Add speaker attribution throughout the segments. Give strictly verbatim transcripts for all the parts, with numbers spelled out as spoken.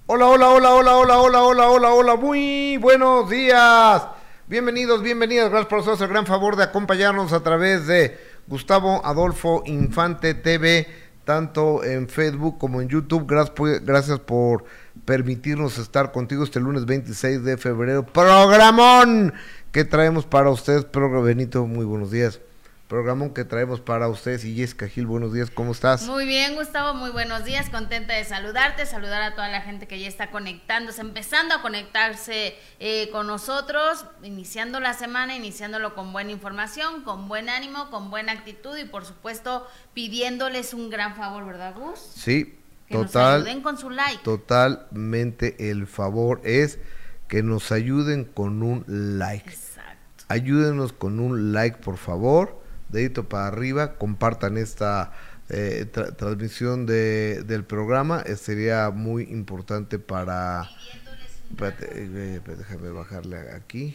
Speaker 1: Hola, hola, hola, hola, hola, hola, hola, hola, hola, muy buenos días. Bienvenidos, bienvenidas, gracias por hacernos el gran favor de acompañarnos a través de Gustavo Adolfo Infante T V, tanto en Facebook como en YouTube. Gracias por, gracias por permitirnos estar contigo este lunes veintiséis de febrero. Programón que traemos para ustedes, Programa Benito, muy buenos días. Programón que traemos para ustedes. Y Jessica Gil, buenos días, ¿cómo estás?
Speaker 2: Muy bien, Gustavo, muy buenos días, contenta de saludarte, saludar a toda la gente que ya está conectándose, empezando a conectarse eh, con nosotros, iniciando la semana, iniciándolo con buena información, con buen ánimo, con buena actitud y por supuesto pidiéndoles un gran favor, ¿verdad, Gus?
Speaker 1: Sí,
Speaker 2: que
Speaker 1: total,
Speaker 2: nos ayuden con su like.
Speaker 1: Totalmente el favor es que nos ayuden con un like.
Speaker 2: Exacto.
Speaker 1: Ayúdenos con un like, por favor. Dedito para arriba, compartan esta eh, tra transmisión de, del programa, eh, sería muy importante para... Espérate, eh, déjame bajarle aquí.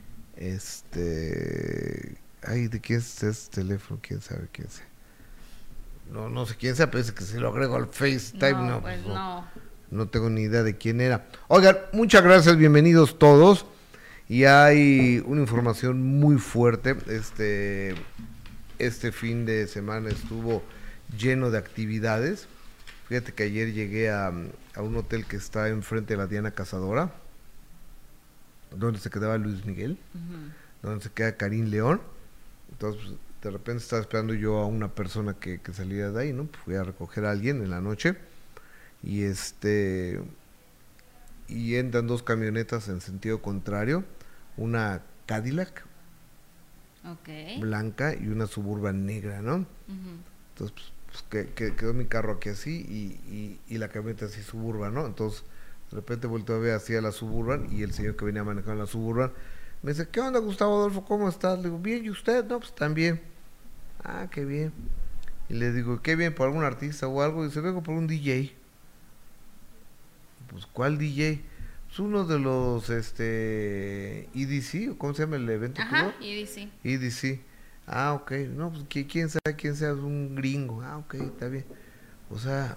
Speaker 1: Este... Ay, ¿de quién es este teléfono? ¿Quién sabe quién sea? No, no sé quién sea, pero es que si lo agrego al FaceTime, no,
Speaker 2: No,
Speaker 1: pues
Speaker 2: pues
Speaker 1: no,
Speaker 2: no.
Speaker 1: no tengo ni idea de quién era. Oigan, muchas gracias, bienvenidos todos. Y hay una información muy fuerte, este... Este fin de semana estuvo lleno de actividades. Fíjate que ayer llegué a, a un hotel que está enfrente de la Diana Cazadora, donde se quedaba Luis Miguel, uh-huh. donde se queda Karim León. Entonces, pues, de repente estaba esperando yo a una persona que, que saliera de ahí, ¿no? Fui a recoger a alguien en la noche y este y entran dos camionetas en sentido contrario, una Cadillac
Speaker 2: Okay.
Speaker 1: blanca y una Suburban negra, ¿no? Uh-huh. Entonces, pues, pues que, que, quedó mi carro aquí así y, y, y la camioneta así Suburban, ¿no? Entonces, de repente volteo a ver así a la Suburban y el señor que venía manejando la Suburban me dice, ¿qué onda, Gustavo Adolfo? ¿Cómo estás? Le digo, bien, ¿y usted? No, pues también. Ah, qué bien. Y le digo, ¿qué bien? ¿Por algún artista o algo? Y dice, vengo por un D J. Pues, ¿cuál D J? Es uno de los este E D C, ¿cómo se llama el evento?
Speaker 2: Ajá, E D C.
Speaker 1: E D C. Ah, ok. No, pues quién sabe quién sea, es un gringo. Ah, ok, está bien. O sea,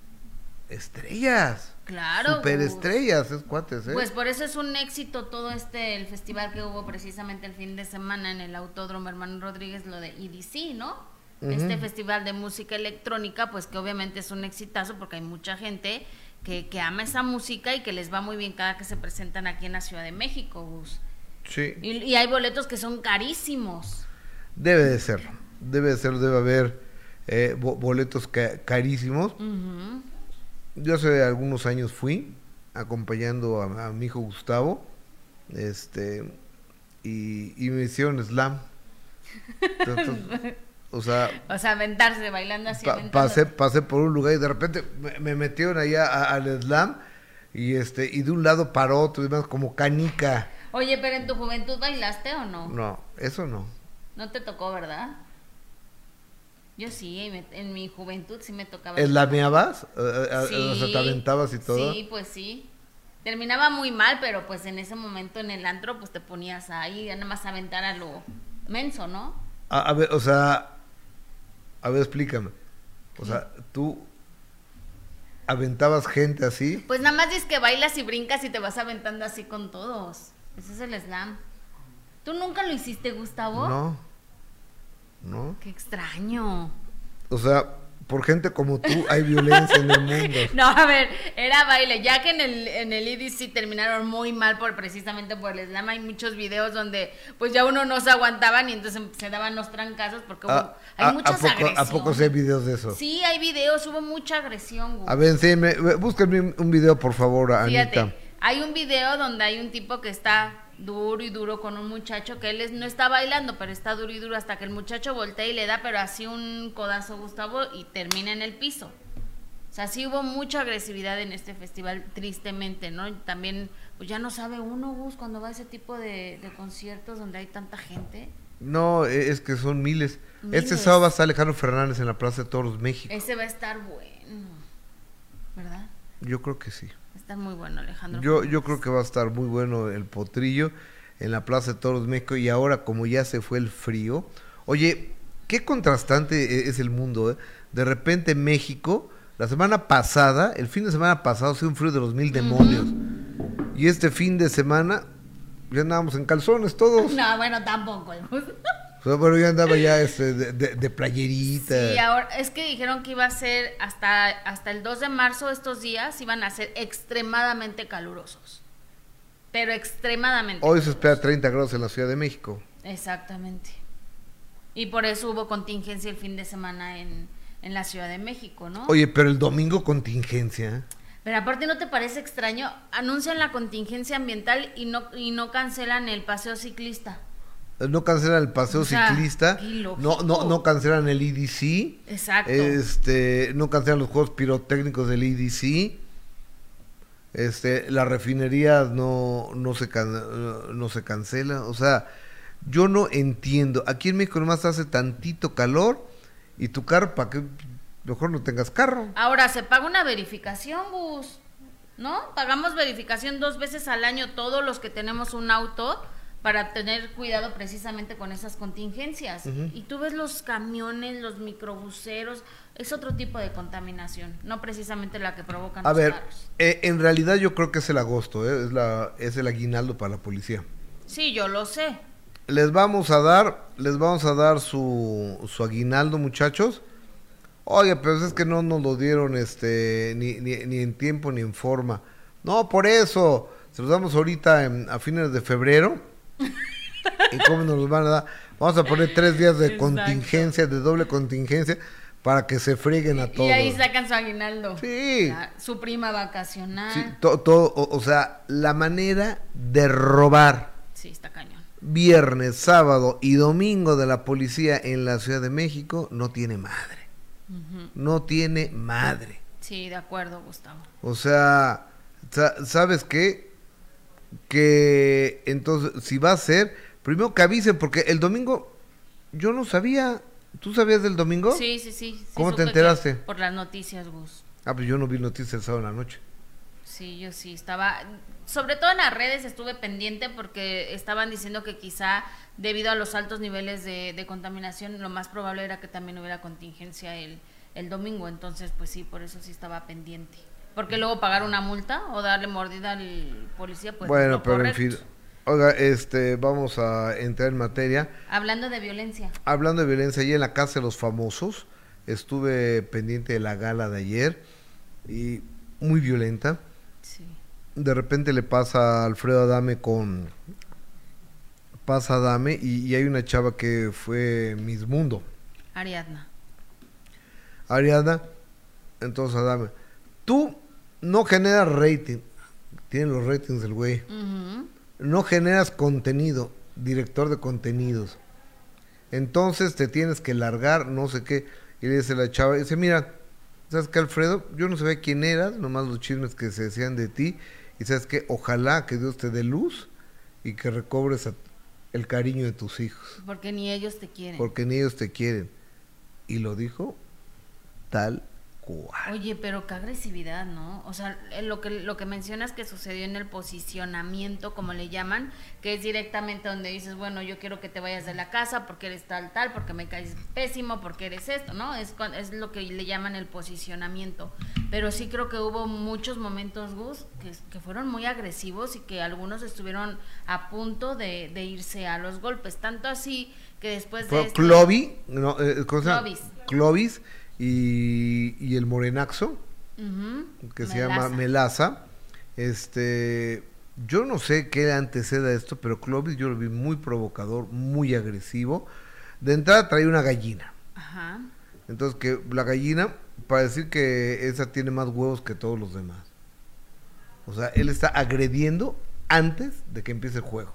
Speaker 1: estrellas.
Speaker 2: Claro.
Speaker 1: Super estrellas, es cuates, ¿eh?
Speaker 2: Pues por eso es un éxito todo este, el festival que hubo precisamente el fin de semana en el Autódromo Hermano Rodríguez, lo de E D C, ¿no? Uh-huh. Este festival de música electrónica, pues que obviamente es un exitazo porque hay mucha gente que, que ama esa música y que les va muy bien cada que se presentan aquí en la Ciudad de México, Gus.
Speaker 1: Sí.
Speaker 2: Y, y hay boletos que son carísimos.
Speaker 1: Debe de serlo, debe de serlo, debe haber eh, bo boletos ca carísimos. Uh-huh. Yo hace algunos años fui acompañando a, a mi hijo Gustavo, este, y, y me hicieron slam. Entonces, o sea,
Speaker 2: o sea, aventarse, bailando así.
Speaker 1: Pa pasé, pasé por un lugar y de repente me, me metieron allá a, al slam y este y de un lado para otro y demás como canica.
Speaker 2: Oye, pero en tu juventud bailaste o no?
Speaker 1: No, eso no.
Speaker 2: No te tocó, ¿verdad? Yo sí, en, en mi juventud sí me tocaba.
Speaker 1: ¿Eslameabas?
Speaker 2: Sí,
Speaker 1: o sea, ¿te aventabas y todo?
Speaker 2: Sí, pues sí. Terminaba muy mal, pero pues en ese momento en el antro pues te ponías ahí, nada más aventar a lo menso, ¿no?
Speaker 1: A, a ver, o sea, a ver, explícame. O sea, tú aventabas gente así.
Speaker 2: Pues nada más dices que bailas y brincas y te vas aventando así con todos. Ese es el slam. ¿Tú nunca lo hiciste, Gustavo?
Speaker 1: No. No.
Speaker 2: Qué extraño.
Speaker 1: O sea, por gente como tú hay violencia en el mundo.
Speaker 2: No, a ver, era baile. Ya que en el, en el E D C terminaron muy mal por precisamente por el slam, hay muchos videos donde pues ya uno no se aguantaban y entonces se daban los trancazos porque hubo,
Speaker 1: a,
Speaker 2: hay
Speaker 1: a,
Speaker 2: muchas
Speaker 1: ¿a poco,
Speaker 2: agresiones.
Speaker 1: ¿A poco sí hay videos de eso?
Speaker 2: Sí, hay videos, hubo mucha agresión, güey.
Speaker 1: A ver, sí, me, búsquenme un video, por favor,
Speaker 2: Fíjate,
Speaker 1: Anita.
Speaker 2: Hay un video donde hay un tipo que está duro y duro con un muchacho que él es, no está bailando, pero está duro y duro hasta que el muchacho voltea y le da, pero así un codazo, Gustavo, y termina en el piso. O sea, sí hubo mucha agresividad en este festival, tristemente, ¿no? Y también, pues ya no sabe uno, Gus, cuando va a ese tipo de, de conciertos donde hay tanta gente.
Speaker 1: No, es que son miles.
Speaker 2: miles.
Speaker 1: Este sábado va a estar Alejandro Fernández en la Plaza de Toros, México.
Speaker 2: Ese va a estar bueno, ¿verdad?
Speaker 1: Yo creo que sí.
Speaker 2: Va a estar muy bueno, Alejandro
Speaker 1: Yo,
Speaker 2: Fernández.
Speaker 1: yo creo que va a estar muy bueno el potrillo en la Plaza de Toros, México. Y ahora, como ya se fue el frío, oye, qué contrastante es el mundo, ¿eh? De repente México La semana pasada, el fin de semana pasado, hacía un frío de los mil demonios. Uh-huh. Y este fin de semana, ya andábamos en calzones todos.
Speaker 2: No, bueno, tampoco.
Speaker 1: O sea, bueno, yo andaba ya este, de, de, de playerita.
Speaker 2: Sí, ahora, es que dijeron que iba a ser hasta, hasta el dos de marzo, estos días iban a ser extremadamente calurosos. Pero extremadamente
Speaker 1: Hoy
Speaker 2: calurosos.
Speaker 1: Se espera treinta grados en la Ciudad de México.
Speaker 2: Exactamente. Y por eso hubo contingencia el fin de semana en, en la Ciudad de México, ¿no?
Speaker 1: Oye, pero el domingo contingencia.
Speaker 2: Pero aparte, ¿no te parece extraño? Anuncian la contingencia ambiental y no, y no cancelan el paseo ciclista.
Speaker 1: No cancelan el paseo, o sea, ciclista, no, no, no cancelan el E D C,
Speaker 2: exacto,
Speaker 1: este, no cancelan los juegos pirotécnicos del E D C, este, las refinerías no, no se can, no se cancela, o sea, yo no entiendo. Aquí en México nomás hace tantito calor y tu carro, ¿para qué mejor no tengas carro?
Speaker 2: Ahora se paga una verificación, Gus, ¿no? Pagamos verificación dos veces al año todos los que tenemos un auto, para tener cuidado precisamente con esas contingencias. Uh-huh. Y tú ves los camiones, los microbuseros, es otro tipo de contaminación, no precisamente la que provocan
Speaker 1: a
Speaker 2: los
Speaker 1: ver,
Speaker 2: carros.
Speaker 1: Eh, en realidad yo creo que es el agosto, ¿eh? es, la, es el aguinaldo para la policía.
Speaker 2: Sí, yo lo sé.
Speaker 1: Les vamos a dar, les vamos a dar su, su aguinaldo, muchachos. Oye, pero es que no nos lo dieron este ni, ni, ni en tiempo ni en forma. No, por eso, se los damos ahorita en, a fines de febrero. ¿Y cómo nos los van a dar? Vamos a poner tres días de Exacto. contingencia, de doble contingencia, para que se freguen a todos.
Speaker 2: Y ahí sacan su aguinaldo.
Speaker 1: Sí.
Speaker 2: La, su prima vacacional.
Speaker 1: Sí, todo, todo o, o sea, la manera de robar.
Speaker 2: Sí, está cañón.
Speaker 1: Viernes, sábado y domingo de la policía en la Ciudad de México no tiene madre. Uh-huh. No tiene madre.
Speaker 2: Sí, de acuerdo, Gustavo.
Speaker 1: O sea, ¿sabes qué? Que entonces, si va a ser, primero que avisen, porque el domingo yo no sabía. ¿Tú sabías del domingo?
Speaker 2: Sí, sí, sí. sí
Speaker 1: ¿Cómo te enteraste?
Speaker 2: Por las noticias, Gus.
Speaker 1: Ah, pues yo no vi noticias el sábado en la noche.
Speaker 2: Sí, yo sí estaba, sobre todo en las redes estuve pendiente porque estaban diciendo que quizá debido a los altos niveles de, de contaminación, lo más probable era que también hubiera contingencia el, el domingo. Entonces, pues sí, por eso sí estaba pendiente. Porque luego pagar una multa o darle mordida al policía, pues
Speaker 1: bueno,
Speaker 2: es lo
Speaker 1: pero
Speaker 2: correcto.
Speaker 1: En fin, oiga, este, vamos a entrar en materia.
Speaker 2: Hablando de violencia.
Speaker 1: Hablando de violencia, allí en la Casa de los Famosos, estuve pendiente de la gala de ayer y muy violenta.
Speaker 2: Sí.
Speaker 1: De repente le pasa a Alfredo Adame con... Pasa Adame y, y hay una chava que fue Miss Mundo.
Speaker 2: Ariadna.
Speaker 1: Ariadna, entonces Adame, tú no generas rating, tienen los ratings del güey, uh-huh. No generas contenido, director de contenidos, entonces te tienes que largar, no sé qué, y le dice la chava, y dice, mira, ¿sabes qué, Alfredo? Yo no sabía quién eras, nomás los chismes que se decían de ti, y ¿sabes qué? Ojalá que Dios te dé luz y que recobres a, el cariño de tus hijos.
Speaker 2: Porque ni ellos te quieren.
Speaker 1: Porque ni ellos te quieren. Y lo dijo tal cual.
Speaker 2: Oye, pero qué agresividad, ¿no? O sea, lo que lo que mencionas que sucedió en el posicionamiento, como le llaman, que es directamente donde dices, bueno, yo quiero que te vayas de la casa porque eres tal, tal, porque me caes pésimo, porque eres esto, ¿no? Es, es lo que le llaman el posicionamiento. Pero sí creo que hubo muchos momentos, Gus, que, que fueron muy agresivos y que algunos estuvieron a punto de, de irse a los golpes. Tanto así que después de... Este...
Speaker 1: Clovis, no, eh, cosa,
Speaker 2: Clovis.
Speaker 1: Clovis y, y el morenaxo, uh-huh. que se
Speaker 2: Melaza.
Speaker 1: llama Melaza. Este, yo no sé qué antecede a esto, pero Clovis yo lo vi muy provocador, muy agresivo. De entrada traía una gallina.
Speaker 2: Ajá.
Speaker 1: Entonces que la gallina, para decir que esa tiene más huevos que todos los demás. O sea, él está agrediendo antes de que empiece el juego.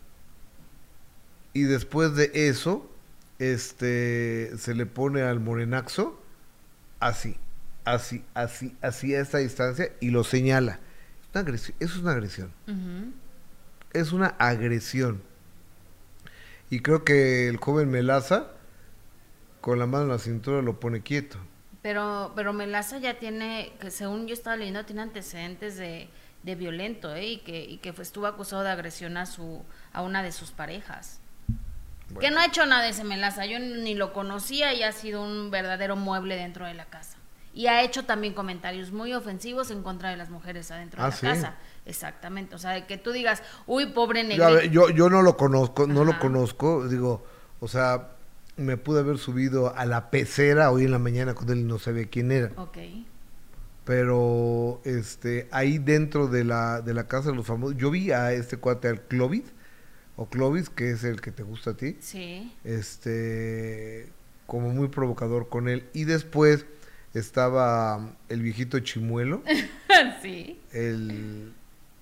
Speaker 1: Y después de eso, este, se le pone al morenaxo así, así, así, así a esta distancia y lo señala. Es una agresión, eso es una agresión. Uh-huh. Es una agresión. Y creo que el joven Melaza, con la mano en la cintura, lo pone quieto.
Speaker 2: Pero, pero Melaza ya tiene, que según yo estaba leyendo, tiene antecedentes de, de violento, ¿eh? Y que, y que fue, estuvo acusado de agresión a su, a una de sus parejas. Bueno. Que no ha hecho nada de ese Melaza, yo ni lo conocía y ha sido un verdadero mueble dentro de la casa. Y ha hecho también comentarios muy ofensivos en contra de las mujeres adentro
Speaker 1: ah,
Speaker 2: de la
Speaker 1: ¿sí?
Speaker 2: casa. Exactamente, o sea, de que tú digas, uy, pobre negrito.
Speaker 1: Yo, yo, yo no lo conozco, no
Speaker 2: Ajá.
Speaker 1: lo conozco, digo, o sea, me pude haber subido a la pecera hoy en la mañana con él y no sabía quién era.
Speaker 2: Ok.
Speaker 1: Pero este ahí dentro de la de la casa de los famosos, yo vi a este cuate, al Clovis, o Clovis, que es el que te gusta a ti,
Speaker 2: Sí.
Speaker 1: este como muy provocador con él. Y después estaba el viejito Chimuelo,
Speaker 2: Sí.
Speaker 1: el,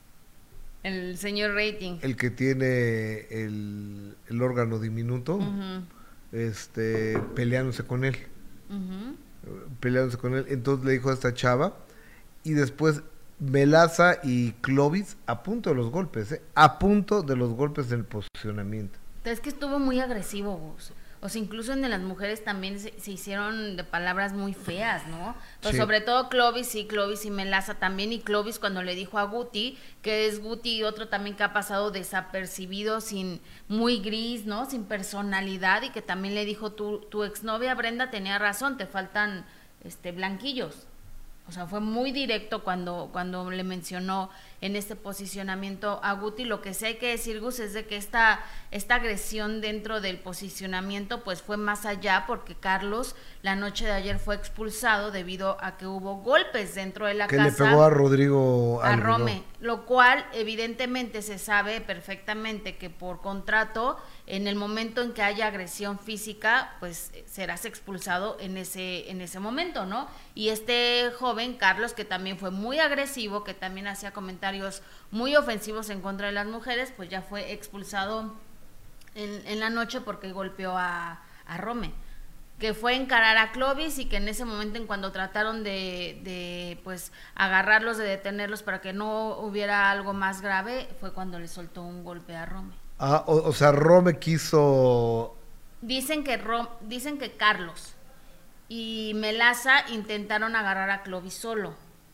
Speaker 2: El señor Rating.
Speaker 1: el que tiene el, el órgano diminuto,
Speaker 2: Ujú,
Speaker 1: este peleándose con él.
Speaker 2: ujú.
Speaker 1: peleándose con él, entonces le dijo a esta chava, y después Melaza y Clovis a punto de los golpes, ¿eh? a punto de los golpes del posicionamiento.
Speaker 2: Es que estuvo muy agresivo, Gus. O sea, incluso en de las mujeres también se, se hicieron de palabras muy feas, ¿no? Pues
Speaker 1: Sí.
Speaker 2: sobre todo Clovis, sí, Clovis y Melaza también, y Clovis cuando le dijo a Guti, que es Guti y otro también que ha pasado desapercibido, sin, muy gris, ¿no? Sin personalidad, y que también le dijo, tu, tu exnovia Brenda tenía razón, te faltan este blanquillos. O sea, fue muy directo cuando, cuando le mencionó en este posicionamiento a Guti. Lo que sí hay que decir, Gus, es de que esta, esta agresión dentro del posicionamiento pues fue más allá, porque Carlos la noche de ayer fue expulsado debido a que hubo golpes dentro de la
Speaker 1: Que
Speaker 2: casa.
Speaker 1: le pegó a Rodrigo
Speaker 2: A
Speaker 1: algo, ¿no?
Speaker 2: Rome, lo cual evidentemente se sabe perfectamente que por contrato, en el momento en que haya agresión física, pues serás expulsado en ese, en ese momento, ¿no? Y este joven, Carlos, que también fue muy agresivo, que también hacía comentarios muy ofensivos en contra de las mujeres, pues ya fue expulsado en, en la noche porque golpeó a, a Rome, que fue encarar a Clovis, y que en ese momento, en cuando trataron de, de pues agarrarlos, de detenerlos para que no hubiera algo más grave, fue cuando le soltó un golpe a Rome.
Speaker 1: Ah, o, o sea, Rome quiso...
Speaker 2: Dicen que Rom, dicen que Carlos y Melaza intentaron agarrar a Clovis solo.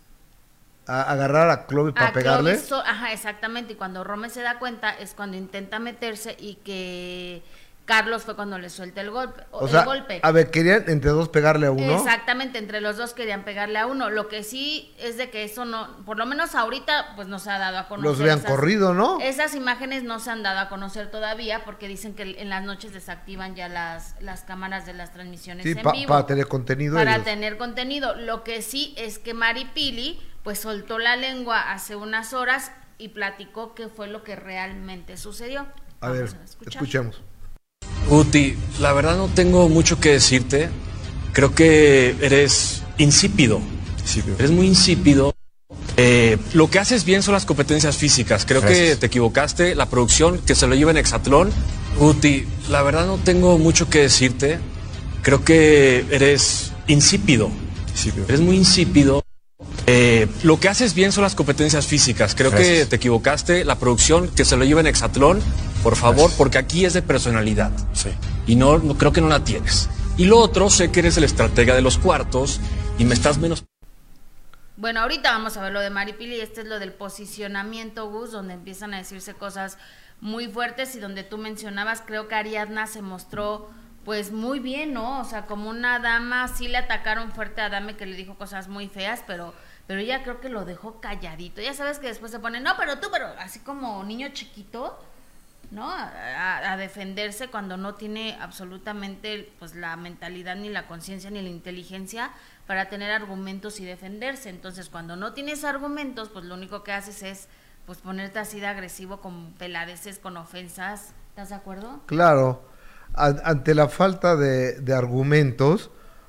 Speaker 1: a- agarrar a Clovis para
Speaker 2: A
Speaker 1: pegarle.
Speaker 2: Clovis so- ajá, exactamente, y cuando Rome se da cuenta es cuando intenta meterse, y que Carlos fue cuando le suelta el golpe.
Speaker 1: O
Speaker 2: el
Speaker 1: sea,
Speaker 2: golpe.
Speaker 1: a ver, querían entre dos pegarle a uno.
Speaker 2: Exactamente, entre los dos querían pegarle a uno. Lo que sí es de que eso no, por lo menos ahorita, pues no se ha dado a conocer.
Speaker 1: Los habían
Speaker 2: esas-
Speaker 1: corrido, ¿no?
Speaker 2: Esas imágenes no se han dado a conocer todavía, porque dicen que en las noches desactivan ya las, las cámaras de las transmisiones
Speaker 1: Sí,
Speaker 2: en
Speaker 1: pa-
Speaker 2: vivo.
Speaker 1: para tener contenido
Speaker 2: Para
Speaker 1: ellos.
Speaker 2: tener contenido. Lo que sí es que Mari Pili, pues soltó la lengua hace unas horas y platicó qué fue lo que realmente sucedió.
Speaker 1: A
Speaker 2: Vamos
Speaker 1: ver,
Speaker 2: escuchar.
Speaker 1: escuchemos.
Speaker 3: Guti, la verdad no tengo mucho que decirte. Creo que eres insípido. Eres muy insípido. Eh, lo que haces bien son las competencias físicas. Creo
Speaker 4: Gracias.
Speaker 3: que te equivocaste. La producción que se lo lleva en Hexatlón. Guti, la verdad no tengo mucho que decirte. Creo que eres insípido.
Speaker 4: Insípido.
Speaker 3: Eres muy insípido. Eh, lo que haces bien son las competencias físicas. Creo que
Speaker 4: Gracias.
Speaker 3: te equivocaste. La producción que se lo lleva en Hexatlón, por favor,
Speaker 4: Gracias.
Speaker 3: porque aquí es de personalidad.
Speaker 4: Sí.
Speaker 3: Y no, no creo que no la tienes. Y lo otro, sé que eres el estratega de los cuartos y me estás menos.
Speaker 2: Bueno, ahorita vamos a ver lo de Maripili, y este es lo del posicionamiento, Gus, donde empiezan a decirse cosas muy fuertes, y donde tú mencionabas, creo que Ariadna se mostró pues muy bien, ¿no? O sea, como una dama, sí le atacaron fuerte a Adame, que le dijo cosas muy feas, pero pero ella creo que lo dejó calladito. Ya sabes que después se pone, no, pero tú, pero así como niño chiquito, ¿no? A, a- a defenderse cuando no tiene absolutamente pues la mentalidad, ni la conciencia, ni la inteligencia para tener argumentos y defenderse. Entonces, cuando no tienes argumentos, pues lo único que haces es pues ponerte así de agresivo, con peladeces, con ofensas. ¿Estás de acuerdo?
Speaker 1: Claro, a- ante la falta de, de argumentos,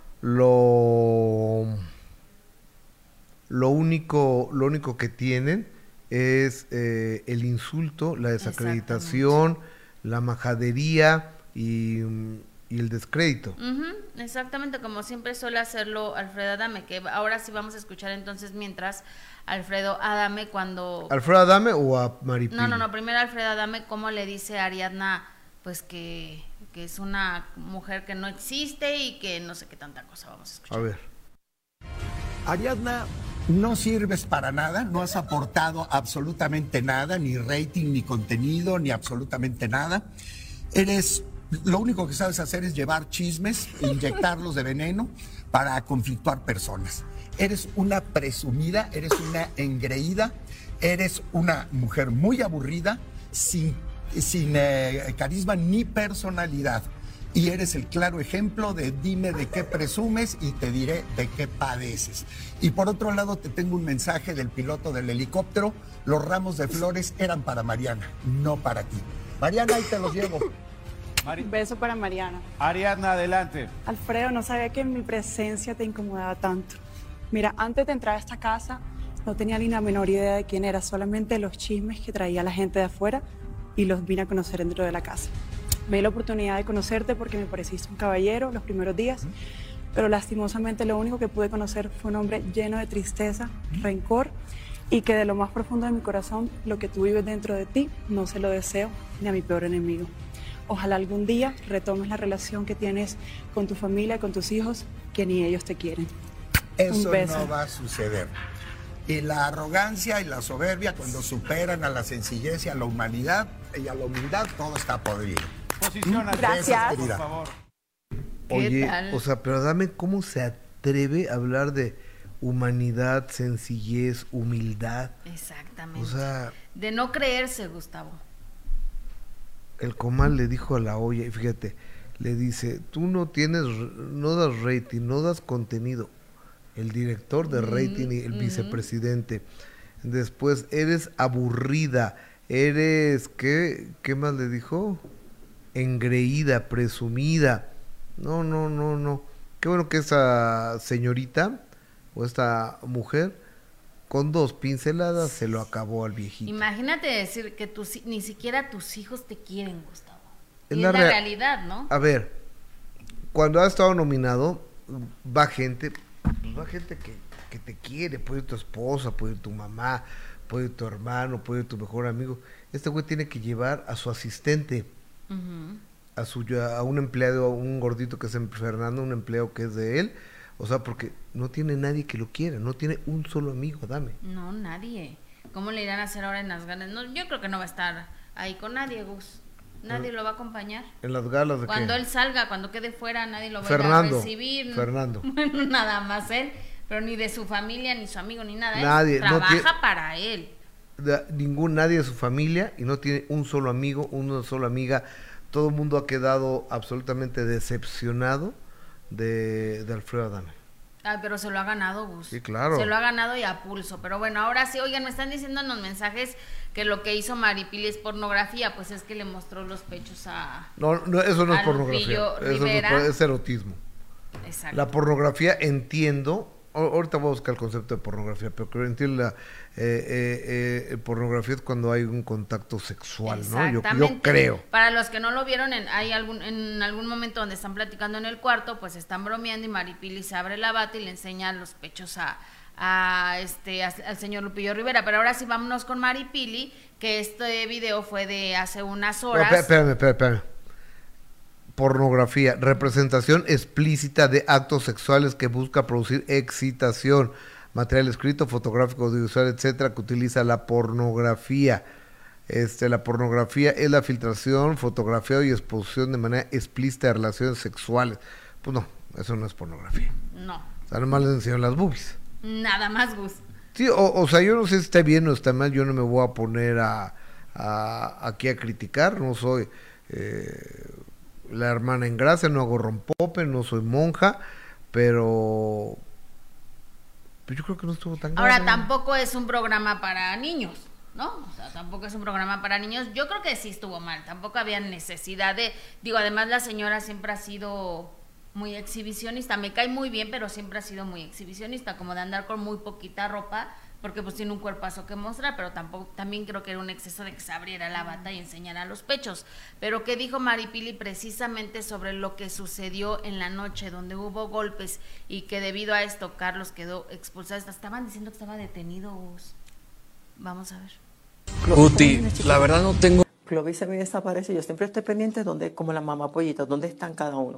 Speaker 1: lo, lo único, lo único que tienen es eh, el insulto, la desacreditación, la majadería y, mm, y el descrédito.
Speaker 2: Ujú, exactamente, como siempre suele hacerlo Alfredo Adame, que ahora sí vamos a escuchar entonces mientras Alfredo Adame cuando...
Speaker 1: ¿Alfredo Adame o a Maripili?
Speaker 2: No, no, no, primero Alfredo Adame, cómo le dice a Ariadna, pues que, que es una mujer que no existe y que no sé qué tanta cosa. Vamos a escuchar.
Speaker 1: A ver.
Speaker 5: Ariadna, no sirves para nada, no has aportado absolutamente nada, ni rating, ni contenido, ni absolutamente nada. Eres lo único que sabes hacer es llevar chismes, inyectarlos de veneno para conflictuar personas. Eres una presumida, eres una engreída, eres una mujer muy aburrida, sin, sin eh, carisma ni personalidad. Y eres el claro ejemplo de dime de qué presumes y te diré de qué padeces. Y por otro lado te tengo un mensaje del piloto del helicóptero. Los ramos de flores eran para Mariana, no para ti. Mariana, ahí te los llevo.
Speaker 4: Mari... Un beso para Mariana.
Speaker 6: Ariadna, adelante.
Speaker 4: Alfredo, no sabía que mi presencia te incomodaba tanto. Mira, antes de entrar a esta casa no tenía ni la menor idea de quién era, solamente los chismes que traía la gente de afuera y los vine a conocer dentro de la casa. Me di la oportunidad de conocerte porque me pareciste un caballero los primeros días, pero lastimosamente lo único que pude conocer fue un hombre lleno de tristeza, rencor, y que de lo más profundo de mi corazón, lo que tú vives dentro de ti, no se lo deseo ni a mi peor enemigo. Ojalá algún día retomes la relación que tienes con tu familia, con tus hijos, que ni ellos te quieren.
Speaker 5: Eso no va a suceder. Y la arrogancia y la soberbia, cuando superan a la sencillez y a la humanidad y a la humildad, todo está podrido.
Speaker 6: Posicionate.
Speaker 4: Gracias.
Speaker 6: Por favor.
Speaker 1: Oye,
Speaker 2: tal?
Speaker 1: o sea, pero dame cómo se atreve a hablar de humanidad, sencillez, humildad.
Speaker 2: Exactamente.
Speaker 1: O sea,
Speaker 2: de no creerse, Gustavo.
Speaker 1: el comal le dijo a la olla, y fíjate, le dice, tú no tienes, no das rating, no das contenido. El director de rating y el
Speaker 2: Mm,
Speaker 1: vicepresidente. Después, eres aburrida, eres, ¿qué, qué más le dijo? Engreída, presumida. No, no, no, no. Qué bueno que esa señorita o esta mujer con dos pinceladas se lo acabó al viejito.
Speaker 2: Imagínate decir que tus, ni siquiera tus hijos te quieren, Gustavo.
Speaker 1: Es
Speaker 2: Y
Speaker 1: la
Speaker 2: es la
Speaker 1: rea-
Speaker 2: realidad, ¿no?
Speaker 1: A ver, cuando has estado nominado, va gente, pues va gente que, que te quiere, puede ir tu esposa, puede ir tu mamá, puede ir tu hermano, puede ir tu mejor amigo. Este güey tiene que llevar a su asistente,
Speaker 2: Ujú.
Speaker 1: a su a un empleado, a un gordito que es Fernando, un empleado que es de él, o sea, porque no tiene nadie que lo quiera, no tiene un solo amigo, dame.
Speaker 2: No, nadie. ¿Cómo le irán a hacer ahora en las ganas? No, yo creo que no va a estar ahí con nadie, Gus. Nadie lo va a acompañar.
Speaker 1: En las galas de
Speaker 2: Cuando
Speaker 1: qué?
Speaker 2: él salga, cuando quede fuera, nadie lo va
Speaker 1: Fernando,
Speaker 2: a recibir.
Speaker 1: Fernando.
Speaker 2: Bueno, nada más él, pero ni de su familia, ni su amigo, ni nada.
Speaker 1: Nadie,
Speaker 2: Él
Speaker 1: no
Speaker 2: trabaja
Speaker 1: tiene-
Speaker 2: para él.
Speaker 1: Da- ningún nadie de su familia y no tiene un solo amigo, una sola amiga. Todo el mundo ha quedado absolutamente decepcionado de, de Alfredo Adame.
Speaker 2: Ay, pero se lo ha ganado, Gus.
Speaker 1: Sí, claro.
Speaker 2: Se lo ha ganado y a pulso. Pero bueno, ahora sí, oigan, me están diciendo en los mensajes que lo que hizo Maripili es pornografía, pues es que le mostró los pechos a...
Speaker 1: No, no, eso no es
Speaker 2: A
Speaker 1: pornografía.
Speaker 2: Lupillo
Speaker 1: Eso no es,
Speaker 2: Rivera.
Speaker 1: por- es erotismo.
Speaker 2: Exacto.
Speaker 1: La pornografía, entiendo, a- ahorita voy a buscar el concepto de pornografía, pero creo que entiendo la eh, eh, eh, pornografía es cuando hay un contacto sexual, ¿no? Yo, yo
Speaker 2: Exactamente.
Speaker 1: creo.
Speaker 2: Para los que no lo vieron, en, hay algún, en algún momento donde están platicando en el cuarto, pues están bromeando y Maripili se abre la bata y le enseña los pechos a, a este a- al señor Lupillo Rivera. Pero ahora sí vámonos con Maripili, que este video fue de hace unas
Speaker 1: No,
Speaker 2: horas.
Speaker 1: espé- espérame, espérame, espérame. Pornografía, representación explícita de actos sexuales que busca producir excitación, material escrito, fotográfico, audiovisual, etcétera, que utiliza la pornografía. Este, la pornografía es la filtración, fotografía y exposición de manera explícita de relaciones sexuales. Pues no, eso no es pornografía.
Speaker 2: No,
Speaker 1: O sea, nomás les enseñan las boobies.
Speaker 2: nada más, Gus.
Speaker 1: Sí, o, o sea, yo no sé si está bien o está mal, yo no me voy a poner a, a- aquí a criticar, no soy eh, la hermana en gracia, no hago rompope, no soy monja, pero pues yo creo que no estuvo tan
Speaker 2: Ahora
Speaker 1: grave.
Speaker 2: tampoco es un programa para niños, ¿no? O sea, tampoco es un programa para niños. Yo creo que sí estuvo mal, tampoco había necesidad de, digo, además la señora siempre ha sido muy exhibicionista, me cae muy bien, pero siempre ha sido muy exhibicionista, como de andar con muy poquita ropa, porque pues tiene un cuerpazo que mostrar, pero tampoco, también creo que era un exceso de que se abriera la bata y enseñara los pechos. Pero ¿qué dijo Maripili precisamente sobre lo que sucedió en la noche, donde hubo golpes y que debido a esto Carlos quedó expulsado? Estaban diciendo que estaba detenido. Vamos a ver.
Speaker 3: Guti, la verdad no tengo...
Speaker 7: Clovis se me desaparece, yo siempre estoy pendiente donde, como la mamá pollita, dónde están cada uno.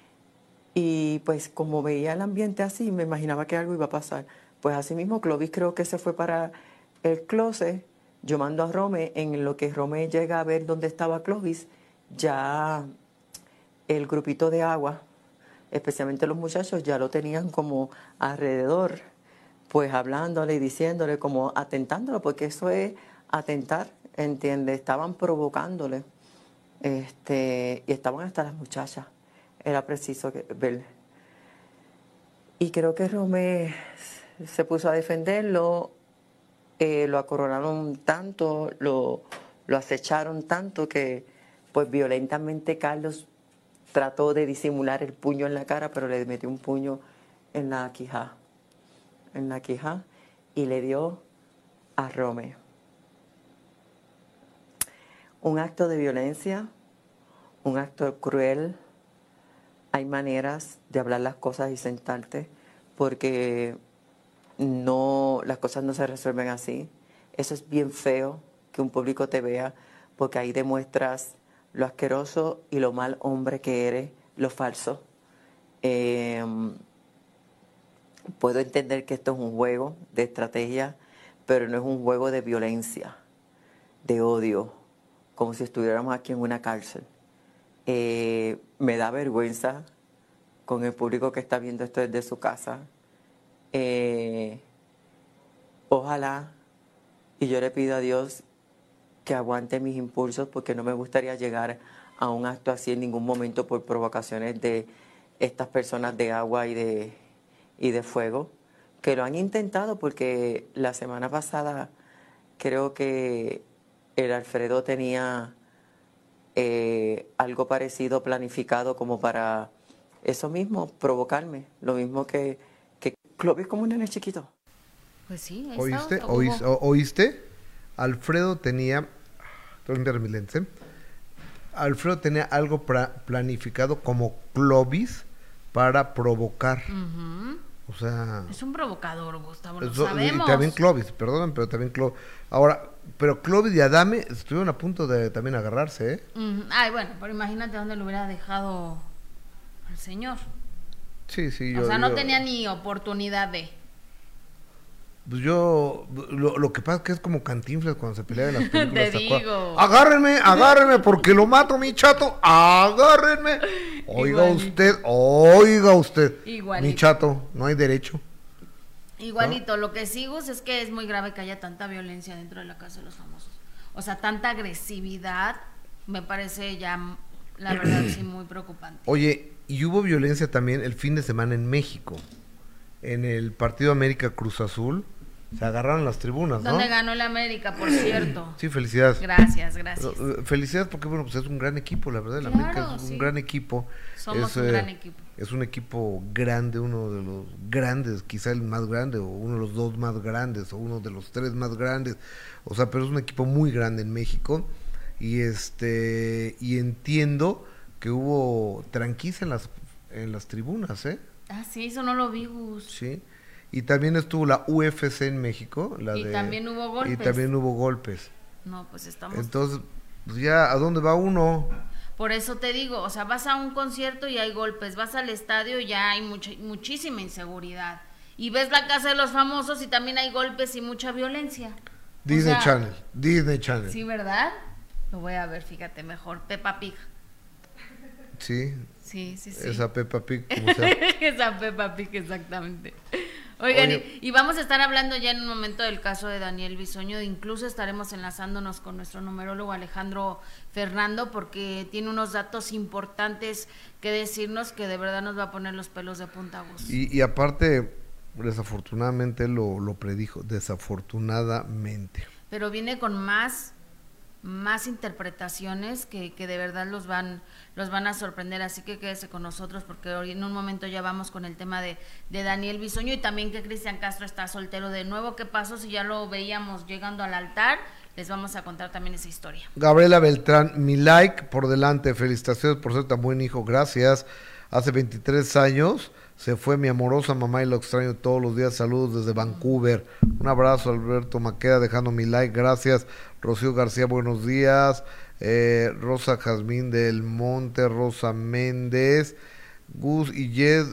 Speaker 7: Y pues como veía el ambiente así, me imaginaba que algo iba a pasar. Pues así mismo Clovis creo que se fue para el closet, yo mando a Rome, en lo que Rome llega a ver dónde estaba Clovis, ya el grupito de agua, especialmente los muchachos, ya lo tenían como alrededor, pues hablándole y diciéndole, como atentándolo, porque eso es atentar, ¿entiendes? Estaban provocándole, este, y estaban hasta las muchachas, era preciso que, ver. Y creo que Romé se puso a defenderlo, eh, lo acoronaron tanto, lo, lo acecharon tanto que pues violentamente Carlos trató de disimular el puño en la cara, pero le metió un puño en la quijada, en la quijada, y le dio a Romé. Un acto de violencia, un acto cruel. Hay maneras de hablar las cosas y sentarte, porque no, las cosas no se resuelven así. Eso es bien feo, que un público te vea, porque ahí demuestras lo asqueroso y lo mal hombre que eres, lo falso. Eh, puedo entender que esto es un juego de estrategia, pero no es un juego de violencia, de odio, como si estuviéramos aquí en una cárcel. Eh, me da vergüenza con el público que está viendo esto desde su casa. Eh, ojalá, y yo le pido a Dios que aguante mis impulsos, porque no me gustaría llegar a un acto así en ningún momento por provocaciones de estas personas de agua y de, y de fuego, que lo han intentado, porque la semana pasada creo que el Alfredo tenía eh, algo parecido planificado como para eso mismo, provocarme, lo mismo que, que Clovis como un nene chiquito.
Speaker 2: Pues sí, ahí
Speaker 1: ¿Oíste?
Speaker 2: está,
Speaker 1: ¿Oíste?
Speaker 2: hubo-
Speaker 1: ¿Oíste? Alfredo tenía, tengo que limpiar mis lentes, ¿eh? Alfredo tenía algo pra- planificado como Clovis para provocar.
Speaker 2: Ujú.
Speaker 1: O sea,
Speaker 2: Es un provocador, Gustavo, lo
Speaker 1: eso- y
Speaker 2: sabemos.
Speaker 1: también Clovis, perdón, pero también Clovis. Ahora, pero Clovis y Adame estuvieron a punto de también agarrarse, ¿eh?
Speaker 2: Ujú. Ay, bueno, pero imagínate dónde lo hubiera dejado el señor.
Speaker 1: Sí, sí, yo.
Speaker 2: O sea, no
Speaker 1: yo-
Speaker 2: tenía ni oportunidad de...
Speaker 1: Pues yo, lo, lo que pasa es que es como Cantinflas cuando se pelea en las películas.
Speaker 2: Te
Speaker 1: ¿te acuerdas?
Speaker 2: digo.
Speaker 1: Agárrenme, agárrenme, porque lo mato, mi chato. Agárrenme. Oiga
Speaker 2: Igualito.
Speaker 1: usted, oiga usted.
Speaker 2: Igualito.
Speaker 1: Mi chato, no hay derecho.
Speaker 2: Igualito, lo que sí, Gus, es que es muy grave que haya tanta violencia dentro de la casa de los famosos. O sea, tanta agresividad, me parece ya, la verdad, sí, muy preocupante.
Speaker 1: Oye, y hubo violencia también el fin de semana en México. En el partido América Cruz Azul. Se agarraron las tribunas, ¿no?
Speaker 2: ¿Dónde ganó el América, por cierto?
Speaker 1: Sí, felicidades.
Speaker 2: Gracias, gracias.
Speaker 1: Eh, Felicidades porque, bueno, pues es un gran equipo, la verdad. El
Speaker 2: Claro,
Speaker 1: América es un
Speaker 2: sí.
Speaker 1: gran equipo.
Speaker 2: Somos
Speaker 1: es,
Speaker 2: un
Speaker 1: eh,
Speaker 2: gran equipo.
Speaker 1: Es un equipo grande, uno de los grandes, quizá el más grande, o uno de los dos más grandes, o uno de los tres más grandes. O sea, pero es un equipo muy grande en México. Y este y entiendo que hubo tranquiza en las, en las tribunas, ¿eh?
Speaker 2: Ah, sí, eso no lo vi, Gus.
Speaker 1: Sí. Y también estuvo la U F C en México. La
Speaker 2: Y
Speaker 1: de-
Speaker 2: también hubo
Speaker 1: Y
Speaker 2: golpes.
Speaker 1: también hubo golpes.
Speaker 2: No, pues estamos...
Speaker 1: Entonces, pues ya, ¿a dónde va uno?
Speaker 2: Por eso te digo, o sea, vas a un concierto y hay golpes, vas al estadio y ya hay mucha, muchísima inseguridad. Y ves la casa de los famosos y también hay golpes y mucha violencia. O
Speaker 1: Disney
Speaker 2: sea,
Speaker 1: Channel, Disney Channel.
Speaker 2: Sí, ¿verdad? Lo voy a ver, fíjate, mejor. Peppa Pig.
Speaker 1: Sí,
Speaker 2: Sí, sí, sí.
Speaker 1: esa Peppa Pig, como sea.
Speaker 2: Esa Peppa Pig, exactamente. Oigan,
Speaker 1: Oye.
Speaker 2: y, y vamos a estar hablando ya en un momento del caso de Daniel Bisoño, incluso estaremos enlazándonos con nuestro numerólogo Alejandro Fernando, porque tiene unos datos importantes que decirnos que de verdad nos va a poner los pelos de punta, Gus.
Speaker 1: Y, y aparte, desafortunadamente lo, lo predijo, desafortunadamente.
Speaker 2: Pero viene con más más interpretaciones que, que de verdad los van los van a sorprender, así que quédese con nosotros porque hoy en un momento ya vamos con el tema de, de Daniel Bisoño y también que Cristian Castro está soltero de nuevo. ¿Qué pasó si ya lo veíamos llegando al altar? Les vamos a contar también esa historia.
Speaker 1: Gabriela Beltrán, mi like por delante, felicitaciones por ser tan buen hijo, gracias. Hace veintitrés años se fue mi amorosa mamá y lo extraño todos los días, saludos desde Vancouver. Un abrazo, Alberto Maqueda, dejando mi like, gracias. Rocío García, buenos días. Eh, Rosa Jazmín del Monte, Rosa Méndez, Gus y Jed,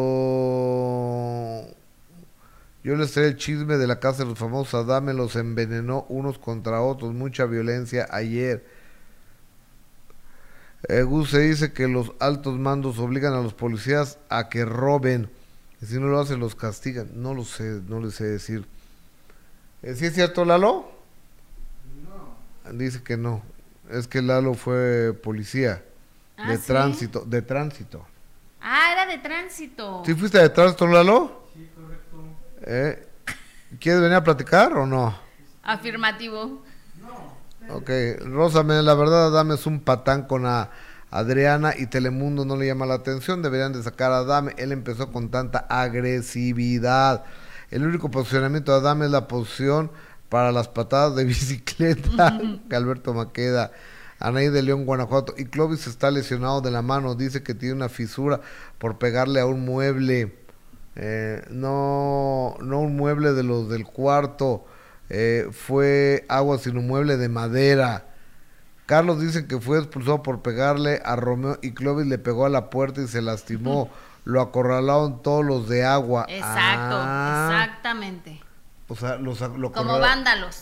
Speaker 1: lo... Yo les traía el chisme de la casa de los famosos, Adame los envenenó unos contra otros, mucha violencia ayer. Eh, Gus se dice que los altos mandos obligan a los policías a que roben. Y si no lo hacen, los castigan. No lo sé, no les sé decir. Eh, ¿Sí es cierto, Lalo? No. Dice que no. Es que Lalo fue policía.
Speaker 2: Ah,
Speaker 1: de
Speaker 2: ¿sí?
Speaker 1: tránsito, de tránsito.
Speaker 2: Ah, era de tránsito.
Speaker 1: ¿Sí fuiste de tránsito, Lalo? Sí, correcto. Eh, ¿Quieres venir a platicar o no?
Speaker 2: Afirmativo.
Speaker 1: Ok, Rosa, me- la verdad, Adame es un patán con a Adriana y Telemundo no le llama la atención, deberían de sacar a Adame, él empezó con tanta agresividad. El único posicionamiento de Adame es la posición para las patadas de bicicleta, que Alberto Maqueda. Anaí de León, Guanajuato, y Clovis está lesionado de la mano, dice que tiene una fisura por pegarle a un mueble, eh, no, no un mueble de los del cuarto, eh, fue agua sino un mueble de madera. Carlos dice que fue expulsado por pegarle a Romeo y Clovis le pegó a la puerta y se lastimó, lo acorralaron todos los de agua.
Speaker 2: Exacto,
Speaker 1: Ah,
Speaker 2: exactamente.
Speaker 1: o sea, los, lo
Speaker 2: Como
Speaker 1: acorralaron.
Speaker 2: vándalos.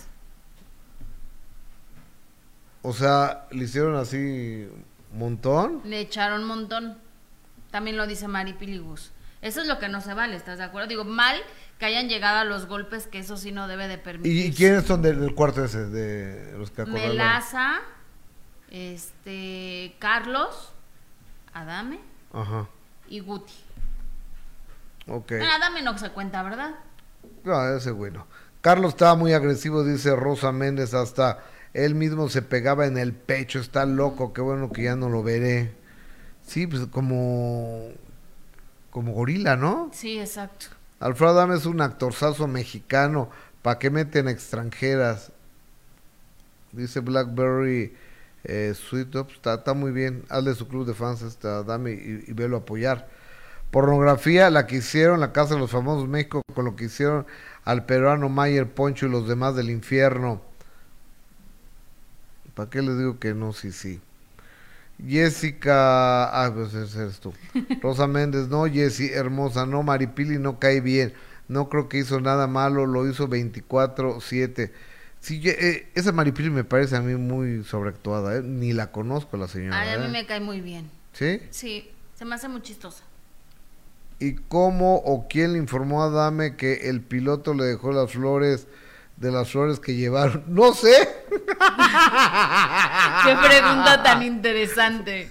Speaker 1: O sea, le hicieron así un montón.
Speaker 2: Le echaron un montón. También lo dice Mari Piligus. Eso es lo que no se vale, ¿estás de acuerdo? Digo, mal que hayan llegado a los golpes, que eso sí no debe de permitirse.
Speaker 1: ¿Y, y quiénes son del, del cuarto ese, de los que acorralaron?
Speaker 2: Melaza, este, Carlos, Adame
Speaker 1: Ajá,
Speaker 2: y Guti.
Speaker 1: ok.
Speaker 2: Ah, Adame no se cuenta, ¿verdad?
Speaker 1: No, ese bueno. Carlos estaba muy agresivo, dice Rosa Méndez, hasta él mismo se pegaba en el pecho, está loco, qué bueno que ya no lo veré. Sí, pues como, como gorila, ¿no?
Speaker 2: Sí, exacto.
Speaker 1: Alfredo Adame es un actorzazo mexicano, ¿para qué meten extranjeras? Dice Blackberry eh, Sweet Up, está, está muy bien, hazle su club de fans a este Adame y, y velo apoyar. Pornografía, la que hicieron la Casa de los Famosos México con lo que hicieron al peruano Mayer Poncho y los demás del infierno. ¿Para qué les digo que no? Sí, sí. Jessica, ah, pues ese eres tú. Rosa Méndez, no, Jessy, hermosa, no, Maripili no cae bien. No creo que hizo nada malo, lo hizo veinticuatro siete. Sí, ye- eh, esa Maripili me parece a mí muy sobreactuada, ¿eh? Ni la conozco la señora.
Speaker 2: Ay, a mí
Speaker 1: ¿eh?
Speaker 2: me cae muy bien.
Speaker 1: ¿Sí?
Speaker 2: Sí, se me hace muy chistosa.
Speaker 1: ¿Y cómo o quién le informó a Adame que el piloto le dejó las flores de las flores que llevaron? No sé.
Speaker 2: Qué pregunta tan interesante.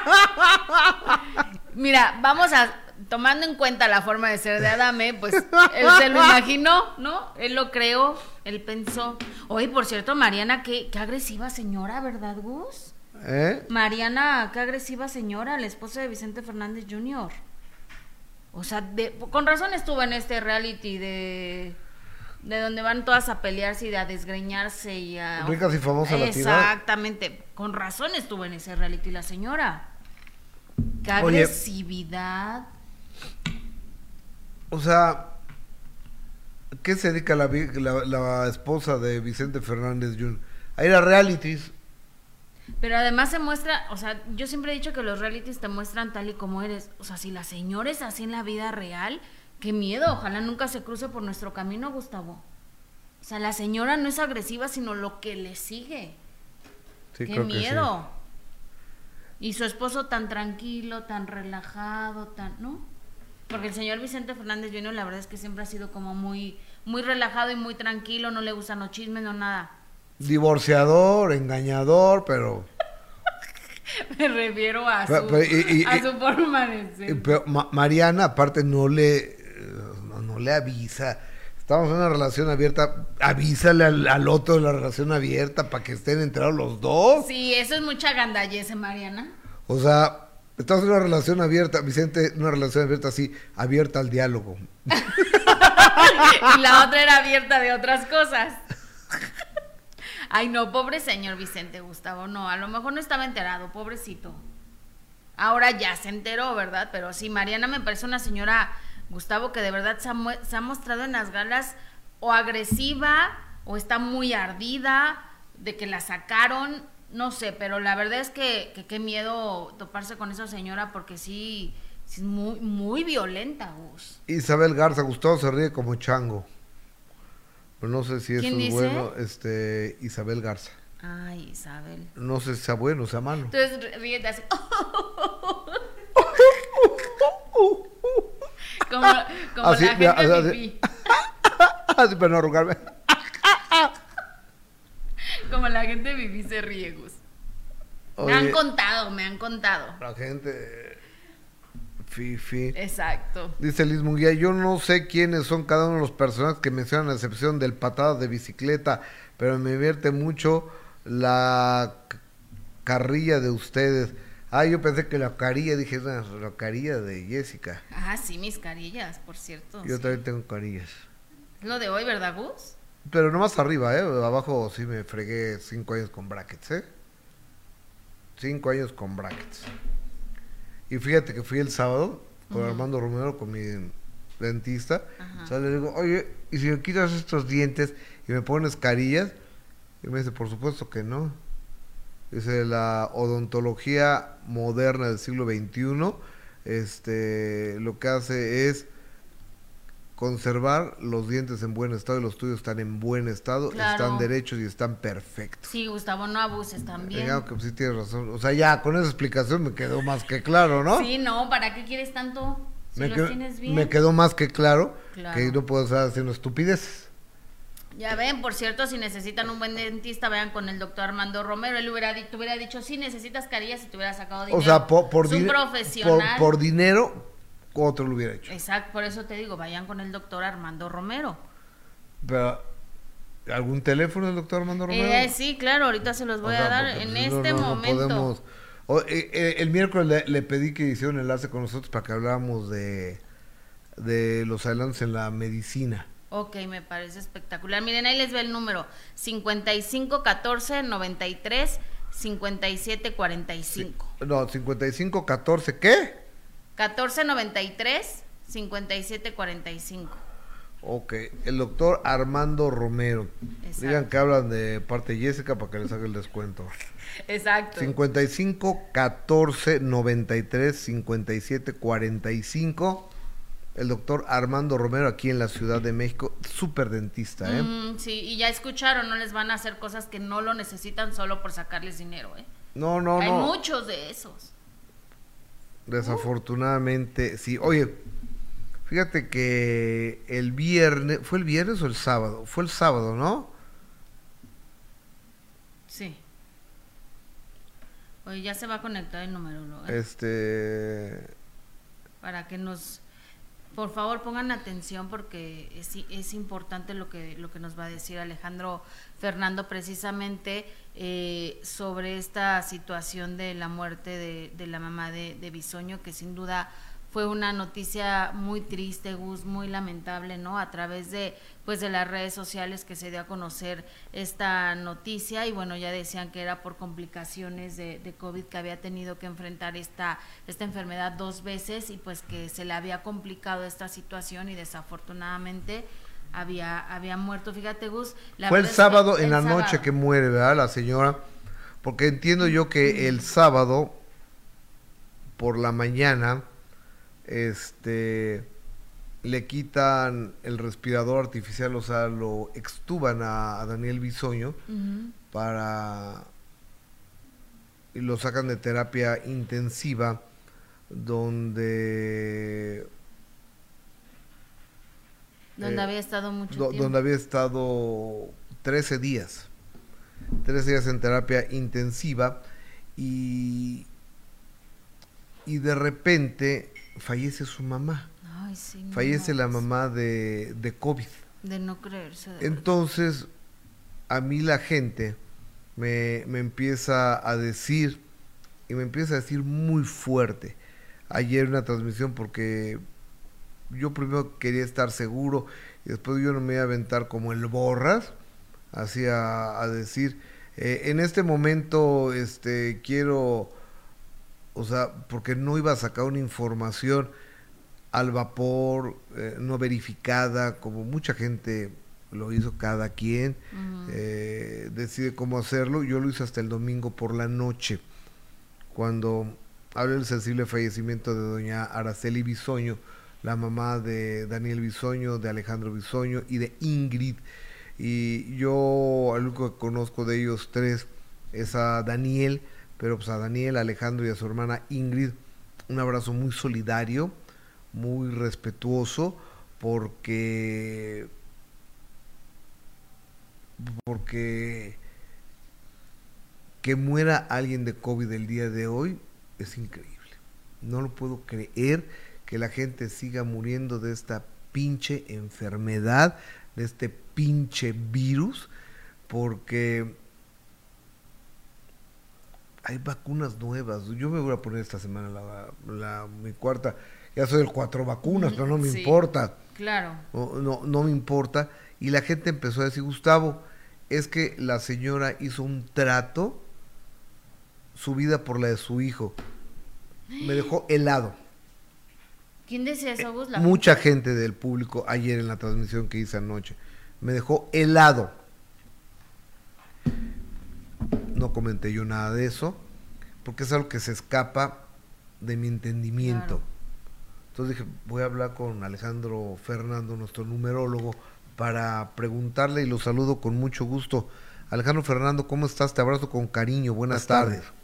Speaker 2: Mira, vamos a, tomando en cuenta la forma de ser de Adame, pues él se lo imaginó, ¿no? Él lo creó, él pensó. Oye, por cierto, Mariana, qué, qué agresiva señora, ¿verdad, Gus?
Speaker 1: ¿Eh?
Speaker 2: Mariana, qué agresiva señora, la esposa de Vicente Fernández junior O sea, de, con razón estuvo en este reality de... de donde van todas a pelearse y a desgreñarse y a...
Speaker 1: Ricas y famosas latinas.
Speaker 2: Exactamente, con razón estuvo en ese reality la señora. Qué
Speaker 1: Oye.
Speaker 2: agresividad.
Speaker 1: O sea, ¿qué se dedica la, vi- la, la esposa de Vicente Fernández junior? A ir a realities.
Speaker 2: Pero además se muestra, o sea, yo siempre he dicho que los realities te muestran tal y como eres. O sea, si la señora es así en la vida real, qué miedo, ojalá nunca se cruce por nuestro camino, Gustavo. O sea, la señora no es agresiva, sino lo que le sigue.
Speaker 1: Sí,
Speaker 2: Qué
Speaker 1: creo que sí.
Speaker 2: miedo. Y su esposo tan tranquilo, tan relajado, tan, ¿no? Porque el señor Vicente Fernández junior la verdad es que siempre ha sido como muy, muy relajado y muy tranquilo, no le gustan los chismes, no nada.
Speaker 1: Divorciador, engañador, pero...
Speaker 2: Me refiero a su,
Speaker 1: Pero- pero y- y-
Speaker 2: a
Speaker 1: y-
Speaker 2: su forma de
Speaker 1: eh,
Speaker 2: ser.
Speaker 1: pero Ma- Mariana, aparte, no le, eh, no, no le avisa. Estamos en una relación abierta, avísale al, al otro de la relación abierta para que estén enterados los dos.
Speaker 2: Sí, eso es mucha gandallez, Mariana.
Speaker 1: O sea, estamos en una relación abierta, Vicente, una relación abierta así, abierta al diálogo.
Speaker 2: Y la otra era abierta de otras cosas. Ay, no, pobre señor Vicente Gustavo, no, a lo mejor no estaba enterado, pobrecito. Ahora ya se enteró, ¿verdad? Pero sí, Mariana me parece una señora, Gustavo, que de verdad se ha, mue- se ha mostrado en las galas o agresiva o está muy ardida de que la sacaron, no sé, pero la verdad es que que qué miedo toparse con esa señora porque sí, sí es muy, muy violenta, Gus.
Speaker 1: Isabel Garza, Gustavo se ríe como chango. Pero no sé si eso
Speaker 2: ¿Quién
Speaker 1: es
Speaker 2: dice?
Speaker 1: bueno, este, Isabel Garza.
Speaker 2: Ay, Isabel.
Speaker 1: No sé si sea bueno o sea malo.
Speaker 2: Entonces ríete así. como como
Speaker 1: Así,
Speaker 2: la gente
Speaker 1: mira, así.
Speaker 2: pipí.
Speaker 1: Así para no arrugarme.
Speaker 2: Como la gente pipí se ríe, Gus. Me
Speaker 1: Oye,
Speaker 2: han contado, me han contado.
Speaker 1: la gente... Fifi.
Speaker 2: Exacto.
Speaker 1: Dice Liz Munguía, yo no sé quiénes son cada uno de los personajes que mencionan, a excepción del patada de bicicleta, pero me divierte mucho la c- carrilla de ustedes. Ah, yo pensé que la carilla, dije, "No, la carilla de Jessica".
Speaker 2: Ah, sí, mis carillas, por cierto.
Speaker 1: Yo
Speaker 2: sí.
Speaker 1: también tengo carillas.
Speaker 2: Es lo de hoy, ¿verdad, Gus?
Speaker 1: Pero nomás arriba, ¿eh? Abajo sí me fregué cinco años con brackets, ¿eh? Cinco años con brackets. Y fíjate que fui el sábado con
Speaker 2: Ujú.
Speaker 1: Armando Romero, con mi dentista.
Speaker 2: Ajá.
Speaker 1: O sea, le digo, oye, ¿y si me quitas estos dientes y me pones carillas? Y me dice, por supuesto que no. Dice, la odontología moderna del siglo veintiuno, este, lo que hace es conservar los dientes en buen estado, y los tuyos están en buen estado,
Speaker 2: Claro.
Speaker 1: están derechos y están perfectos.
Speaker 2: Sí, Gustavo, no abuses también.
Speaker 1: Digamos que sí tienes razón. O sea, ya con esa explicación me quedó más que claro, ¿no?
Speaker 2: Sí, no, ¿para qué quieres tanto? Si
Speaker 1: me,
Speaker 2: los
Speaker 1: quedó,
Speaker 2: tienes bien.
Speaker 1: me quedó más que claro,
Speaker 2: Claro.
Speaker 1: que no puedo estar haciendo estupideces.
Speaker 2: Ya ven, por cierto, si necesitan un buen dentista, vayan con el doctor Armando Romero. Él hubiera, di- te hubiera dicho, sí, necesitas carillas y te hubiera sacado dinero.
Speaker 1: O sea, por, por,
Speaker 2: Es un
Speaker 1: dine-
Speaker 2: profesional.
Speaker 1: por, por dinero, otro lo hubiera hecho.
Speaker 2: Exacto, por eso te digo, vayan con el doctor Armando Romero.
Speaker 1: Pero, ¿algún teléfono del doctor Armando Romero?
Speaker 2: Eh, sí, claro, ahorita se los voy
Speaker 1: O sea,
Speaker 2: a dar
Speaker 1: porque,
Speaker 2: en
Speaker 1: pues, no,
Speaker 2: este
Speaker 1: no, no
Speaker 2: momento.
Speaker 1: podemos- o- eh, eh, el miércoles le, le pedí que hiciera un enlace con nosotros para que habláramos de, de los adelantos en la medicina.
Speaker 2: Ok, me parece espectacular. Miren, ahí les ve el número: cincuenta y cinco catorce noventa y tres cincuenta y siete cuarenta y cinco.
Speaker 1: No, cincuenta y cinco catorce, ¿qué?
Speaker 2: catorce noventa y tres cincuenta y siete cuarenta y cinco.
Speaker 1: Ok, el doctor Armando Romero.
Speaker 2: Exacto.
Speaker 1: Digan que hablan de parte de Jessica para que les haga el descuento.
Speaker 2: Exacto.
Speaker 1: cincuenta y cinco catorce noventa y tres cincuenta y siete cuarenta y cinco. El doctor Armando Romero, aquí en la Ciudad de México, súper dentista, ¿eh?
Speaker 2: Mm, sí, y ya escucharon, no les van a hacer cosas que no lo necesitan solo por sacarles dinero, ¿eh?
Speaker 1: No, no,
Speaker 2: Hay
Speaker 1: no.
Speaker 2: muchos de esos.
Speaker 1: Desafortunadamente, sí. Oye, fíjate que el viernes, ¿fue el viernes o el sábado? Fue el sábado, ¿no?
Speaker 2: Sí. Oye, ya se va a conectar el número, ¿no?
Speaker 1: Este...
Speaker 2: Para que nos, por favor, pongan atención porque es, es importante lo que, lo que nos va a decir Alejandro Fernando precisamente eh, sobre esta situación de la muerte de, de la mamá de, de Bisoño, que sin duda fue una noticia muy triste, Gus, muy lamentable, ¿no? A través de, pues, de las redes sociales que se dio a conocer esta noticia, y bueno, ya decían que era por complicaciones de, de COVID, que había tenido que enfrentar esta, esta enfermedad dos veces, y pues que se le había complicado esta situación y desafortunadamente había, había muerto. Fíjate, Gus. La
Speaker 1: Fue el
Speaker 2: verdad es que
Speaker 1: sábado en
Speaker 2: el
Speaker 1: la
Speaker 2: sábado.
Speaker 1: noche que muere, ¿verdad? La señora. Porque entiendo yo que el sábado, por la mañana, este, le quitan el respirador artificial, o sea, lo extuban a, a Daniel Bisoño
Speaker 2: Ujú.
Speaker 1: para, y lo sacan de terapia intensiva, donde
Speaker 2: Donde
Speaker 1: eh,
Speaker 2: había estado mucho
Speaker 1: do-
Speaker 2: tiempo.
Speaker 1: donde había estado trece días, trece días en terapia intensiva, y, y de repente fallece su mamá,
Speaker 2: Ay, sí, no,
Speaker 1: fallece la
Speaker 2: pues,
Speaker 1: mamá de, de COVID.
Speaker 2: de no creerse. de verdad.
Speaker 1: Entonces, a mí la gente me, me empieza a decir, y me empieza a decir muy fuerte, ayer una transmisión, porque yo primero quería estar seguro, y después yo no me iba a aventar como el borras, así a, a decir, eh, en este momento este quiero, o sea, porque no iba a sacar una información al vapor, eh, no verificada, como mucha gente lo hizo, cada quien
Speaker 2: Ujú.
Speaker 1: eh, decide cómo hacerlo. Yo lo hice hasta el domingo por la noche, cuando hablé del sensible fallecimiento de doña Araceli Bisoño, la mamá de Daniel Bisoño, de Alejandro Bisoño y de Ingrid. y yo, el único que conozco de ellos tres es a Daniel, pero pues a Daniel, a Alejandro y a su hermana Ingrid, un abrazo muy solidario, muy respetuoso, porque porque que muera alguien de COVID el día de hoy es increíble. No lo puedo creer, que la gente siga muriendo de esta pinche enfermedad, de este pinche virus, porque hay vacunas nuevas. Yo me voy a poner esta semana la, la mi cuarta, ya soy el cuatro vacunas, pero no me
Speaker 2: Sí,
Speaker 1: importa.
Speaker 2: Claro.
Speaker 1: No, no, no me importa. Y la gente empezó a decir, Gustavo, es que la señora hizo un trato, su vida por la de su hijo. Me dejó helado.
Speaker 2: ¿Quién decía eso, Gus? La
Speaker 1: Mucha gente del público ayer en la transmisión que hice anoche. Me dejó helado. No comenté yo nada de eso, porque es algo que se escapa de mi entendimiento.
Speaker 2: Claro.
Speaker 1: Entonces dije, voy a hablar con Alejandro Fernando, nuestro numerólogo, para preguntarle, y lo saludo con mucho gusto. Alejandro Fernando, ¿cómo estás? Te abrazo con cariño. Buenas, Buenas tardes. tardes.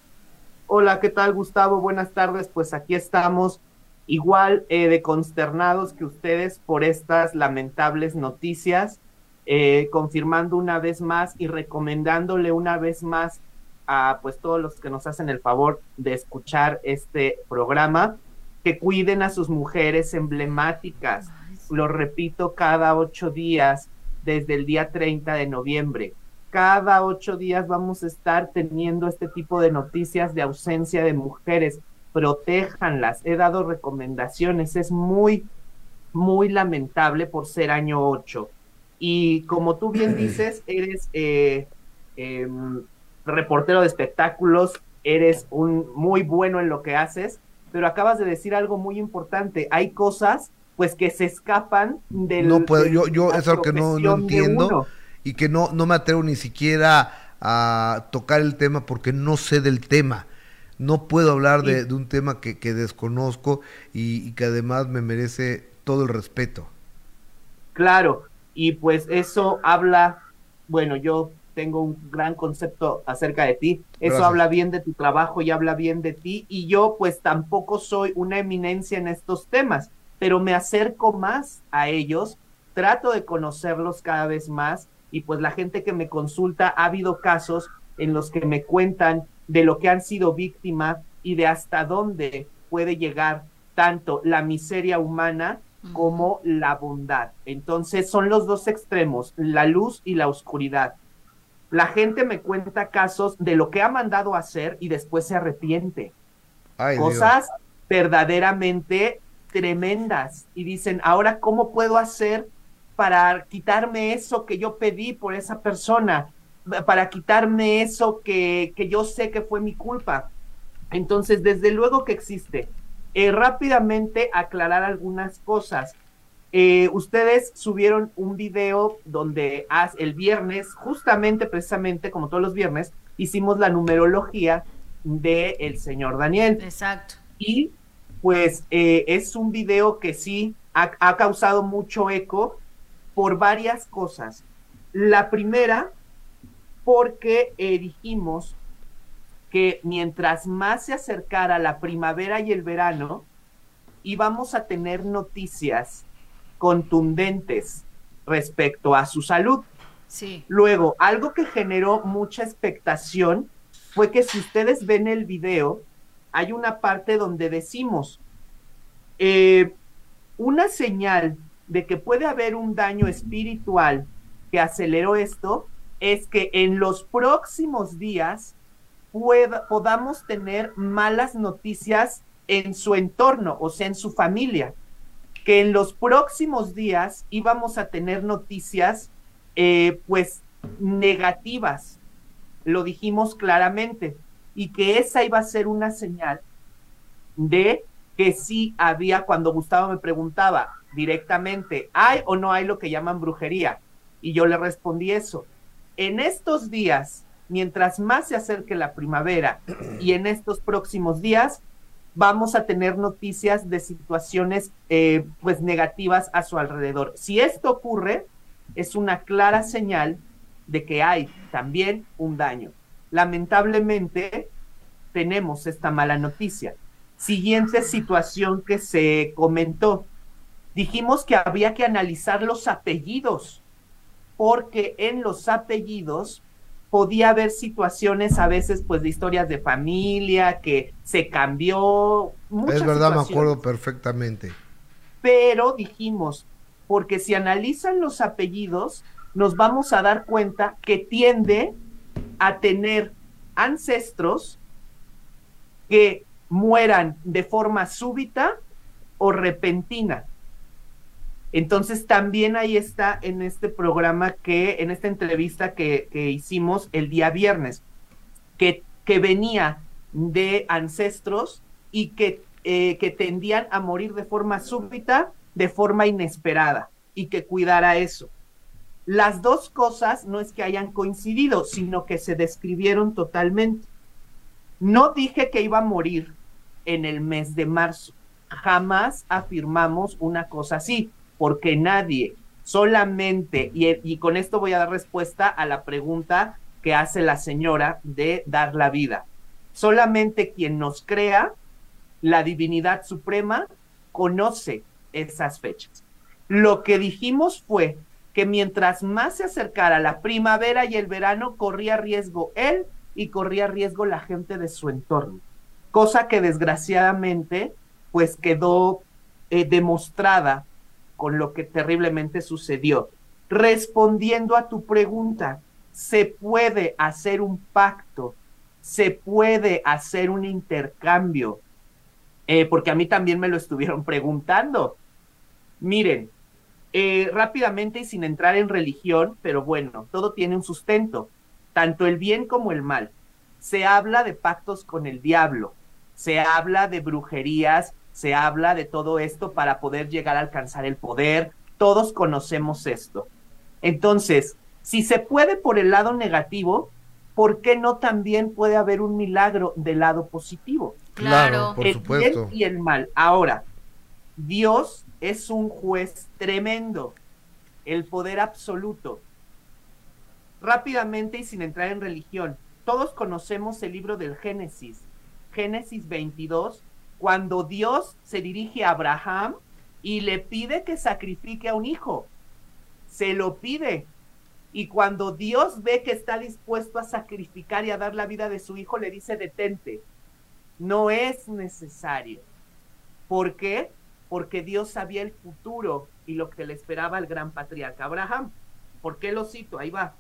Speaker 8: Hola, ¿qué tal, Gustavo? Buenas tardes. Pues aquí estamos igual eh, de consternados que ustedes por estas lamentables noticias, eh, confirmando una vez más y recomendándole una vez más a pues todos los que nos hacen el favor de escuchar este programa, que cuiden a sus mujeres emblemáticas. Lo repito cada ocho días desde el día treinta de noviembre. Cada ocho días vamos a estar teniendo este tipo de noticias de ausencia de mujeres. Protéjanlas. He dado recomendaciones. Es muy, muy lamentable por ser año ocho. Y como tú bien dices, eres eh, eh, reportero de espectáculos, eres un muy bueno en lo que haces, pero acabas de decir algo muy importante. Hay cosas pues que se escapan del...
Speaker 1: No puedo, yo, yo es algo que no, no entiendo y que no, no me atrevo ni siquiera a tocar el tema porque no sé del tema. No puedo hablar de, de un tema que, que desconozco y, y que además me merece todo el respeto.
Speaker 8: Claro, y pues eso habla, bueno, yo tengo un gran concepto acerca de ti, eso Gracias. Habla bien de tu trabajo y habla bien de ti, y yo pues tampoco soy una eminencia en estos temas, pero me acerco más a ellos, trato de conocerlos cada vez más, y pues la gente que me consulta, ha habido casos en los que me cuentan de lo que han sido víctimas y de hasta dónde puede llegar tanto la miseria humana como la bondad. Entonces son los dos extremos, la luz y la oscuridad. La gente me cuenta casos de lo que ha mandado a hacer y después se arrepiente. Ay, cosas Dios. Verdaderamente tremendas. Y dicen, ahora, ¿cómo puedo hacer para quitarme eso que yo pedí por esa persona? Para quitarme eso que, que yo sé que fue mi culpa. Entonces, desde luego que existe. Eh, rápidamente aclarar algunas cosas. Eh, ustedes subieron un video donde el viernes, justamente, precisamente, como todos los viernes, hicimos la numerología de el señor Daniel.
Speaker 2: Exacto.
Speaker 8: Y pues eh, es un video que sí ha, ha causado mucho eco por varias cosas. La primera, porque eh, dijimos que mientras más se acercara la primavera y el verano, íbamos a tener noticias contundentes respecto a su salud.
Speaker 2: Sí.
Speaker 8: Luego, algo que generó mucha expectación fue que si ustedes ven el video, hay una parte donde decimos eh, una señal de que puede haber un daño espiritual que aceleró esto, es que en los próximos días pueda, podamos tener malas noticias en su entorno, o sea, en su familia, que en los próximos días íbamos a tener noticias eh, pues negativas, lo dijimos claramente, y que esa iba a ser una señal de que sí había, cuando Gustavo me preguntaba directamente, ¿hay o no hay lo que llaman brujería? Y yo le respondí eso. En estos días, mientras más se acerque la primavera y en estos próximos días, vamos a tener noticias de situaciones eh, pues negativas a su alrededor. Si esto ocurre, es una clara señal de que hay también un daño. Lamentablemente, tenemos esta mala noticia. Siguiente situación que se comentó. Dijimos que había que analizar los apellidos, porque en los apellidos podía haber situaciones a veces pues de historias de familia, que se cambió. Muchas
Speaker 1: es verdad,
Speaker 8: situaciones.
Speaker 1: Me acuerdo perfectamente.
Speaker 8: Pero dijimos, porque si analizan los apellidos, nos vamos a dar cuenta que tiende a tener ancestros que mueran de forma súbita o repentina. Entonces también ahí está en este programa que, en esta entrevista que, que hicimos el día viernes, que, que venía de ancestros y que, eh, que tendían a morir de forma súbita, de forma inesperada, y que cuidara eso. Las dos cosas no es que hayan coincidido, sino que se describieron totalmente. No dije que iba a morir en el mes de marzo. Jamás afirmamos una cosa así, porque nadie, solamente, y, y con esto voy a dar respuesta a la pregunta que hace la señora de dar la vida. Solamente quien nos crea, la divinidad suprema, conoce esas fechas. Lo que dijimos fue que mientras más se acercara la primavera y el verano, corría riesgo él y corría riesgo la gente de su entorno. Cosa que desgraciadamente pues quedó eh, demostrada con lo que terriblemente sucedió. Respondiendo a tu pregunta, se puede hacer un pacto, se puede hacer un intercambio, eh, porque a mí también me lo estuvieron preguntando. Miren, eh, rápidamente y sin entrar en religión, pero bueno, todo tiene un sustento, tanto el bien como el mal. Se habla de pactos con el diablo, se habla de brujerías, se habla de todo esto para poder llegar a alcanzar el poder. Todos conocemos esto. Entonces, si se puede por el lado negativo, ¿por qué no también puede haber un milagro del lado positivo?
Speaker 2: Claro,
Speaker 1: por
Speaker 8: el
Speaker 1: supuesto.
Speaker 8: bien y el mal. Ahora, Dios es un juez tremendo, el poder absoluto. Rápidamente y sin entrar en religión, todos conocemos el libro del Génesis, Génesis veintidós, cuando Dios se dirige a Abraham y le pide que sacrifique a un hijo. Se lo pide. Y cuando Dios ve que está dispuesto a sacrificar y a dar la vida de su hijo, le dice: detente, no es necesario. ¿Por qué? Porque Dios sabía el futuro y lo que le esperaba al gran patriarca Abraham. ¿Por qué lo cito? Ahí va.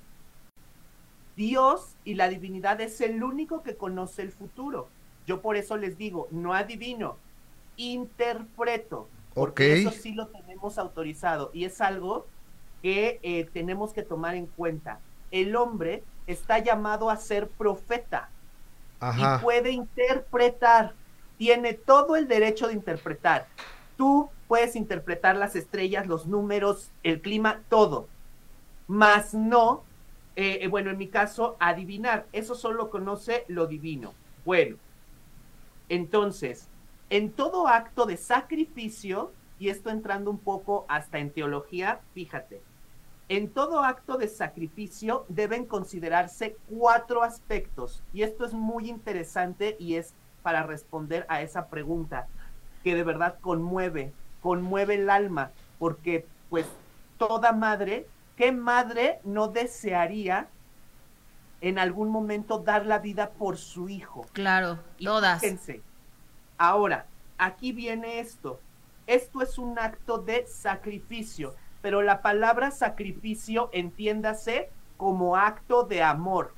Speaker 8: Dios y la divinidad es el único que conoce el futuro. Yo por eso les digo, no adivino, interpreto, porque
Speaker 1: Ok.
Speaker 8: eso sí lo tenemos autorizado y es algo que eh, tenemos que tomar en cuenta. El hombre está llamado a ser profeta.
Speaker 1: Ajá.
Speaker 8: Y puede interpretar, tiene todo el derecho de interpretar. Tú puedes interpretar las estrellas, los números, el clima, todo, mas no, eh, bueno, en mi caso, adivinar. Eso solo conoce lo divino. Bueno, entonces, en todo acto de sacrificio, y esto entrando un poco hasta en teología, fíjate, en todo acto de sacrificio deben considerarse cuatro aspectos, y esto es muy interesante y es para responder a esa pregunta que de verdad conmueve, conmueve el alma, porque pues toda madre, ¿qué madre no desearía en algún momento dar la vida por su hijo?
Speaker 2: Claro,
Speaker 8: Y
Speaker 2: todas.
Speaker 8: fíjense, ahora, aquí viene esto. Esto es un acto de sacrificio, pero la palabra sacrificio entiéndase como acto de amor.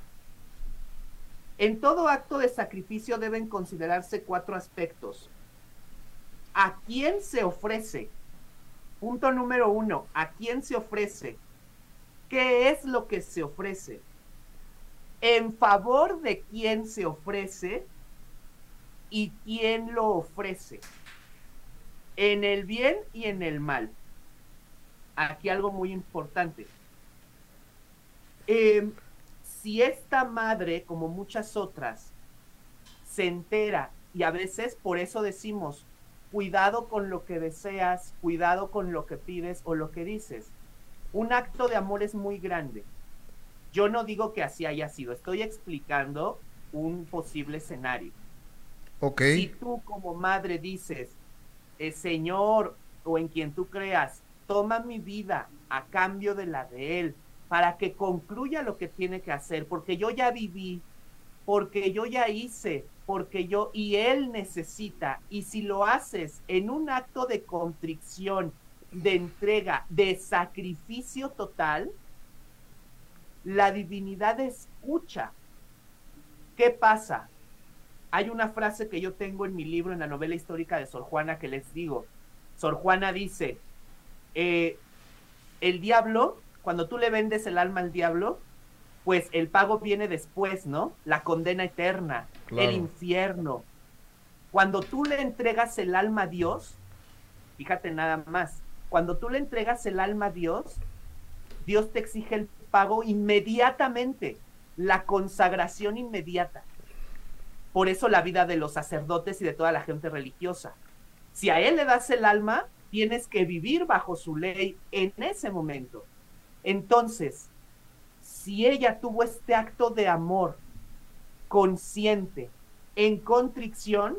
Speaker 8: En todo acto de sacrificio deben considerarse cuatro aspectos. ¿A quién se ofrece? Punto número uno, ¿a quién se ofrece? ¿Qué es lo que se ofrece? ¿En favor de quién se ofrece? ¿Y quién lo ofrece? En el bien y en el mal. Aquí algo muy importante. Eh, si esta madre, como muchas otras, se entera, y a veces por eso decimos, cuidado con lo que deseas, cuidado con lo que pides o lo que dices. un acto de amor es muy grande. Yo no digo que así haya sido, estoy explicando un posible escenario.
Speaker 1: Ok.
Speaker 8: Si tú como madre dices, eh, Señor, o en quien tú creas, toma mi vida a cambio de la de Él, para que concluya lo que tiene que hacer, porque yo ya viví, porque yo ya hice, porque yo, y Él necesita, y si lo haces en un acto de contrición, de entrega, de sacrificio total, la divinidad escucha. ¿Qué pasa? Hay una frase que yo tengo en mi libro, en la novela histórica de Sor Juana, que les digo. Sor Juana dice, eh, el diablo, cuando tú le vendes el alma al diablo, pues el pago viene después, ¿no? La condena eterna, claro. El infierno. Cuando tú le entregas el alma a Dios, fíjate nada más, cuando tú le entregas el alma a Dios, Dios te exige el pago inmediatamente, la consagración inmediata. Por eso la vida de los sacerdotes y de toda la gente religiosa. Si a Él le das el alma, tienes que vivir bajo su ley en ese momento. Entonces, si ella tuvo este acto de amor consciente, en contrición,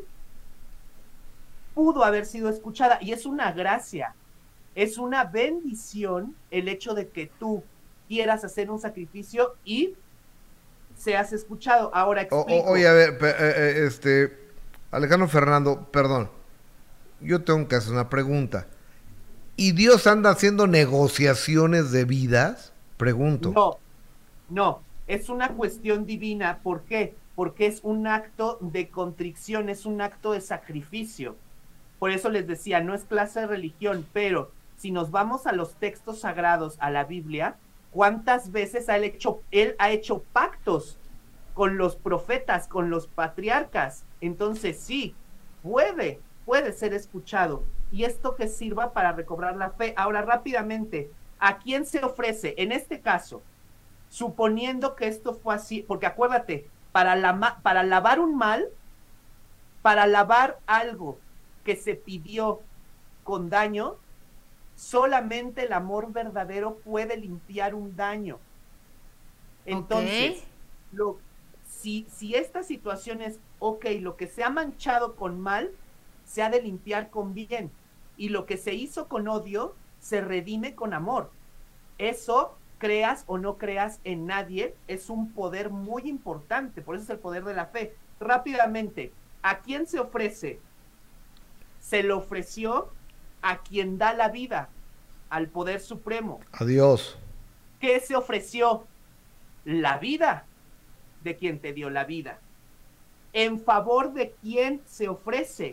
Speaker 8: pudo haber sido escuchada. Y es una gracia, es una bendición el hecho de que tú quieras hacer un sacrificio y seas escuchado. Ahora explico.
Speaker 1: O, o, oye, a ver, eh, este, Alejandro Fernando, perdón, yo tengo que hacer una pregunta. ¿Y Dios anda haciendo negociaciones de vidas? Pregunto.
Speaker 8: No, no, es una cuestión divina. ¿Por qué? Porque es un acto de contrición, es un acto de sacrificio. Por eso les decía, no es clase de religión, pero si nos vamos a los textos sagrados, a la Biblia, ¿cuántas veces ha hecho, él ha hecho pactos con los profetas, con los patriarcas? Entonces sí, puede, puede ser escuchado. Y esto que sirva para recobrar la fe. Ahora, rápidamente, ¿a quién se ofrece? En este caso, suponiendo que esto fue así, porque acuérdate, para, la, para lavar un mal, para lavar algo que se pidió con daño, solamente el amor verdadero puede limpiar un daño. Entonces, okay. lo, si, si esta situación es, ok, lo que se ha manchado con mal, se ha de limpiar con bien. Y lo que se hizo con odio, se redime con amor. Eso, creas o no creas en nadie, es un poder muy importante. Por eso es el poder de la fe. Rápidamente, ¿a quién se ofrece? Se le ofreció a quien da la vida, al poder supremo.
Speaker 1: A Dios.
Speaker 8: ¿Qué se ofreció? La vida de quien te dio la vida. ¿En favor de quién se ofrece?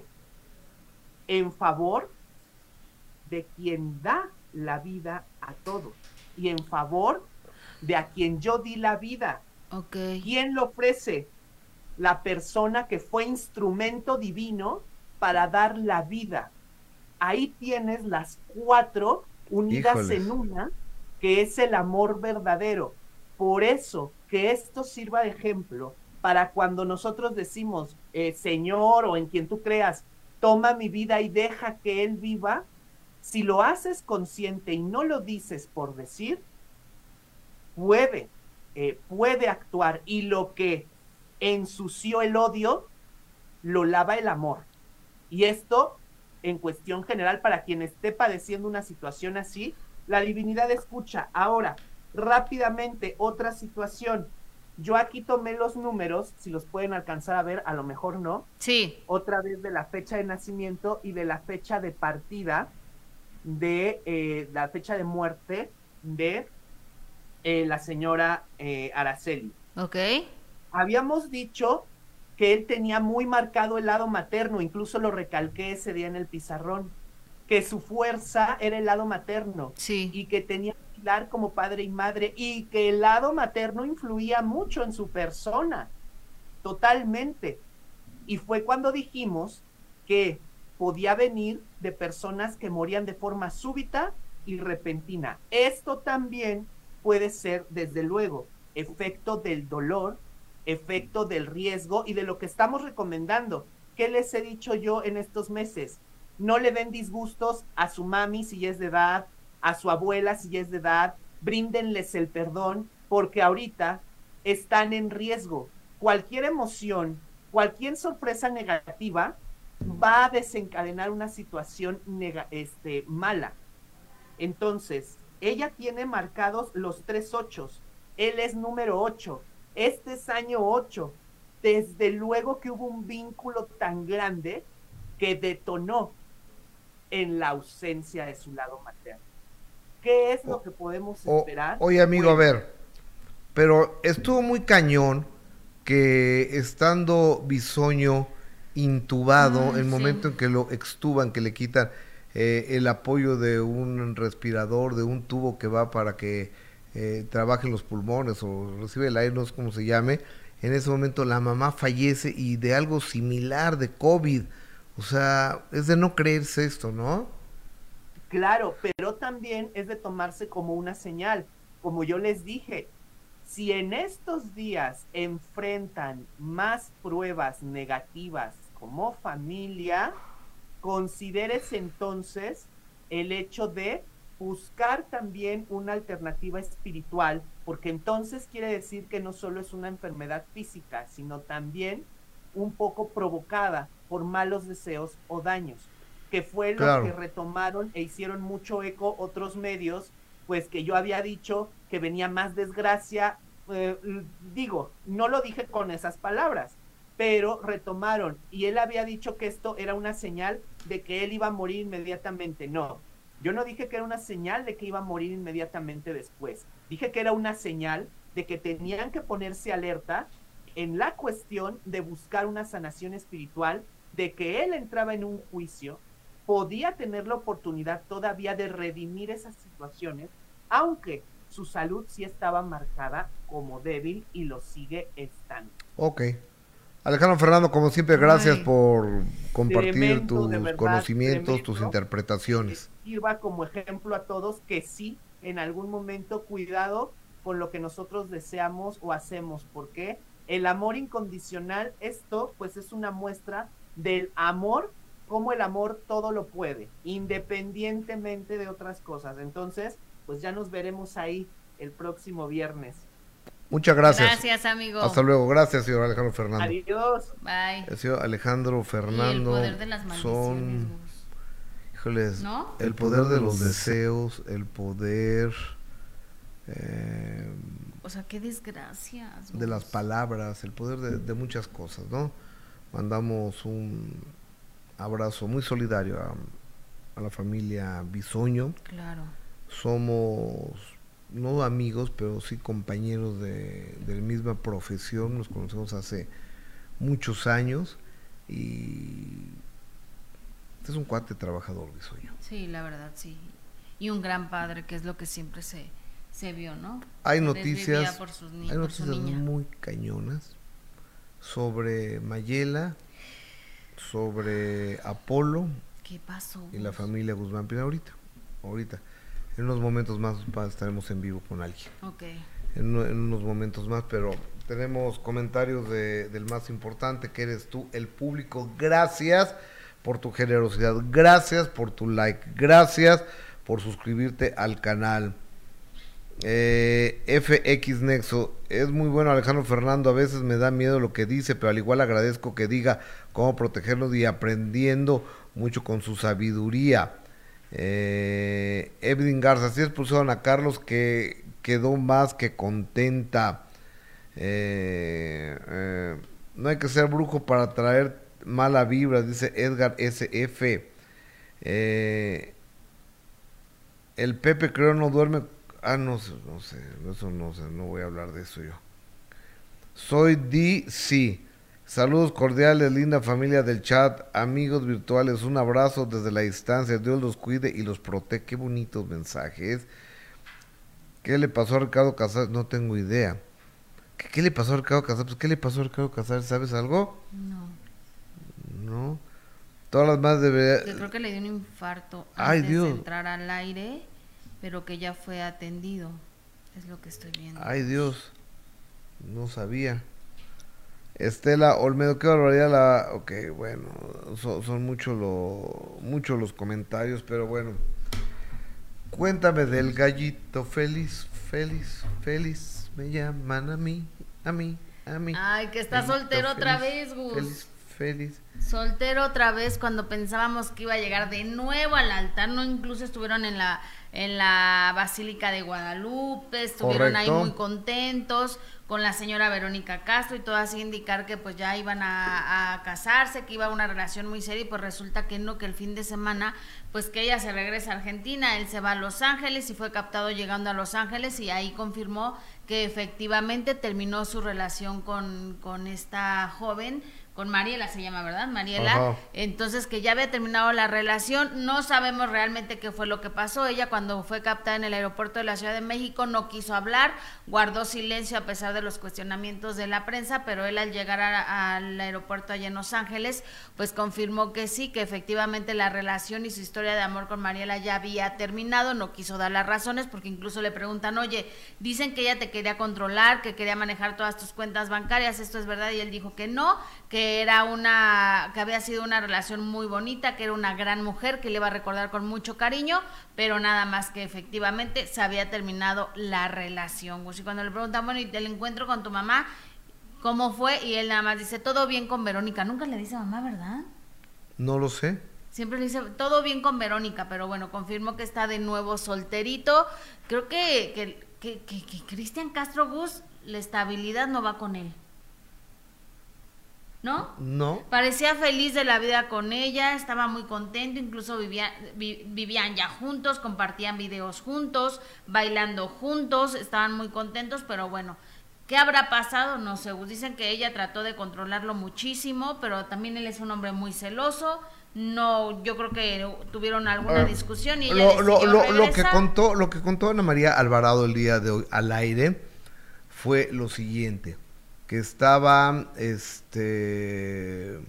Speaker 8: En favor de quien da la vida a todos. Y en favor de a quien yo di la vida.
Speaker 2: Okay.
Speaker 8: ¿Quién lo ofrece? La persona que fue instrumento divino para dar la vida. Ahí tienes las cuatro unidas Híjoles. en una, que es el amor verdadero. Por eso, que esto sirva de ejemplo para cuando nosotros decimos, eh, Señor, o en quien tú creas, toma mi vida y deja que Él viva. Si lo haces consciente y no lo dices por decir, puede, eh, puede actuar. Y lo que ensució el odio, lo lava el amor. Y esto, en cuestión general, para quien esté padeciendo una situación así, la divinidad escucha. Ahora, rápidamente, otra situación. Yo aquí tomé los números, si los pueden alcanzar a ver, a lo mejor no.
Speaker 2: Sí.
Speaker 8: Otra vez de la fecha de nacimiento y de la fecha de partida, de eh, la fecha de muerte de eh, la señora eh, Araceli.
Speaker 2: Ok.
Speaker 8: Habíamos dicho que él tenía muy marcado el lado materno, incluso lo recalqué ese día en el pizarrón, que su fuerza era el lado materno.
Speaker 2: Sí.
Speaker 8: Y que tenía que pilar como padre y madre, y que el lado materno influía mucho en su persona, totalmente. Y fue cuando dijimos que podía venir de personas que morían de forma súbita y repentina. Esto también puede ser, desde luego, efecto del dolor, efecto del riesgo y de lo que estamos recomendando. ¿Qué les he dicho yo en estos meses? No le den disgustos a su mami si es de edad, a su abuela si es de edad, bríndenles el perdón, porque ahorita están en riesgo. Cualquier emoción, cualquier sorpresa negativa va a desencadenar una situación nega, este, mala. Entonces, ella tiene marcados los tres ochos, él es número ocho, este es año ocho. Desde luego que hubo un vínculo tan grande que detonó en la ausencia de su lado materno. ¿Qué es lo que podemos esperar?
Speaker 1: O, oye, amigo,
Speaker 8: bueno,
Speaker 1: a ver, pero estuvo muy cañón que estando Bisoño intubado,
Speaker 2: Mm,
Speaker 1: el
Speaker 2: sí.
Speaker 1: momento en que lo extuban, que le quitan eh, el apoyo de un respirador, de un tubo que va para que eh, trabaje en los pulmones o recibe el aire, no sé cómo se llame, en ese momento la mamá fallece y de algo similar, de COVID. O sea, es de no creerse esto, ¿no?
Speaker 8: claro, pero también es de tomarse como una señal. Como yo les dije, si en estos días enfrentan más pruebas negativas como familia, considérese entonces el hecho de buscar también una alternativa espiritual, porque entonces quiere decir que no solo es una enfermedad física, sino también un poco provocada por malos deseos o daños, que fue lo
Speaker 1: Claro.
Speaker 8: que retomaron e hicieron mucho eco otros medios, pues que yo había dicho que venía más desgracia, eh, digo, no lo dije con esas palabras, pero retomaron, y él había dicho que esto era una señal de que él iba a morir inmediatamente. No, yo no dije que era una señal de que iba a morir inmediatamente después, dije que era una señal de que tenían que ponerse alerta en la cuestión de buscar una sanación espiritual, de que él entraba en un juicio, podía tener la oportunidad todavía de redimir esas situaciones, aunque su salud sí estaba marcada como débil y lo sigue estando.
Speaker 1: Ok. Alejandro Fernando, como siempre, gracias
Speaker 2: Ay.
Speaker 1: por compartir
Speaker 8: Tremendo,
Speaker 1: tus
Speaker 8: de verdad,
Speaker 1: conocimientos, tus
Speaker 8: tremendo.
Speaker 1: interpretaciones.
Speaker 8: Que sirva como ejemplo a todos que sí, en algún momento, cuidado con lo que nosotros deseamos o hacemos, porque el amor incondicional, esto pues es una muestra del amor, como el amor todo lo puede, independientemente de otras cosas. Entonces, pues ya nos veremos ahí el próximo viernes.
Speaker 1: Muchas gracias.
Speaker 2: Gracias, amigo.
Speaker 1: Hasta luego. Gracias, señor Alejandro Fernando.
Speaker 8: Adiós.
Speaker 2: Bye.
Speaker 1: El señor Alejandro Fernando.
Speaker 2: Y el poder de las maldiciones,
Speaker 1: son,
Speaker 2: Gus.
Speaker 1: híjoles,
Speaker 2: ¿No?
Speaker 1: el poder de los deseos, el poder eh,
Speaker 2: O sea, qué desgracias.
Speaker 1: de las
Speaker 2: Gus.
Speaker 1: palabras, el poder de, de muchas cosas, ¿no? Mandamos un abrazo muy solidario a, a la familia Bisoño.
Speaker 2: Claro.
Speaker 1: Somos no amigos, pero sí compañeros de, de la misma profesión, nos conocemos hace muchos años y este es un cuate trabajador, Bisoño.
Speaker 2: Sí, la verdad, sí. Y un gran padre, que es lo que siempre se, se vio, ¿no?
Speaker 1: Hay
Speaker 2: Se
Speaker 1: noticias,
Speaker 2: desvivía por sus ni-
Speaker 1: hay
Speaker 2: por su
Speaker 1: noticias
Speaker 2: niña.
Speaker 1: muy cañonas sobre Mayela, sobre Apolo
Speaker 2: ¿Qué pasó?
Speaker 1: y la
Speaker 2: Gus?
Speaker 1: familia Guzmán Pina ahorita, ahorita. En unos momentos más va- estaremos en vivo con alguien.
Speaker 2: Ok.
Speaker 1: En, uno- en unos momentos más, pero tenemos comentarios de, del más importante, que eres tú, el público. Gracias por tu generosidad, gracias por tu like, gracias por suscribirte al canal. Eh, F X Nexo, es muy bueno Alejandro Fernando, a veces me da miedo lo que dice, pero al igual agradezco que diga cómo protegernos y aprendiendo mucho con su sabiduría. Eh, Evelyn Garza, sí expulsaron a Carlos, que quedó más que contenta. Eh, eh, no hay que ser brujo para traer mala vibra, dice Edgar S F. Eh, el Pepe creo no duerme. Ah, no sé, no sé, eso no sé, no voy a hablar de eso yo. Soy D C. Saludos cordiales, linda familia del chat, amigos virtuales, un abrazo desde la distancia, Dios los cuide y los protege. Qué bonitos mensajes. ¿Qué le pasó a Ricardo Casares? No tengo idea. ¿Qué, qué le pasó a Ricardo Casares? Pues, ¿qué le pasó a Ricardo Casares? ¿Sabes algo?
Speaker 2: No.
Speaker 1: No. Todas las más
Speaker 2: Yo
Speaker 1: deberían...
Speaker 2: creo que le dio un infarto
Speaker 1: Ay,
Speaker 2: antes
Speaker 1: Dios.
Speaker 2: de entrar al aire, pero que ya fue atendido. Es lo que estoy viendo.
Speaker 1: Ay, Dios. No sabía. Estela Olmedo, qué barbaridad la... Ok, bueno, son, son muchos lo, mucho los comentarios, pero bueno. Cuéntame del gallito feliz, feliz, feliz, me llaman a mí, a mí, a mí.
Speaker 2: Ay, que está
Speaker 1: Gallito
Speaker 2: soltero otra
Speaker 1: feliz,
Speaker 2: vez, Gus.
Speaker 1: Feliz, feliz.
Speaker 2: Soltero otra vez cuando pensábamos que iba a llegar de nuevo al altar, no, incluso estuvieron en la en la Basílica de Guadalupe, estuvieron
Speaker 1: Correcto.
Speaker 2: ahí muy contentos con la señora Verónica Castro y todo así indicar que pues ya iban a, a casarse, que iba a una relación muy seria y pues resulta que no, que el fin de semana pues que ella se regresa a Argentina, él se va a Los Ángeles y fue captado llegando a Los Ángeles y ahí confirmó que efectivamente terminó su relación con, con esta joven, con Mariela se llama, ¿verdad? Mariela.
Speaker 1: Ajá.
Speaker 2: Entonces que ya había terminado la relación, no sabemos realmente qué fue lo que pasó. Ella cuando fue captada en el aeropuerto de la Ciudad de México no quiso hablar, guardó silencio a pesar de los cuestionamientos de la prensa, pero él al llegar a, al aeropuerto allá en Los Ángeles, pues confirmó que sí, que efectivamente la relación y su historia de amor con Mariela ya había terminado, no quiso dar las razones porque incluso le preguntan, oye, dicen que ella te quería controlar, que quería manejar todas tus cuentas bancarias, ¿esto es verdad? Y él dijo que no, que era una, que había sido una relación muy bonita, que era una gran mujer, que le iba a recordar con mucho cariño, pero nada más que efectivamente se había terminado la relación. Y cuando le preguntan, bueno, ¿y el encuentro con tu mamá cómo fue? Y él nada más dice, todo bien con Verónica. Nunca le dice mamá, ¿verdad?
Speaker 1: No lo sé.
Speaker 2: Siempre le dice, todo bien con Verónica, pero bueno, confirmó que está de nuevo solterito. Creo que, que, que, que, que Cristian Castro Gus, la estabilidad no va con él. ¿No?
Speaker 1: No.
Speaker 2: Parecía feliz de la vida con ella, estaba muy contento, incluso vivía, vi, vivían ya juntos, compartían videos juntos, bailando juntos, estaban muy contentos, pero bueno, ¿qué habrá pasado? No sé, dicen que ella trató de controlarlo muchísimo, pero también él es un hombre muy celoso, no, yo creo que tuvieron alguna
Speaker 1: Ah,
Speaker 2: discusión y ella
Speaker 1: lo, lo,
Speaker 2: decidió
Speaker 1: lo, lo que
Speaker 2: regresar.
Speaker 1: contó, lo que contó Ana María Alvarado el día de hoy al aire fue lo siguiente, que estaba este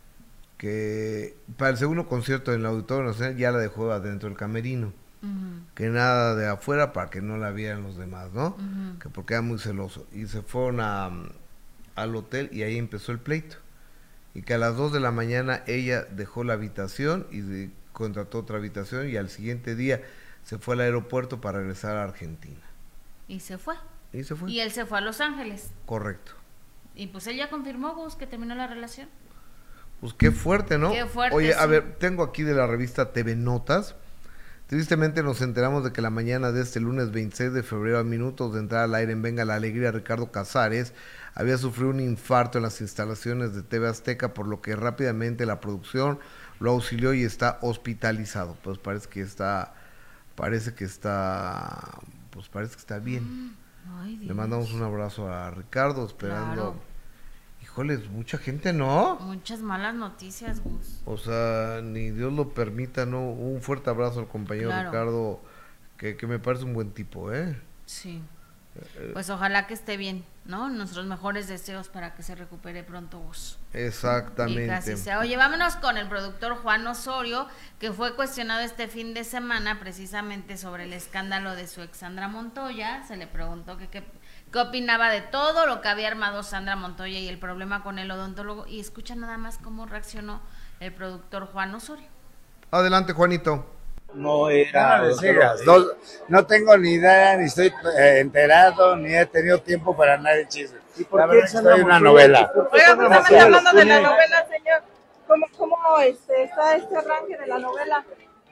Speaker 1: que para el segundo concierto en el Auditorio Nacional ya la dejó adentro del camerino,
Speaker 2: Uh-huh.
Speaker 1: que nada de afuera para que no la vieran los demás, ¿no?
Speaker 2: Uh-huh.
Speaker 1: Que porque era muy celoso, y se fueron a, al hotel y ahí empezó el pleito, y que a las dos de la mañana ella dejó la habitación y de, contrató otra habitación, y al siguiente día se fue al aeropuerto para regresar a Argentina.
Speaker 2: Y se fue.
Speaker 1: Y se fue.
Speaker 2: Y él se fue a Los Ángeles.
Speaker 1: Correcto.
Speaker 2: Y pues ella confirmó, Gus, que terminó la relación.
Speaker 1: Pues qué fuerte, ¿no?
Speaker 2: Qué fuerte,
Speaker 1: Oye, a
Speaker 2: sí.
Speaker 1: ver, tengo aquí de la revista T V Notas. Tristemente nos enteramos de que la mañana de este lunes veintiséis de febrero, a minutos de entrar al aire en Venga la Alegría, Ricardo Casares había sufrido un infarto en las instalaciones de T V Azteca, por lo que rápidamente la producción lo auxilió y está hospitalizado. Pues parece que está, parece que está, pues parece que está bien.
Speaker 2: Ay, Dios.
Speaker 1: Le mandamos un abrazo a Ricardo, esperando.
Speaker 2: Claro.
Speaker 1: Híjoles, mucha gente, ¿no?
Speaker 2: Muchas malas noticias, Gus.
Speaker 1: O sea, ni Dios lo permita, ¿no? Un fuerte abrazo al compañero
Speaker 2: Claro.
Speaker 1: Ricardo, que, que me parece un buen tipo, ¿eh?
Speaker 2: Sí. Pues ojalá que esté bien, ¿no? Nuestros mejores deseos para que se recupere pronto, Gus.
Speaker 1: Exactamente.
Speaker 2: Y casi sea. Oye, vámonos con el productor Juan Osorio, que fue cuestionado este fin de semana precisamente sobre el escándalo de su ex Sandra Montoya. Se le preguntó que qué qué opinaba de todo lo que había armado Sandra Montoya y el problema con el odontólogo. Y escucha nada más cómo reaccionó el productor Juan Osorio.
Speaker 1: Adelante, Juanito.
Speaker 9: No era.
Speaker 10: No, le sigas. No, no tengo ni idea, ni estoy eh, enterado, ni he tenido tiempo para nada de chisme.
Speaker 9: ¿Y por
Speaker 10: La
Speaker 9: qué
Speaker 10: verdad que
Speaker 9: Sandra
Speaker 10: estoy en una
Speaker 9: Montoya?
Speaker 10: novela.
Speaker 11: Oiga, justamente
Speaker 9: Gracias.
Speaker 11: hablando de la
Speaker 9: Une-
Speaker 11: novela, señor, ¿cómo, cómo este, está este arranque de la novela?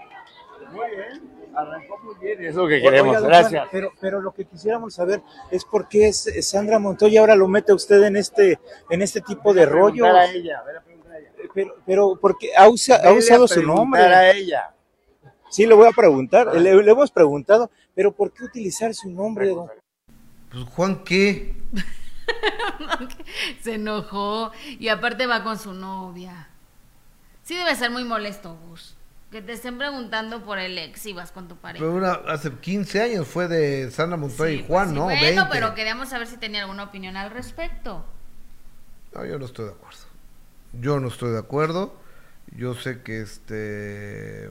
Speaker 10: Muy bien, arrancó muy bien, es lo que
Speaker 9: Oiga,
Speaker 10: queremos,
Speaker 9: don
Speaker 10: gracias.
Speaker 9: Juan, Pero, pero lo que quisiéramos saber es por qué es, es Sandra Montoya ahora lo mete usted en este, en este tipo de rollos.
Speaker 10: Preguntar a ella, ve a preguntar a ella.
Speaker 9: Pero, pero porque ha, usa- ha
Speaker 10: Vele a
Speaker 9: usado su
Speaker 10: preguntar
Speaker 9: nombre.
Speaker 10: a ella.
Speaker 9: Sí, le voy a preguntar, le, le hemos preguntado, pero ¿por qué utilizar su nombre, don?
Speaker 1: Pues Juan, ¿qué?
Speaker 2: Se enojó y aparte va con su novia. Sí debe ser muy molesto, Gus, que te estén preguntando por el ex y vas con tu pareja.
Speaker 1: Pero una, hace quince años fue de Sandra Montoya
Speaker 2: Sí,
Speaker 1: y Juan,
Speaker 2: pues sí,
Speaker 1: ¿no?
Speaker 2: Bueno,
Speaker 1: veinte.
Speaker 2: pero queríamos saber si tenía alguna opinión al respecto.
Speaker 1: No, yo no estoy de acuerdo. Yo no estoy de acuerdo. Yo sé que este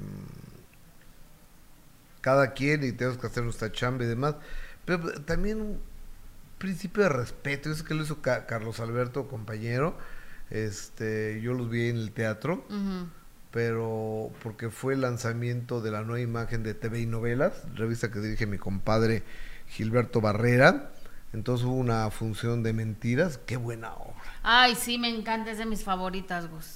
Speaker 1: cada quien y tenemos que hacer nuestra chamba y demás, pero también un principio de respeto. Eso que lo hizo Ca- Carlos Alberto, compañero. Este, yo los vi en el teatro.
Speaker 2: Uh-huh.
Speaker 1: pero porque fue el lanzamiento de la nueva imagen de T V y Novelas, revista que dirige mi compadre Gilberto Barrera. Entonces hubo una función de mentiras. Qué buena obra.
Speaker 2: Ay, sí, me encanta, es de mis favoritas, Gus.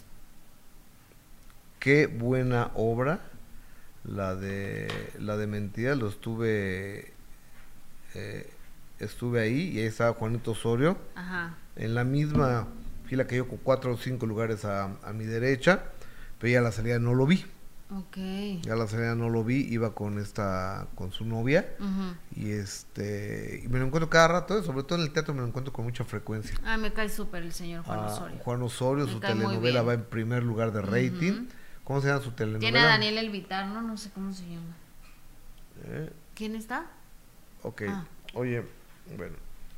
Speaker 1: Qué buena obra. La de la de mentiras, lo estuve eh, estuve ahí y ahí estaba Juanito Osorio. Ajá. En la misma fila que yo, con cuatro o cinco lugares a, a mi derecha, pero ya a la salida no lo vi.
Speaker 2: Okay.
Speaker 1: Ya a la salida no lo vi, iba con esta, con su novia, uh-huh. y este, y me lo encuentro cada rato, sobre todo en el teatro me lo encuentro con mucha frecuencia.
Speaker 2: Ah, me cae súper el señor Juan Osorio.
Speaker 1: Ah, Juan Osorio, me su telenovela va en primer lugar de rating. Uh-huh. ¿Cómo se llama su telenovela?
Speaker 2: Tiene a Daniel Elvitar, no, no sé cómo se llama. ¿Eh? ¿Quién está?
Speaker 1: Ok, ah. Oye, bueno.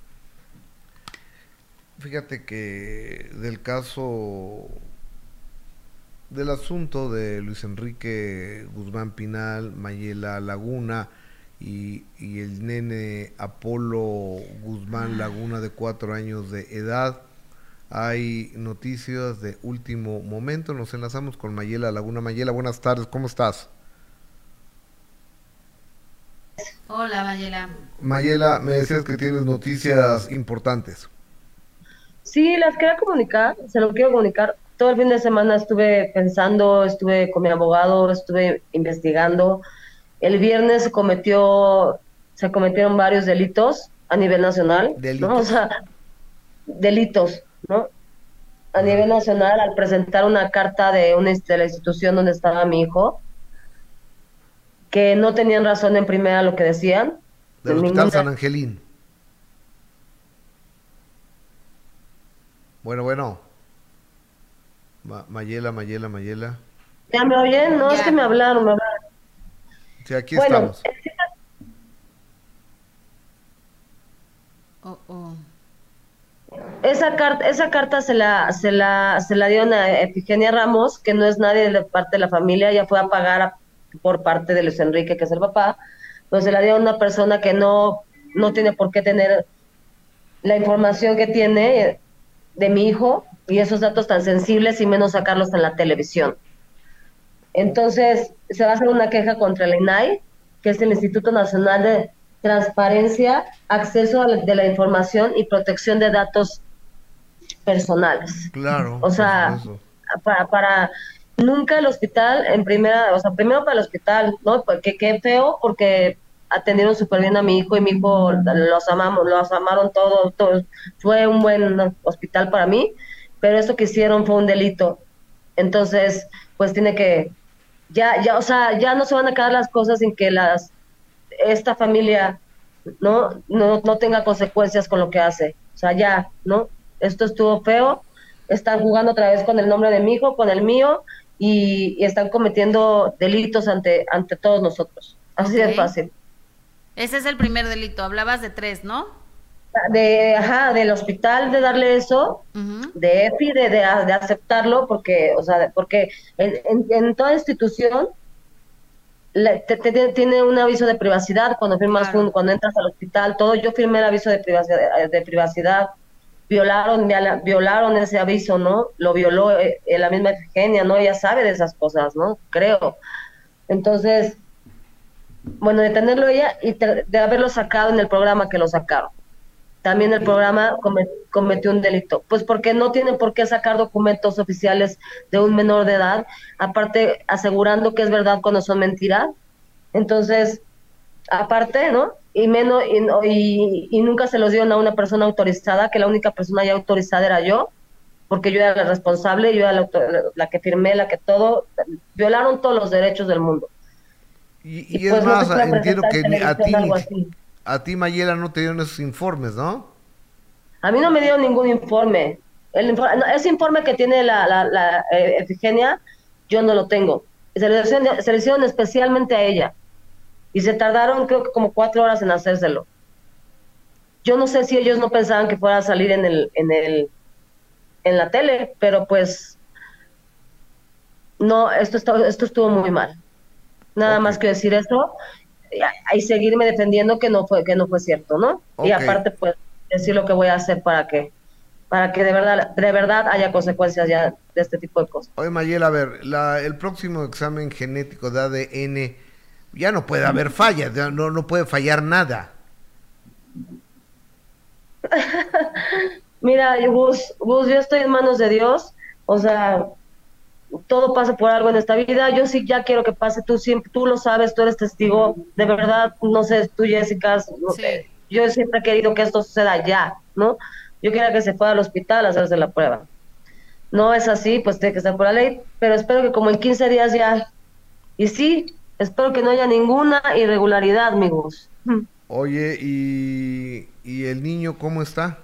Speaker 1: Fíjate que del caso, del asunto de Luis Enrique Guzmán Pinal, Mayela Laguna y, y el nene Apolo Guzmán Laguna de cuatro años de edad, hay noticias de último momento. Nos enlazamos con Mayela Laguna. Mayela, buenas tardes, ¿cómo estás?
Speaker 2: Hola, Mayela.
Speaker 1: Mayela, me decías que tienes noticias importantes.
Speaker 12: Sí, las quería comunicar, se lo quiero comunicar. Todo el fin de semana estuve pensando, estuve con mi abogado, estuve investigando. El viernes se cometió, se cometieron varios delitos a nivel nacional, ¿Delitos? ¿no? O sea, delitos, ¿no? A nivel nacional, al presentar una carta de una de la institución donde estaba mi hijo, que no tenían razón en primera lo que decían.
Speaker 1: Del Hospital ninguna... San Angelín. Bueno, bueno. Ma Mayela, Mayela, Mayela.
Speaker 12: ¿Ya me oyen? No, ya. Es que me hablaron, me hablaron.
Speaker 1: Sí, aquí bueno, estamos.
Speaker 2: Oh, oh.
Speaker 12: Esa carta, esa carta se la, se la, se la dieron a Efigenia Ramos, que no es nadie de parte de la familia, ella fue a pagar a, por parte de Luis Enrique, que es el papá, pues se la dieron a una persona que no, no tiene por qué tener la información que tiene de mi hijo y esos datos tan sensibles y menos sacarlos en la televisión. Entonces se va a hacer una queja contra el I N A I, que es el Instituto Nacional de Transparencia, Acceso a la, de la Información y Protección de Datos Personales.
Speaker 1: Claro.
Speaker 12: O sea, para, para nunca el hospital, en primera, o sea, primero para el hospital, ¿no? Porque qué feo, porque atendieron súper bien a mi hijo y mi hijo los amamos, los amaron todos, todo. Fue un buen hospital para mí, pero esto que hicieron fue un delito. Entonces, pues tiene que, ya, ya, o sea, ya no se van a quedar las cosas sin que las, esta familia, ¿no? No, no tenga consecuencias con lo que hace. O sea, ya, ¿no? Esto estuvo feo, están jugando otra vez con el nombre de mi hijo, con el mío, y, y están cometiendo delitos ante, ante todos nosotros. Así okay. de fácil.
Speaker 2: Ese es el primer delito, hablabas de tres, ¿no?
Speaker 12: De, ajá, del hospital, de darle eso, uh-huh. de EFI, de, de, de aceptarlo, porque, o sea, porque en, en, en toda institución le, te, te, tiene un aviso de privacidad cuando firmas, claro. un, cuando entras al hospital, todo. Yo firmé el aviso de privacidad, de privacidad. Violaron, violaron ese aviso, ¿no? Lo violó eh, la misma Efigenia, ¿no? Ella sabe de esas cosas, ¿no? Creo. Entonces, bueno, de tenerlo ella y de haberlo sacado en el programa que lo sacaron. También el programa cometió un delito, pues porque no tienen por qué sacar documentos oficiales de un menor de edad, aparte asegurando que es verdad cuando son mentiras. Entonces, aparte, ¿no? Y menos y, y, y nunca se los dieron a una persona autorizada, que la única persona ya autorizada era yo, porque yo era la responsable, yo era la, la que firmé, la que todo, violaron todos los derechos del mundo.
Speaker 1: Y, y, y es pues más, no entiendo que a ti, a ti, Mayela, no te dieron esos informes, ¿no?
Speaker 12: A mí no me dieron ningún informe. El informe ese informe que tiene la, la, la eh, Efigenia, yo no lo tengo. Se lo, hicieron, se lo hicieron especialmente a ella. Y se tardaron, creo que como cuatro horas en hacérselo. Yo no sé si ellos no pensaban que fuera a salir en el, en el, en la tele, pero pues, no, esto, está, esto estuvo muy mal. Nada okay. más que decir eso y, y seguirme defendiendo que no fue, que no fue cierto, ¿no? Okay. Y aparte, pues, decir lo que voy a hacer para que, para que de verdad, de verdad haya consecuencias ya de este tipo de cosas.
Speaker 1: Oye, Mayela, a ver, la, el próximo examen genético de A D N, ya no puede haber fallas, ya no, no puede fallar nada.
Speaker 12: Mira, Gus, Gus, yo estoy en manos de Dios, o sea, todo pasa por algo en esta vida, yo sí ya quiero que pase, tú siempre, tú lo sabes, tú eres testigo, de verdad, no sé, tú, Jessica, no sé, yo siempre he querido que esto suceda ya, ¿no? Yo quería que se fuera al hospital a hacerse la prueba. No es así, pues tiene que estar por la ley, pero espero que como en quince días ya, y sí, espero que no haya ninguna irregularidad, amigos.
Speaker 1: Oye, ¿y, y el niño cómo está?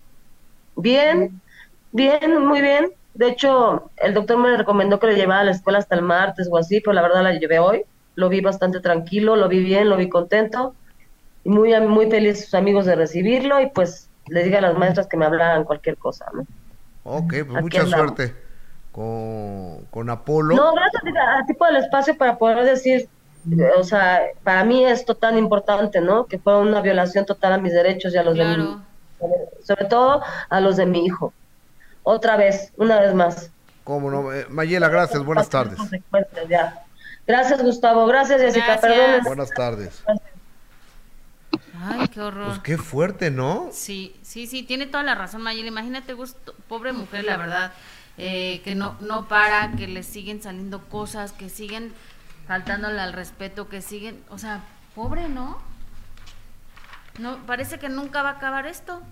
Speaker 12: Bien, bien, muy bien. De hecho, el doctor me recomendó que le llevara a la escuela hasta el martes o así, pero la verdad la llevé hoy. Lo vi bastante tranquilo, lo vi bien, lo vi contento. Y muy, muy feliz sus amigos de recibirlo y pues les diga a las maestras que me hablaran cualquier cosa, ¿no?
Speaker 1: Ok, pues
Speaker 12: Aquí
Speaker 1: mucha
Speaker 12: andamos.
Speaker 1: suerte con, con Apolo.
Speaker 12: No, gracias a, a tipo del espacio para poder decir, eh, o sea, para mí esto tan importante, ¿no? Que fue una violación total a mis derechos y a los de mi, sobre todo a los de mi hijo. Otra vez, una vez más.
Speaker 1: ¿Cómo no? Eh, Mayela, gracias, buenas tardes.
Speaker 12: Ya. Gracias, Gustavo. Gracias, Jessica.
Speaker 2: Gracias.
Speaker 12: Perdón.
Speaker 1: Buenas tardes.
Speaker 2: Ay, qué horror.
Speaker 1: Pues qué fuerte, ¿no?
Speaker 2: Sí, sí, sí, tiene toda la razón, Mayela. Imagínate, Gusto, pobre mujer, la verdad, eh, que no, no para, que le siguen saliendo cosas, que siguen faltándole al respeto, que siguen, o sea, pobre, ¿no? No, parece que nunca va a acabar esto.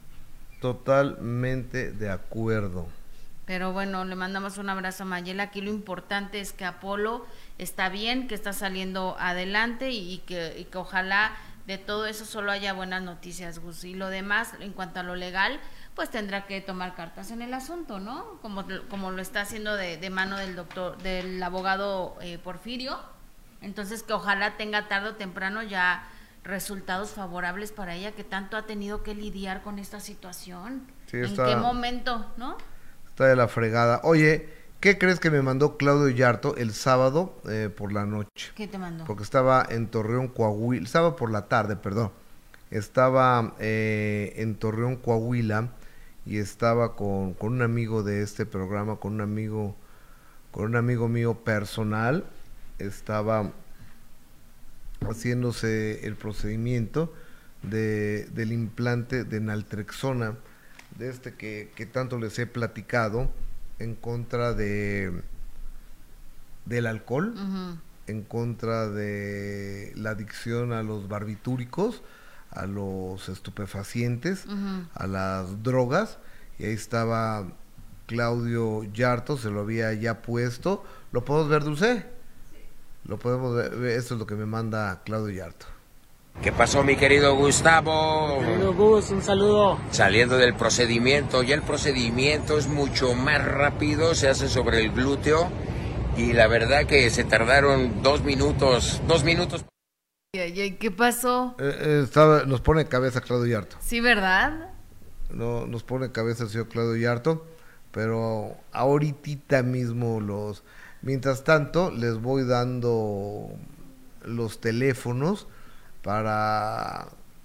Speaker 1: Totalmente de acuerdo.
Speaker 2: Pero bueno, le mandamos un abrazo a Mayela. Aquí lo importante es que Apolo está bien, que está saliendo adelante y, y que, y que ojalá de todo eso solo haya buenas noticias, Gus. Y lo demás, en cuanto a lo legal, pues tendrá que tomar cartas en el asunto, ¿no? Como, como lo está haciendo de, de mano del doctor, del abogado eh, Porfirio. Entonces que ojalá tenga tarde o temprano ya resultados favorables para ella, que tanto ha tenido que lidiar con esta situación.
Speaker 1: Sí,
Speaker 2: ¿En
Speaker 1: está-
Speaker 2: qué momento, no?
Speaker 1: Está de la fregada. Oye, ¿qué crees que me mandó Claudio Yarto el sábado eh, por la noche?
Speaker 2: ¿Qué te mandó?
Speaker 1: Porque estaba en Torreón, Coahuila, estaba por la tarde, perdón. Estaba eh, en Torreón, Coahuila, y estaba con, con un amigo de este programa, con un amigo, con un amigo mío personal. Estaba haciéndose el procedimiento de, del implante de naltrexona, de este que, que tanto les he platicado, en contra de del alcohol,
Speaker 2: Ujú.
Speaker 1: en contra de la adicción a los barbitúricos, a los estupefacientes,
Speaker 2: Ujú.
Speaker 1: a las drogas, y ahí estaba Claudio Yarto, se lo había ya puesto. ¿Lo podemos ver, Dulce? Lo podemos ver, esto es lo que me manda Claudio Yarto.
Speaker 13: ¿Qué pasó, mi querido Gustavo?
Speaker 14: Querido Gus, un saludo.
Speaker 13: Saliendo del procedimiento, ya el procedimiento es mucho más rápido, se hace sobre el glúteo y la verdad que se tardaron dos minutos, dos minutos.
Speaker 2: Ay, ay, ¿qué pasó?
Speaker 1: Eh, eh, estaba, nos pone cabeza Claudio Yarto.
Speaker 2: Sí, ¿verdad?
Speaker 1: No, nos pone cabeza el señor Claudio Yarto, pero ahorita mismo los... Mientras tanto, les voy dando los teléfonos para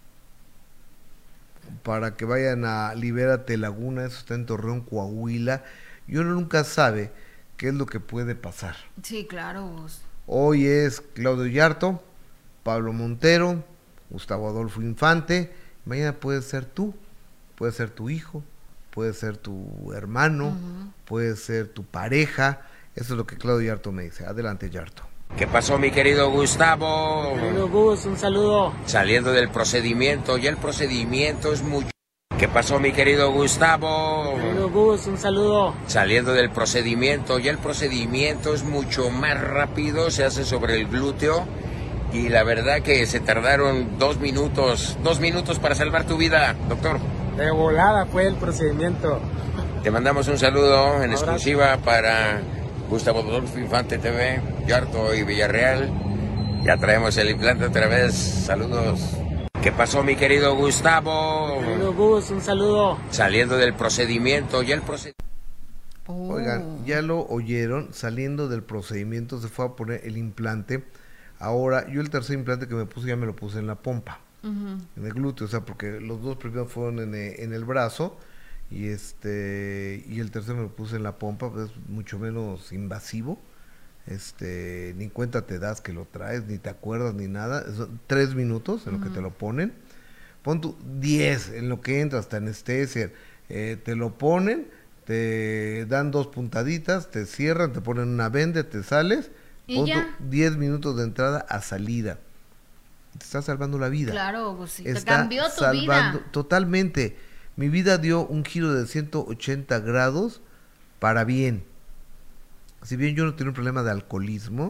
Speaker 1: para que vayan a Libérate Laguna, eso está en Torreón, Coahuila, y uno nunca sabe qué es lo que puede pasar.
Speaker 2: Sí, claro, Gus.
Speaker 1: Hoy es Claudio Yarto, Pablo Montero, Gustavo Adolfo Infante, mañana puede ser tú, puede ser tu hijo, puede ser tu hermano,
Speaker 2: Ujú.
Speaker 1: puede ser tu pareja, eso es lo que Claudio Yarto me dice. Adelante, Yarto.
Speaker 13: ¿Qué pasó, mi querido Gustavo?
Speaker 14: Querido Gus, un saludo.
Speaker 13: Saliendo del procedimiento, ya el procedimiento es mucho... ¿Qué pasó, mi querido Gustavo?
Speaker 14: Querido Gus, un saludo.
Speaker 13: Saliendo del procedimiento, ya el procedimiento es mucho más rápido, se hace sobre el glúteo y la verdad que se tardaron dos minutos, dos minutos para salvar tu vida, doctor.
Speaker 14: De volada fue el procedimiento.
Speaker 13: Te mandamos un saludo en
Speaker 14: Abrazo.
Speaker 13: exclusiva para Gustavo Adolfo Infante T V, Yarto y Villarreal. Ya traemos el implante otra vez, saludos. ¿Qué pasó, mi querido Gustavo?
Speaker 14: Querido Gus, un saludo.
Speaker 13: Saliendo del procedimiento, ya el procedimiento...
Speaker 1: Oigan, ya lo oyeron, saliendo del procedimiento se fue a poner el implante. Ahora, yo el tercer implante que me puse ya me lo puse en la pompa,
Speaker 2: Ujú.
Speaker 1: en el glúteo, o sea, porque los dos primeros fueron en, e- en el brazo y este y el tercero me lo puse en la pompa, pues es mucho menos invasivo. Este, ni cuenta te das que lo traes, ni te acuerdas ni nada. Son tres minutos en lo que te lo ponen. Pon tu diez en lo que entras, te anestesia, eh, te lo ponen, te dan dos puntaditas, te cierran, te ponen una venda, te sales.
Speaker 2: Y
Speaker 1: Pon
Speaker 2: ya.
Speaker 1: diez minutos de entrada a salida. Te está salvando la vida.
Speaker 2: Claro, pues sí, te
Speaker 1: Está
Speaker 2: cambió tu
Speaker 1: salvando
Speaker 2: vida.
Speaker 1: totalmente. Mi vida dio un giro de ciento ochenta grados para bien. Si bien yo no tengo un problema de alcoholismo,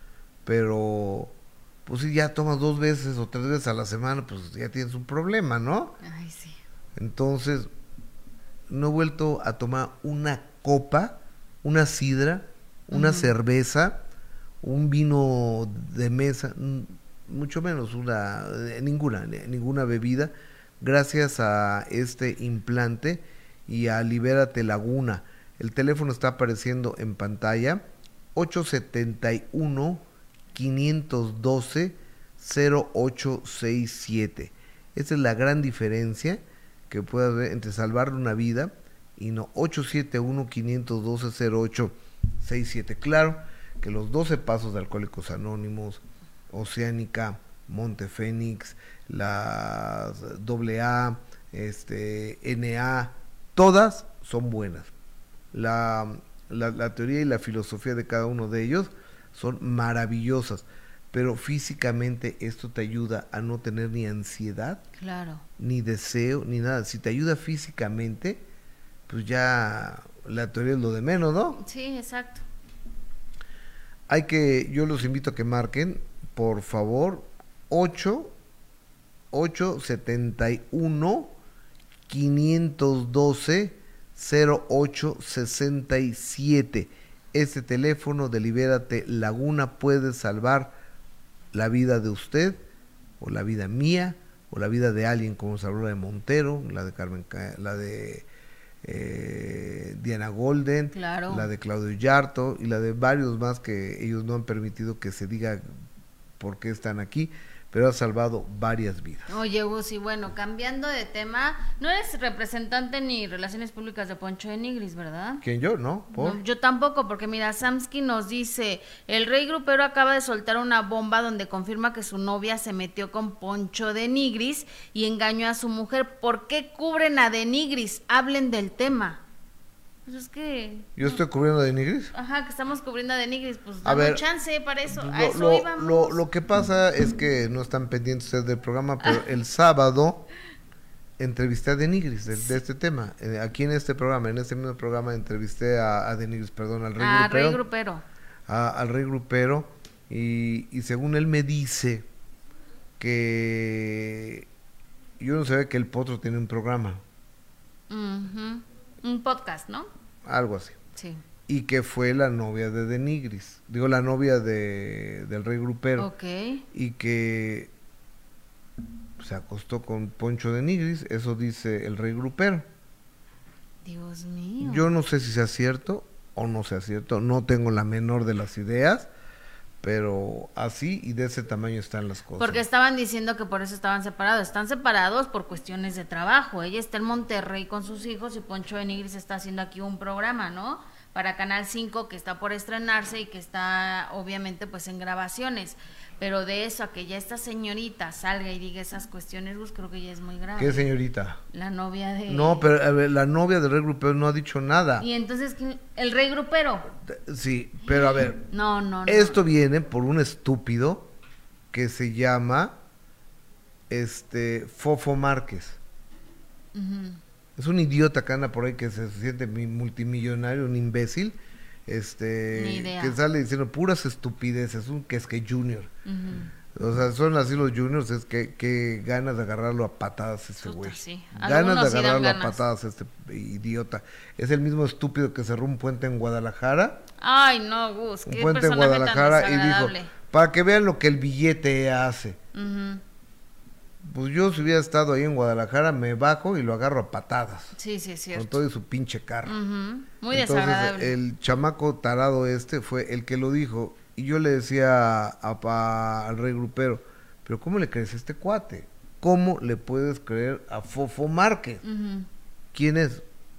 Speaker 1: pero pues si ya tomas dos veces o tres veces a la semana, pues ya tienes un problema, ¿no?
Speaker 2: Ay, sí.
Speaker 1: Entonces, no he vuelto a tomar una copa, una sidra, una
Speaker 2: Ujú.
Speaker 1: cerveza, un vino de mesa, mm, mucho menos una, eh, ninguna, eh, ninguna bebida, gracias a este implante y a Libérate Laguna. El teléfono está apareciendo en pantalla, ocho siete uno, cinco uno dos, cero ocho seis siete. Esa es la gran diferencia que puede haber entre salvarle una vida y no. Ocho siete uno, cinco uno dos, cero ocho seis siete. Claro que los doce pasos de Alcohólicos Anónimos, Oceánica, Monte Fénix, las doble A, este, N A, todas son buenas. La, la, la teoría y la filosofía de cada uno de ellos son maravillosas, pero físicamente esto te ayuda a no tener ni ansiedad,
Speaker 2: Claro.
Speaker 1: ni deseo, ni nada. Si te ayuda físicamente, pues ya la teoría es lo de menos, ¿no?
Speaker 2: Sí, exacto.
Speaker 1: Hay que, yo los invito a que marquen, por favor, ocho, ocho siete uno, cinco uno dos, cero ocho seis siete. Este teléfono de Libérate Laguna puede salvar la vida de usted, o la vida mía, o la vida de alguien, como se habló de Montero, la de Carmen, Ca- la de eh, Diana Golden,
Speaker 2: Claro.
Speaker 1: la de Claudio Yarto y la de varios más que ellos no han permitido que se diga por qué están aquí, pero ha salvado varias vidas.
Speaker 2: Oye, Gus, y bueno, cambiando de tema, no eres representante ni relaciones públicas de Poncho de Nigris, ¿verdad?
Speaker 1: ¿Quién yo? ¿No? ¿Por?
Speaker 2: No, yo tampoco, porque mira, Samsky nos dice, el rey grupero acaba de soltar una bomba donde confirma que su novia se metió con Poncho de Nigris y engañó a su mujer. ¿Por qué cubren a de Nigris? Hablen del tema. Pues es que...
Speaker 1: ¿Yo estoy cubriendo de Nigris?
Speaker 2: Ajá, que estamos cubriendo a de Nigris, pues
Speaker 1: A
Speaker 2: dame
Speaker 1: ver,
Speaker 2: chance para eso, a
Speaker 1: Lo,
Speaker 2: eso
Speaker 1: lo,
Speaker 2: íbamos.
Speaker 1: lo, lo que pasa es que no están pendientes ustedes del programa, pero el sábado entrevisté a Denigris de, de este tema. Eh, aquí en este programa, en este mismo programa, entrevisté a, a Denigris, perdón, al Rey
Speaker 2: Ah,
Speaker 1: Grupero.
Speaker 2: Rey Grupero.
Speaker 1: a- al Rey Grupero. Y, y según él me dice que yo no sabía que el Potro tiene un programa,
Speaker 2: Ujú. Un podcast, ¿no?
Speaker 1: algo así.
Speaker 2: Sí.
Speaker 1: Y que fue la novia de Denigris, digo la novia de, del Rey Grupero.
Speaker 2: Ok.
Speaker 1: Y que se acostó con Poncho de Nigris, eso dice el Rey Grupero.
Speaker 2: Dios mío.
Speaker 1: Yo no sé si sea cierto o no sea cierto, no tengo la menor de las ideas, pero así y de ese tamaño están las cosas.
Speaker 2: Porque estaban diciendo que por eso estaban separados. Están separados por cuestiones de trabajo. Ella está en Monterrey con sus hijos y Poncho de Nigris está haciendo aquí un programa, ¿no? Para Canal cinco que está por estrenarse y que está obviamente pues en grabaciones. Pero de eso a que ya esta señorita salga y diga esas cuestiones, pues creo que ya es muy grave.
Speaker 1: ¿Qué señorita?
Speaker 2: La novia de...
Speaker 1: No, pero a ver, la novia del Rey Grupero no ha dicho nada.
Speaker 2: Y entonces, ¿quién? ¿El Rey Grupero?
Speaker 1: Sí, pero a ver,
Speaker 2: No, no, no.
Speaker 1: esto viene por un estúpido que se llama este Fofo Márquez.
Speaker 2: Ujú.
Speaker 1: Es un idiota que anda por ahí que se siente mi- multimillonario, un imbécil, este
Speaker 2: Ni idea.
Speaker 1: que sale diciendo puras estupideces, un que es que junior.
Speaker 2: Ujú.
Speaker 1: O sea, son así los juniors, es que, que ganas de agarrarlo a patadas ese
Speaker 2: Puta,
Speaker 1: güey.
Speaker 2: sí.
Speaker 1: Ganas
Speaker 2: Algunos
Speaker 1: de
Speaker 2: sí dan
Speaker 1: agarrarlo a
Speaker 2: ganas.
Speaker 1: patadas este idiota. Es el mismo estúpido que cerró un puente en Guadalajara.
Speaker 2: Ay, no, Gus,
Speaker 1: Un
Speaker 2: qué
Speaker 1: puente en
Speaker 2: personaje tan
Speaker 1: Guadalajara y dijo,
Speaker 2: desagradable.
Speaker 1: para que vean lo que el billete hace.
Speaker 2: Ujú.
Speaker 1: Pues yo si hubiera estado ahí en Guadalajara, me bajo y lo agarro a patadas.
Speaker 2: Sí, sí, es cierto.
Speaker 1: Con todo y su pinche carro.
Speaker 2: Ujú. Muy
Speaker 1: Entonces,
Speaker 2: desagradable.
Speaker 1: el chamaco tarado este fue el que lo dijo. Y yo le decía a, a- al Rey Grupero, pero ¿cómo le crees a este cuate? ¿Cómo le puedes creer a Fofo Márquez?
Speaker 2: Ujú.
Speaker 1: ¿Quién es?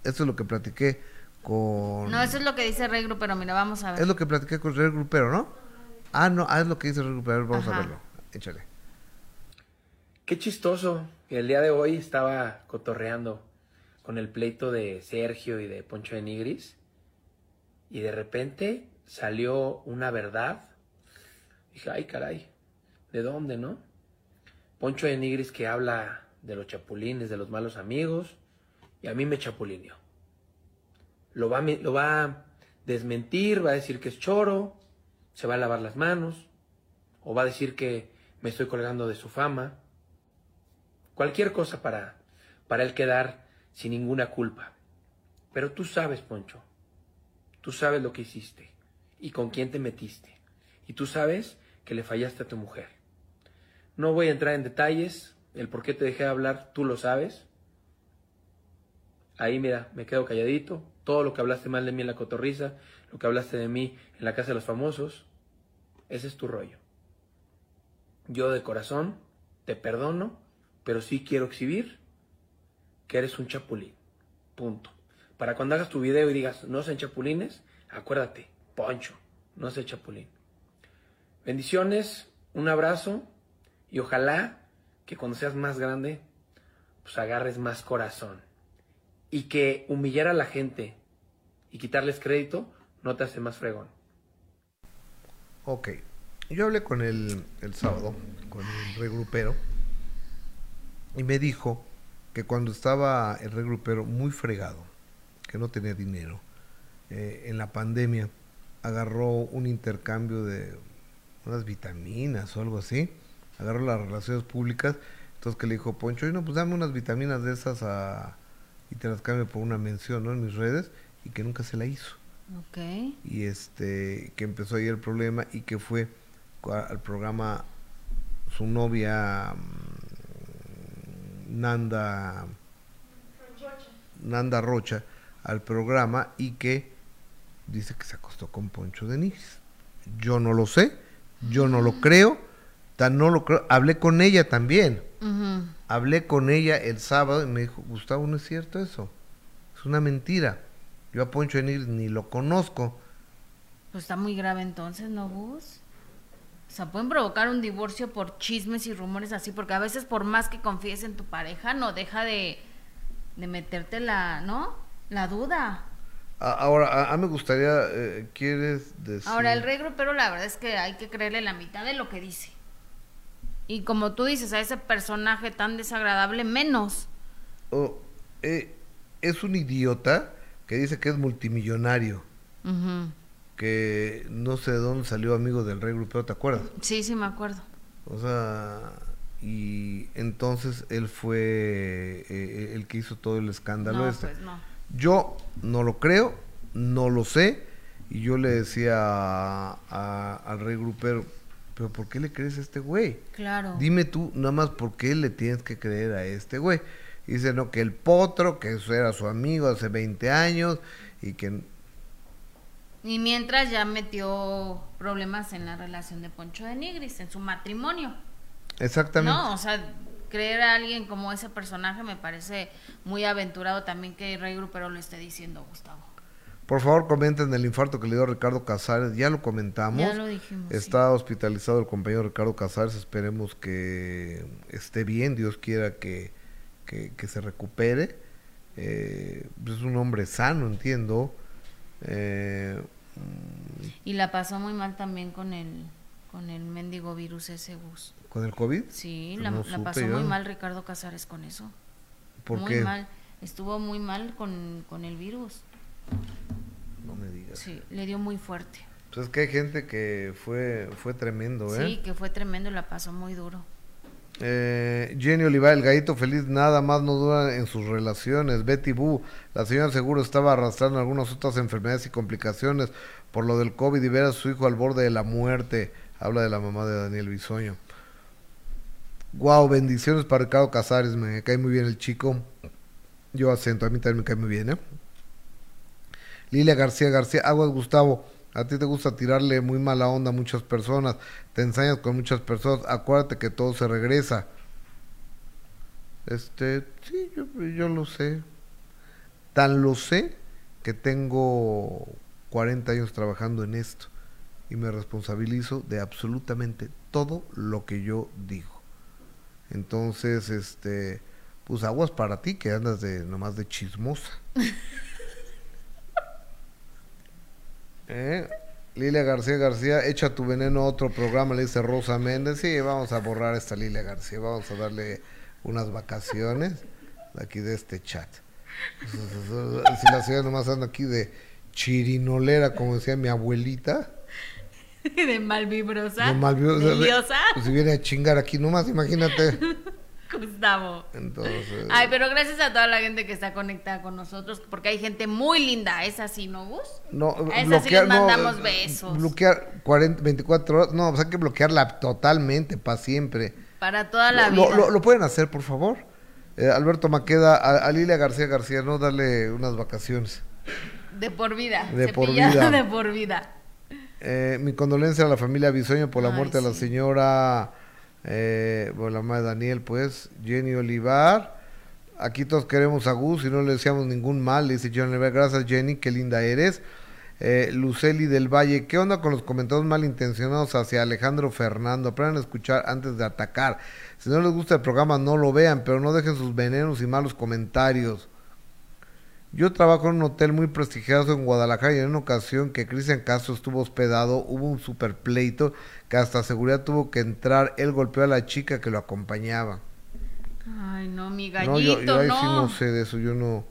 Speaker 1: Eso es lo que platiqué con...
Speaker 2: No, eso es lo que dice Rey Grupero, mira, vamos a ver.
Speaker 1: Es lo que platiqué con Rey Grupero, ¿no? Ah, no, ah, es lo que dice Rey Grupero, vamos
Speaker 2: Ajá.
Speaker 1: a verlo. Échale.
Speaker 15: Qué chistoso que el día de hoy estaba cotorreando con el pleito de Sergio y de Poncho de Nigris y de repente salió una verdad. Dije, ay caray, ¿de dónde, no? Poncho de Nigris que habla de los chapulines, de los malos amigos, y a mí me chapulineó. Lo va, a me- lo va a desmentir, va a decir que es choro, se va a lavar las manos, o va a decir que me estoy colgando de su fama. Cualquier cosa para, para él quedar sin ninguna culpa. Pero tú sabes, Poncho, tú sabes lo que hiciste y con quién te metiste. Y tú sabes que le fallaste a tu mujer. No voy a entrar en detalles, el por qué te dejé de hablar, tú lo sabes. Ahí, mira, me quedo calladito. Todo lo que hablaste mal de mí en la cotorriza, lo que hablaste de mí en la casa de los famosos, ese es tu rollo. Yo de corazón te perdono, pero sí quiero exhibir que eres un chapulín. Punto. Para cuando hagas tu video y digas, no sean chapulines, acuérdate, Poncho, no sé chapulín. Bendiciones, un abrazo y ojalá que cuando seas más grande, pues agarres más corazón. Y que humillar a la gente y quitarles crédito no te hace más fregón.
Speaker 1: Ok. Yo hablé con él el sábado, con el Rey Grupero, y me dijo que cuando estaba el Rey Grupero muy fregado, que no tenía dinero, eh, en la pandemia agarró un intercambio de unas vitaminas o algo así, agarró las relaciones públicas, entonces que le dijo Poncho, no, pues dame unas vitaminas de esas a, y te las cambio por una mención, ¿no? En mis redes, y que nunca se la hizo.
Speaker 2: Ok.
Speaker 1: Y este, que empezó ahí el problema y que fue cua- al programa su novia mm, Nanda Nanda Rocha al programa y que dice que se acostó con Poncho de Nigris. Yo no lo sé, yo no lo creo, tan no lo creo. Hablé con ella también.
Speaker 2: Ujú.
Speaker 1: Hablé con ella el sábado y me dijo, Gustavo, no es cierto eso. Es una mentira. Yo a Poncho de Nigris ni lo conozco.
Speaker 2: Pues está muy grave entonces, ¿no, Gus? O sea, pueden provocar un divorcio por chismes y rumores así, porque a veces por más que confíes en tu pareja, no deja de, de meterte la, ¿no? La duda.
Speaker 1: A- Ahora, a, a mí me gustaría, eh, ¿quieres decir?
Speaker 2: Ahora, el Rey Grupero, la verdad es que hay que creerle la mitad de lo que dice. Y como tú dices, a ese personaje tan desagradable, menos.
Speaker 1: Oh, eh, es un idiota que dice que es multimillonario,
Speaker 2: Ujú.
Speaker 1: que no sé de dónde salió amigo del Rey Grupero, ¿te acuerdas?
Speaker 2: Sí, sí, me acuerdo.
Speaker 1: O sea, y entonces él fue eh, el que hizo todo el escándalo
Speaker 2: No,
Speaker 1: este.
Speaker 2: pues no.
Speaker 1: Yo no lo creo, no lo sé, y yo le decía a- a- al Rey Grupero, pero ¿por qué le crees a este güey?
Speaker 2: Claro.
Speaker 1: Dime tú, nada más, ¿por qué le tienes que creer a este güey? Y dice, no, que el potro, que eso era su amigo hace veinte años, y que...
Speaker 2: Y mientras ya metió problemas en la relación de Poncho de Nigris, en su matrimonio.
Speaker 1: Exactamente.
Speaker 2: No, o sea, creer a alguien como ese personaje me parece muy aventurado también que Rey Grupero lo esté diciendo, Gustavo.
Speaker 1: Por favor, comenten el infarto que le dio Ricardo Casares. Ya lo comentamos.
Speaker 2: Ya lo dijimos,
Speaker 1: Está hospitalizado el compañero Ricardo Casares. Esperemos que esté bien. Dios quiera que, que, que se recupere. Eh, es un hombre sano, entiendo. Eh,
Speaker 2: Y la pasó muy mal también con el con el mendigo virus ese, Gus.
Speaker 1: ¿Con el COVID?
Speaker 2: Sí,
Speaker 1: Pues
Speaker 2: la,
Speaker 1: no
Speaker 2: la
Speaker 1: supe
Speaker 2: pasó
Speaker 1: yo.
Speaker 2: muy mal Ricardo Casares con eso.
Speaker 1: ¿Por
Speaker 2: muy
Speaker 1: qué?
Speaker 2: mal. Estuvo muy mal con, con el virus.
Speaker 1: No me digas.
Speaker 2: Sí, le dio muy fuerte.
Speaker 1: Pues es que hay gente que fue, fue tremendo, ¿eh?
Speaker 2: Sí, que fue tremendo, la pasó muy duro.
Speaker 1: Eh, Jenny Oliva, el gallito feliz, nada más no dura en sus relaciones. Betty Boo, la señora seguro estaba arrastrando algunas otras enfermedades y complicaciones por lo del COVID y ver a su hijo al borde de la muerte. Habla de la mamá de Daniel Bisoño. Wow, bendiciones para Ricardo Casares, me cae muy bien el chico. Yo acento, a mí también me cae muy bien, ¿eh? Lilia García García, Aguas Gustavo, a ti te gusta tirarle muy mala onda a muchas personas, te ensañas con muchas personas, acuérdate que todo se regresa. Este, sí, yo, yo lo sé. Tan lo sé que tengo cuarenta años trabajando en esto y me responsabilizo de absolutamente todo lo que yo digo. Entonces, este, pues aguas para ti que andas de nomás de chismosa. ¿Eh? Lilia García García, echa tu veneno a otro programa, le dice Rosa Méndez. Sí, vamos a borrar a esta Lilia García, vamos a darle unas vacaciones de aquí de este chat. Si la ciudad nomás anda aquí de chirinolera, como decía mi abuelita.
Speaker 2: De malvibrosa.
Speaker 1: De malvibrosa.
Speaker 2: Biliosa.
Speaker 1: Pues si viene a chingar aquí nomás, imagínate.
Speaker 2: Gustavo.
Speaker 1: Entonces.
Speaker 2: Ay, pero gracias a toda la gente que está conectada con nosotros, porque hay gente muy linda. ¿Es así, no, Gus?
Speaker 1: No,
Speaker 2: a esas
Speaker 1: bloquear,
Speaker 2: sí les mandamos
Speaker 1: no,
Speaker 2: besos.
Speaker 1: Bloquear cuarenta, veinticuatro horas. No, pues hay que bloquearla totalmente, para siempre.
Speaker 2: Para toda la
Speaker 1: lo,
Speaker 2: vida.
Speaker 1: Lo, lo pueden hacer, por favor. Eh, Alberto Maqueda, a, a Lilia García García, no darle unas vacaciones.
Speaker 2: De por vida.
Speaker 1: De por
Speaker 2: Cepillado
Speaker 1: vida.
Speaker 2: de por vida.
Speaker 1: Eh, mi condolencia a la familia Bisoño por la
Speaker 2: Ay,
Speaker 1: muerte
Speaker 2: sí.
Speaker 1: de la señora, eh, bueno, la madre de Daniel, pues, Jenny Olivar. Aquí todos queremos a Gus y no le deseamos ningún mal, le dice Jenny Olivar. Gracias, Jenny, qué linda eres. Eh, Luceli del Valle, ¿qué onda con los comentarios malintencionados hacia Alejandro Fernando? Aprendan a escuchar antes de atacar. Si no les gusta el programa, no lo vean, pero no dejen sus venenos y malos comentarios. Yo trabajo en un hotel muy prestigiado en Guadalajara y en una ocasión que Cristian Castro estuvo hospedado, hubo un super pleito que hasta seguridad tuvo que entrar. Él golpeó a la chica que lo acompañaba.
Speaker 2: Ay, no, mi
Speaker 1: No,
Speaker 2: gallito,
Speaker 1: yo, yo ahí
Speaker 2: no.
Speaker 1: sí no sé de eso, yo no.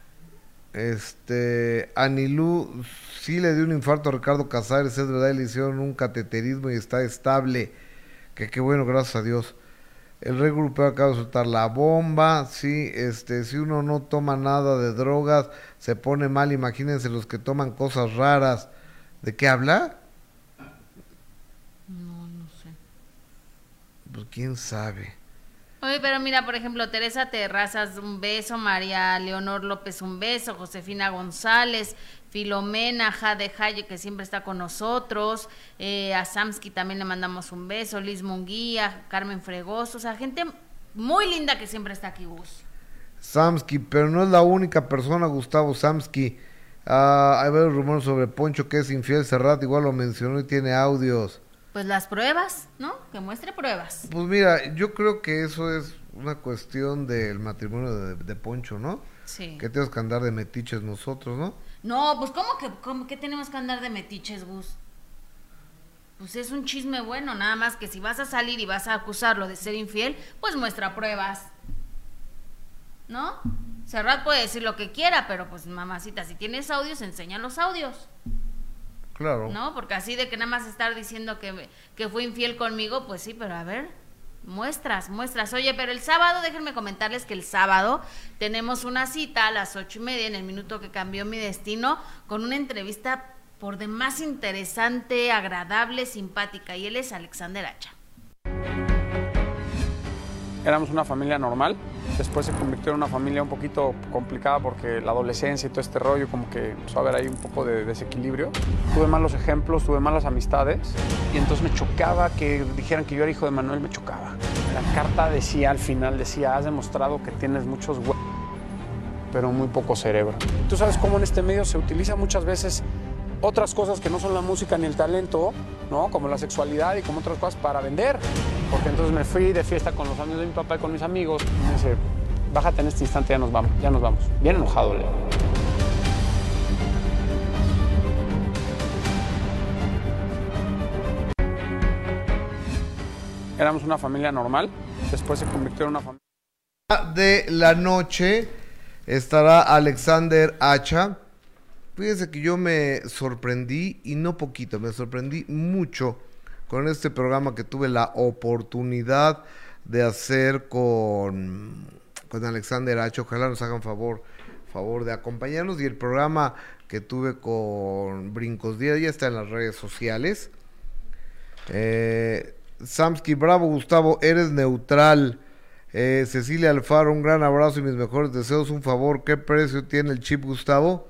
Speaker 1: Este, Anilú sí le dio un infarto a Ricardo Casares, es verdad, le hicieron un cateterismo y está estable. Que qué bueno, gracias a Dios. El rey grupeo acaba de soltar la bomba. Sí, este, si uno no toma nada de drogas, se pone mal. Imagínense los que toman cosas raras. ¿De qué habla?
Speaker 2: No, no sé.
Speaker 1: Pues quién sabe.
Speaker 2: Oye, pero mira, por ejemplo, Teresa Terrazas, un beso, María Leonor López, un beso, Josefina González, Filomena Jade Jaye, que siempre está con nosotros, eh, a Samsky también le mandamos un beso, Liz Munguía, Carmen Fregoso, o sea, gente muy linda que siempre está aquí, Gus.
Speaker 1: Samsky, pero no es la única persona, Gustavo Samsky. Ah, hay varios rumores sobre Poncho que es infiel. Serrat igual lo mencionó y tiene audios.
Speaker 2: Pues las pruebas, ¿no? Que muestre pruebas.
Speaker 1: Pues mira, yo creo que eso es una cuestión del matrimonio de, de Poncho, ¿no?
Speaker 2: Sí.
Speaker 1: Que tenemos que andar de metiches nosotros, ¿no?
Speaker 2: No, pues ¿cómo que, cómo que tenemos que andar de metiches, Gus? Pues es un chisme bueno, nada más que si vas a salir y vas a acusarlo de ser infiel, pues muestra pruebas, ¿no? Serrat puede decir lo que quiera, pero pues mamacita, si tienes audios, enseña los audios.
Speaker 1: Claro.
Speaker 2: ¿No? Porque así de que nada más estar diciendo que, que fue infiel conmigo, pues sí, pero a ver, muestras, muestras. Oye, pero el sábado, déjenme comentarles que el sábado tenemos una cita a las ocho y media en el minuto que cambió mi destino con una entrevista por demás interesante, agradable, simpática, y él es Alexander Hacha.
Speaker 16: Éramos una familia normal, después se convirtió en una familia un poquito complicada porque la adolescencia y todo este rollo como que empezó a haber ahí un poco de desequilibrio. Tuve malos ejemplos, tuve malas amistades y entonces me chocaba que dijeran que yo era hijo de Manuel, me chocaba. La carta decía, al final decía, has demostrado que tienes muchos hue... pero muy poco cerebro. Tú sabes cómo en este medio se utiliza muchas veces otras cosas que no son la música ni el talento, ¿no? Como la sexualidad y como otras cosas para vender. Porque entonces me fui de fiesta con los amigos de mi papá y con mis amigos. Y me dice, bájate en este instante, ya nos vamos, ya nos vamos. Bien enojado, Leo. Éramos una familia normal, después se convirtió en una familia...
Speaker 1: De la noche estará Alexander Hacha. Fíjense que yo me sorprendí, y no poquito, me sorprendí mucho con este programa que tuve la oportunidad de hacer con, con Alexander Hacha. Ojalá nos hagan favor, favor de acompañarnos. Y el programa que tuve con Brincos Díaz ya está en las redes sociales. Eh, Samsky, bravo Gustavo, eres neutral. Eh, Cecilia Alfaro, un gran abrazo y mis mejores deseos. Un favor, ¿qué precio tiene el chip, Gustavo?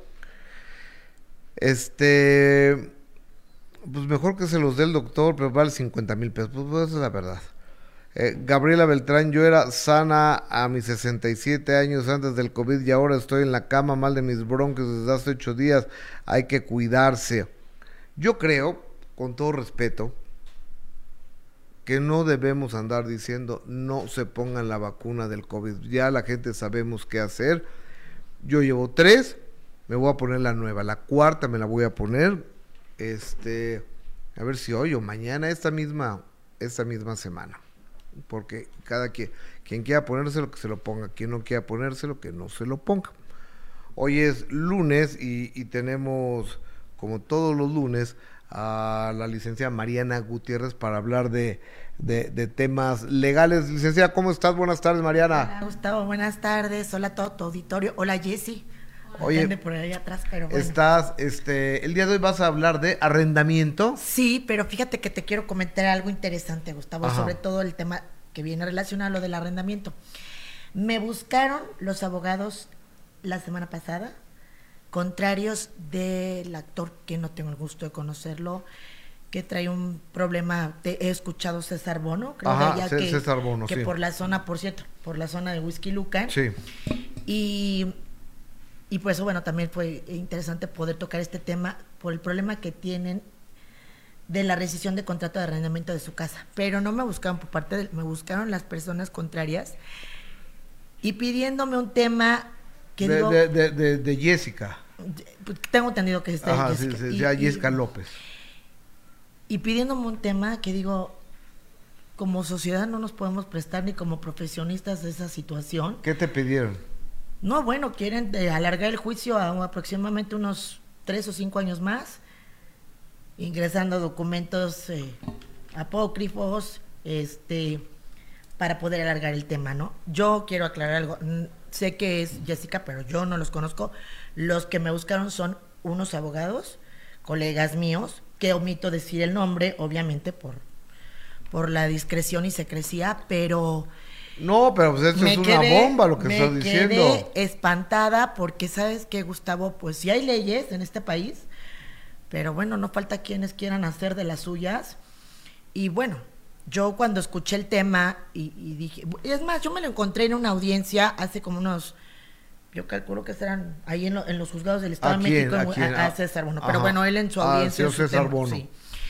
Speaker 1: Este, pues mejor que se los dé el doctor, pero vale cincuenta mil pesos, pues, pues esa es la verdad. Eh, Gabriela Beltrán, yo era sana a mis sesenta y siete años antes del COVID y ahora estoy en la cama mal de mis bronquios desde hace ocho días. Hay que cuidarse. Yo creo, con todo respeto, que no debemos andar diciendo no se pongan la vacuna del COVID. Ya la gente sabemos qué hacer. Yo llevo tres, me voy a poner la nueva, la cuarta me la voy a poner, este, a ver si hoy o mañana, esta misma, esta misma semana. Porque cada quien, quien quiera ponérselo, que se lo ponga, quien no quiera ponérselo, que no se lo ponga. Hoy es lunes y, y tenemos, como todos los lunes, a la licenciada Mariana Gutiérrez para hablar de, de, de temas legales. Licenciada, ¿cómo estás? Buenas tardes, Mariana.
Speaker 17: Hola, Gustavo, buenas tardes. Hola a todo tu auditorio. Hola, Jessy.
Speaker 1: Oye,
Speaker 17: por ahí atrás, pero bueno.
Speaker 1: Estás, este, el día de hoy vas a hablar de arrendamiento.
Speaker 17: Sí, pero fíjate que te quiero comentar algo interesante, Gustavo,
Speaker 1: Ajá.
Speaker 17: sobre todo el tema que viene relacionado a lo del arrendamiento. Me buscaron los abogados la semana pasada, contrarios del actor, que no tengo el gusto de conocerlo, que trae un problema, te he escuchado César Bono, creo
Speaker 1: Ajá,
Speaker 17: de allá
Speaker 1: C-
Speaker 17: que,
Speaker 1: César Bono,
Speaker 17: que
Speaker 1: sí.
Speaker 17: por la zona, por cierto, por la zona de Whisky Lucan.
Speaker 1: Sí.
Speaker 17: Y, y pues bueno, también fue interesante poder tocar este tema por el problema que tienen de la rescisión de contrato de arrendamiento de su casa. Pero no me buscaron por parte de, me buscaron las personas contrarias y pidiéndome un tema que
Speaker 1: de,
Speaker 17: digo,
Speaker 1: de, de, de, de Jessica.
Speaker 17: tengo entendido que está
Speaker 1: Ajá,
Speaker 17: Jessica,
Speaker 1: sí, sí,
Speaker 17: y,
Speaker 1: ya
Speaker 17: y-
Speaker 1: Jessica López.
Speaker 17: y pidiéndome un tema que digo, como sociedad no nos podemos prestar ni como profesionistas de esa situación.
Speaker 1: ¿Qué te pidieron?
Speaker 17: No, bueno, quieren eh, alargar el juicio a un- aproximadamente unos tres o cinco años más, ingresando documentos eh, apócrifos, este, para poder alargar el tema, ¿no? Yo quiero aclarar algo. Mm, Sé que es Jessica, pero yo no los conozco. Los que me buscaron son unos abogados, colegas míos, que omito decir el nombre, obviamente por, por la discreción y secrecía, pero...
Speaker 1: No, pero pues esto
Speaker 17: me
Speaker 1: es una
Speaker 17: quedé-
Speaker 1: bomba lo que
Speaker 17: me
Speaker 1: estás diciendo.
Speaker 17: quedé espantada porque, ¿sabes qué, Gustavo? Pues sí hay leyes en este país, pero bueno, no falta quienes quieran hacer de las suyas. Y bueno, yo cuando escuché el tema y, y dije, es más, yo me lo encontré en una audiencia hace como unos, yo calculo que serán ahí en, lo- en los juzgados del Estado
Speaker 1: ¿A
Speaker 17: de
Speaker 1: quién?
Speaker 17: México,
Speaker 1: ¿A
Speaker 17: en-
Speaker 1: quién?
Speaker 17: a, a
Speaker 1: Ah,
Speaker 17: César Bono.
Speaker 1: ajá.
Speaker 17: Pero bueno, él en su
Speaker 1: Ah,
Speaker 17: audiencia.
Speaker 1: señor
Speaker 17: en su
Speaker 1: César
Speaker 17: tema,
Speaker 1: Bono.
Speaker 17: sí.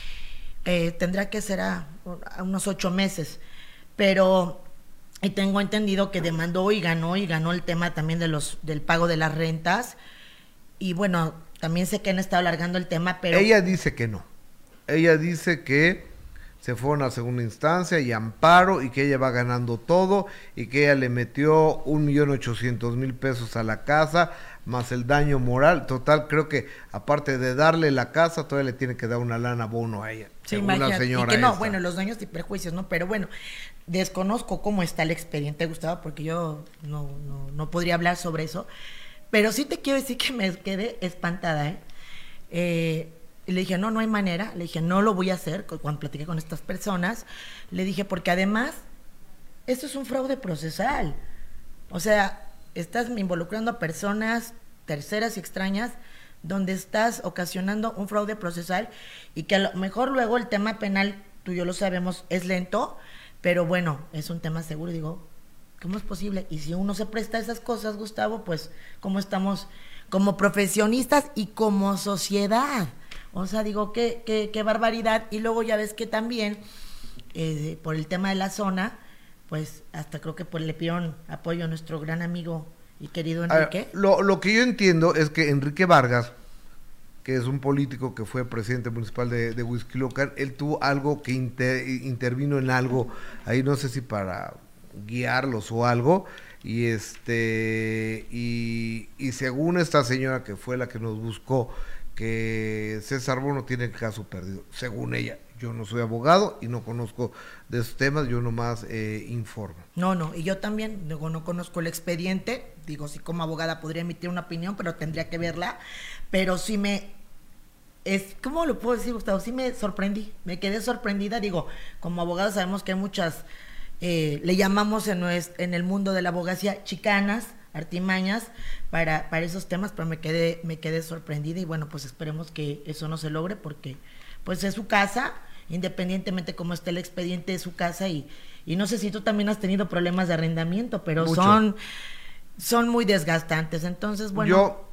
Speaker 17: Eh, tendrá que ser a, a unos ocho meses, pero y tengo entendido que demandó y ganó y ganó el tema también de los del pago de las rentas. Y bueno, también sé que han estado alargando el tema, pero
Speaker 1: Ella dice que no. Ella dice que se fueron a segunda instancia y amparo y que ella va ganando todo y que ella le metió un millón ochocientos mil pesos a la casa más el daño moral. Total, creo que aparte de darle la casa, todavía le tiene que dar una lana bono a ella.
Speaker 17: sí,
Speaker 1: según la
Speaker 17: imagínate, y
Speaker 1: señora
Speaker 17: que no,
Speaker 1: esta.
Speaker 17: bueno, los daños y perjuicios, ¿no? Pero bueno, desconozco cómo está el expediente, Gustavo, porque yo no, no, no podría hablar sobre eso. Pero sí te quiero decir que me quedé espantada, ¿eh? Eh, y le dije, no, no hay manera. Le dije, no lo voy a hacer cu- cuando platiqué con estas personas. Le dije, porque además, esto es un fraude procesal. O sea, estás involucrando a personas terceras y extrañas donde estás ocasionando un fraude procesal y que a lo mejor luego el tema penal, tú y yo lo sabemos, es lento, pero bueno, es un tema seguro. Y digo, ¿cómo es posible? Y si uno se presta a esas cosas, Gustavo, pues, ¿cómo estamos como profesionistas y como sociedad? O sea, digo, qué, qué, qué barbaridad. Y luego ya ves que también, eh, por el tema de la zona, pues hasta creo que pues le pidieron apoyo a nuestro gran amigo y querido
Speaker 1: A ver,
Speaker 17: Enrique.
Speaker 1: lo, lo que yo entiendo es que Enrique Vargas, que es un político que fue presidente municipal de, de Huixquilucan, él tuvo algo que inter- intervino en algo, ahí no sé si para guiarlos o algo, y este y, y según esta señora que fue la que nos buscó, que César Bono tiene el caso perdido, según ella. Yo no soy abogado y no conozco de esos temas, yo nomás eh, informo.
Speaker 17: No, no, y yo también, digo, no conozco el expediente, digo, sí como abogada podría emitir una opinión, pero tendría que verla, pero sí me, es, ¿cómo lo puedo decir, Gustavo? Sí me sorprendí, me quedé sorprendida, digo, como abogada sabemos que hay muchas, eh, le llamamos en, nues- en el mundo de la abogacía chicanas, artimañas, para, para esos temas, pero me quedé, me quedé sorprendida y bueno, pues esperemos que eso no se logre porque pues es su casa independientemente cómo esté el expediente de su casa, y, y no sé si tú también has tenido problemas de arrendamiento, pero
Speaker 1: Mucho.
Speaker 17: son son muy desgastantes. Entonces, bueno,
Speaker 1: yo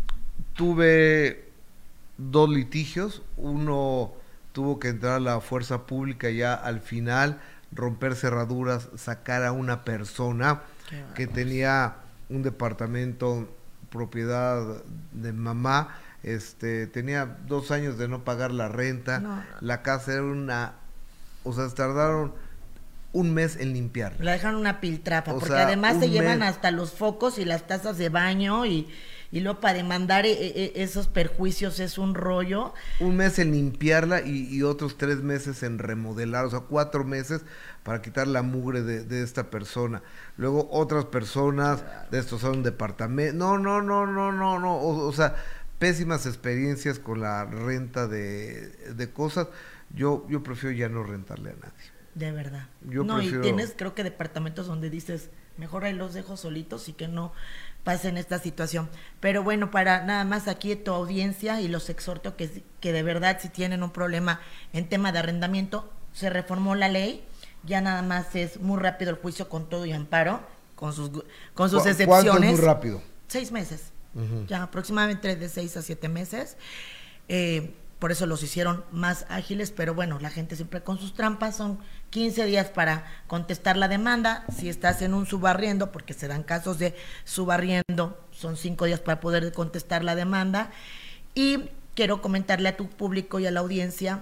Speaker 1: tuve dos litigios, uno tuvo que entrar a la fuerza pública ya al final, romper cerraduras, sacar a una persona que tenía un departamento propiedad de mamá, este tenía dos años de no pagar la renta,
Speaker 17: No, no.
Speaker 1: la casa era una, o sea, tardaron un mes en limpiarla.
Speaker 17: la dejan una piltrafa,
Speaker 1: O
Speaker 17: porque
Speaker 1: sea,
Speaker 17: además
Speaker 1: un
Speaker 17: se llevan
Speaker 1: mes.
Speaker 17: hasta los focos y las tazas de baño, y, y luego para demandar e- e- esos perjuicios es un rollo.
Speaker 1: Un mes en limpiarla y, y otros tres meses en remodelar, o sea, cuatro meses para quitar la mugre de, de esta persona. Luego otras personas destrozaron un departamento. No, no, no, no, no, no. O, o sea, pésimas experiencias con la renta de, de cosas. Yo, yo prefiero ya no rentarle a nadie.
Speaker 17: De verdad.
Speaker 1: Yo
Speaker 17: no,
Speaker 1: prefiero-
Speaker 17: y tienes, creo que departamentos donde dices, mejor ahí los dejo solitos y que no pasen esta situación. Pero bueno, para nada más aquí tu audiencia, y los exhorto que, que de verdad, si tienen un problema en tema de arrendamiento, se reformó la ley, ya nada más es muy rápido el juicio con todo y amparo, con sus con sus
Speaker 1: ¿Cu-
Speaker 17: excepciones.
Speaker 1: ¿Cuánto es muy rápido?
Speaker 17: Seis meses.
Speaker 1: Ujú.
Speaker 17: Ya aproximadamente de seis a siete meses. Eh, por eso los hicieron más ágiles, pero bueno, la gente siempre con sus trampas. Son quince días para contestar la demanda. Si estás en un subarriendo, porque se dan casos de subarriendo, son cinco días para poder contestar la demanda. Y quiero comentarle a tu público y a la audiencia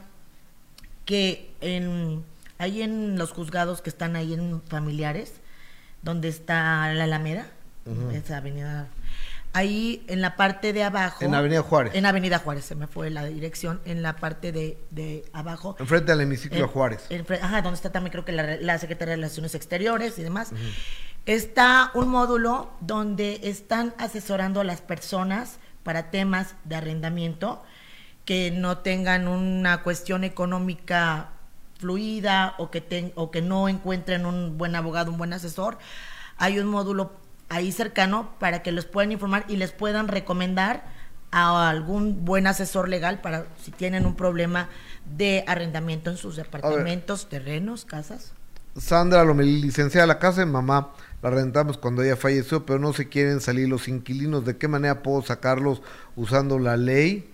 Speaker 17: que en, ahí en los juzgados que están ahí en Familiares, donde está la Alameda,
Speaker 1: Ujú.
Speaker 17: esa avenida, ahí en la parte de abajo.
Speaker 1: En Avenida Juárez.
Speaker 17: En Avenida Juárez, se me fue la dirección, en la parte de, de abajo.
Speaker 1: Enfrente al hemiciclo
Speaker 17: En-
Speaker 1: Juárez.
Speaker 17: enfre- ajá, donde está también creo que la, la Secretaría de Relaciones Exteriores y demás. Está un módulo donde están asesorando a las personas para temas de arrendamiento que no tengan una cuestión económica fluida, o que ten- o que no encuentren un buen abogado, un buen asesor. Hay un módulo ahí cercano para que los puedan informar y les puedan recomendar a algún buen asesor legal para si tienen un problema de arrendamiento en sus departamentos, terrenos, casas.
Speaker 1: Sandra Lomelí, licenciada, la casa de mamá la rentamos cuando ella falleció, pero no se quieren salir los inquilinos. ¿De qué manera puedo sacarlos usando la ley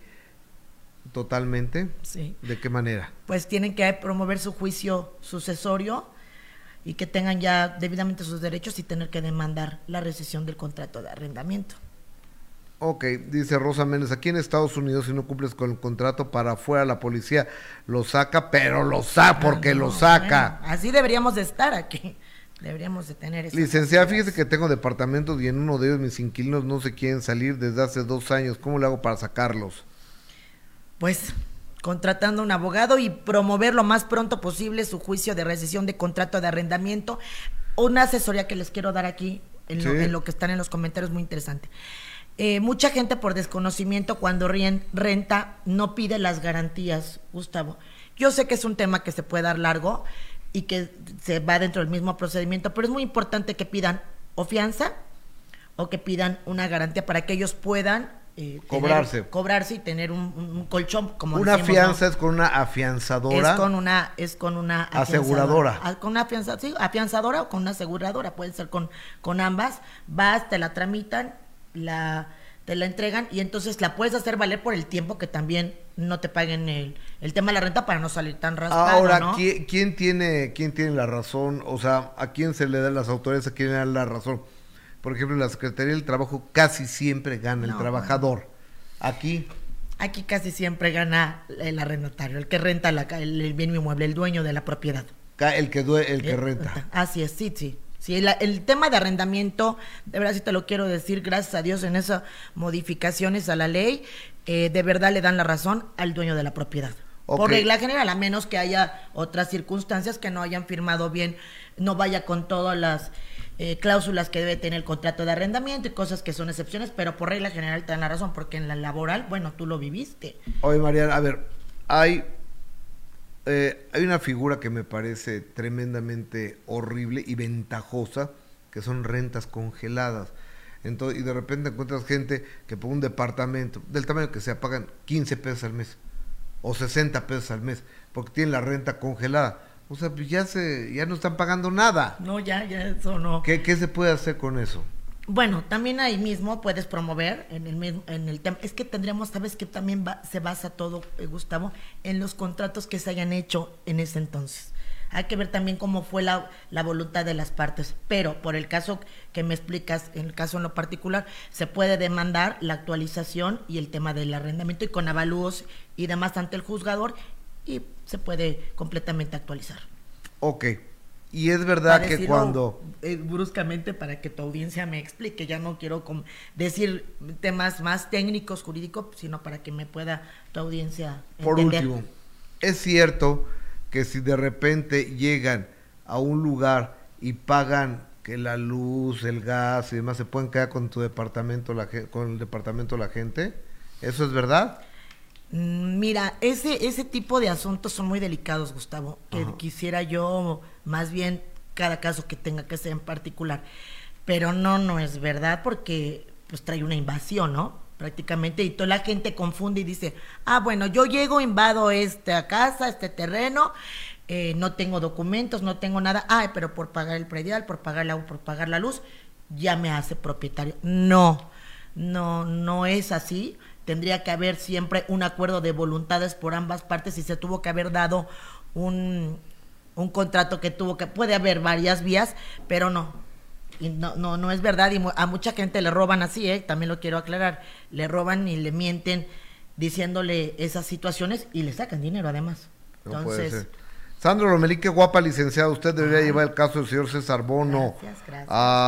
Speaker 1: totalmente?
Speaker 17: Sí.
Speaker 1: ¿De qué manera?
Speaker 17: Pues tienen que promover su juicio sucesorio y que tengan ya debidamente sus derechos y tener que demandar la rescisión del contrato de arrendamiento.
Speaker 1: Ok, dice Rosa Méndez, aquí en Estados Unidos si no cumples con el contrato para afuera la policía lo saca, pero lo saca porque
Speaker 17: Ah, no,
Speaker 1: lo saca.
Speaker 17: bueno, así deberíamos de estar aquí, deberíamos de tener eso.
Speaker 1: Licenciada, fíjese que tengo departamentos y en uno de ellos mis inquilinos no se quieren salir desde hace dos años. ¿Cómo le hago para sacarlos?
Speaker 17: Pues contratando un abogado y promover lo más pronto posible su juicio de rescisión de contrato de arrendamiento. Una asesoría que les quiero dar aquí en, lo,
Speaker 1: Sí.
Speaker 17: en lo que están en los comentarios, muy interesante. Eh, mucha gente por desconocimiento cuando rien- renta no pide las garantías, Gustavo. Yo sé que es un tema que se puede dar largo y que se va dentro del mismo procedimiento, pero es muy importante que pidan o fianza o que pidan una garantía para que ellos puedan eh, tener-
Speaker 1: Cobrarse.
Speaker 17: cobrarse y tener un, un- un colchón, como
Speaker 1: Una
Speaker 17: decimos,
Speaker 1: fianza
Speaker 17: ¿no?
Speaker 1: es con una afianzadora.
Speaker 17: Es con una, es con una
Speaker 1: Aseguradora.
Speaker 17: afianzadora. Ah, Con una afianza, sí, afianzadora o con una aseguradora, puede ser con, con ambas. Vas, te la tramitan, la, te la entregan y entonces la puedes hacer valer por el tiempo que también no te paguen el, el tema de la renta para no salir tan raspado,
Speaker 1: Ahora,
Speaker 17: ¿no?
Speaker 1: ¿quién, quién tiene, ¿quién tiene la razón? O sea, ¿a quién se le da las autoridades? ¿A quién le dan la razón? Por ejemplo, la Secretaría del Trabajo casi siempre gana el
Speaker 17: No,
Speaker 1: trabajador. Aquí,
Speaker 17: Aquí casi siempre gana el arrendatario, el que renta la, ca- el, el bien inmueble, el dueño de la propiedad.
Speaker 1: ca- el que, due- el que
Speaker 17: Eh,
Speaker 1: renta.
Speaker 17: Así es, sí, sí. Sí, la- el tema de arrendamiento, de verdad sí te lo quiero decir, gracias a Dios en esas modificaciones a la ley, eh, de verdad le dan la razón al dueño de la propiedad.
Speaker 1: Ok.
Speaker 17: Por regla general, a menos que haya otras circunstancias que no hayan firmado bien, no vaya con todas las eh, cláusulas que debe tener el contrato de arrendamiento y cosas que son excepciones, pero por regla general te dan la razón, porque en la laboral, bueno, tú lo viviste.
Speaker 1: Oye, Mariana, a ver, hay, eh, hay una figura que me parece tremendamente horrible y ventajosa, que son rentas congeladas. Entonces, y de repente encuentras gente que por un departamento, del tamaño que sea, pagan quince pesos al mes. o sesenta pesos al mes, porque tienen la renta congelada. O sea, pues ya se, ya no están pagando nada.
Speaker 17: No, ya, ya eso no.
Speaker 1: ¿Qué, qué se puede hacer con eso?
Speaker 17: Bueno, también ahí mismo puedes promover en el mismo, en el tema. Es que tendríamos, sabes que también va, se basa todo, eh, Gustavo, en los contratos que se hayan hecho en ese entonces. Hay que ver también cómo fue la, la voluntad de las partes. Pero por el caso que me explicas, en el caso en lo particular, se puede demandar la actualización y el tema del arrendamiento y con avalúos y demás ante el juzgador y se puede completamente actualizar.
Speaker 1: Ok. Y es verdad que cuando...
Speaker 17: Eh, bruscamente para que tu audiencia me explique, ya no quiero decir temas más técnicos, jurídicos, sino para que me pueda tu audiencia
Speaker 1: Por
Speaker 17: entender.
Speaker 1: último, es cierto que si de repente llegan a un lugar y pagan que la luz, el gas y demás, se pueden quedar con tu departamento, la, con el departamento la gente, ¿eso es verdad?
Speaker 17: Mira, ese ese tipo de asuntos son muy delicados, Gustavo, que Ajá. quisiera yo más bien cada caso que tenga que ser en particular, pero no, no es verdad porque pues trae una invasión, ¿no? Prácticamente, y toda la gente confunde y dice, ah, bueno, yo llego, invado esta casa, este terreno, eh, no tengo documentos, no tengo nada, ah, pero por pagar el predial, por pagar la, por pagar la luz, ya me hace propietario. No, no, no es así. Tendría que haber siempre un acuerdo de voluntades por ambas partes y se tuvo que haber dado un, un contrato que tuvo que, puede haber varias vías, pero no, y no, no, no es verdad y a mucha gente le roban así, ¿eh? También lo quiero aclarar, le roban y le mienten diciéndole esas situaciones y le sacan dinero además.
Speaker 1: No
Speaker 17: Entonces,
Speaker 1: puede ser. Sandro Lomelí, qué guapa licenciada, usted debería Ay. llevar el caso del señor César Bono.
Speaker 17: Gracias, gracias.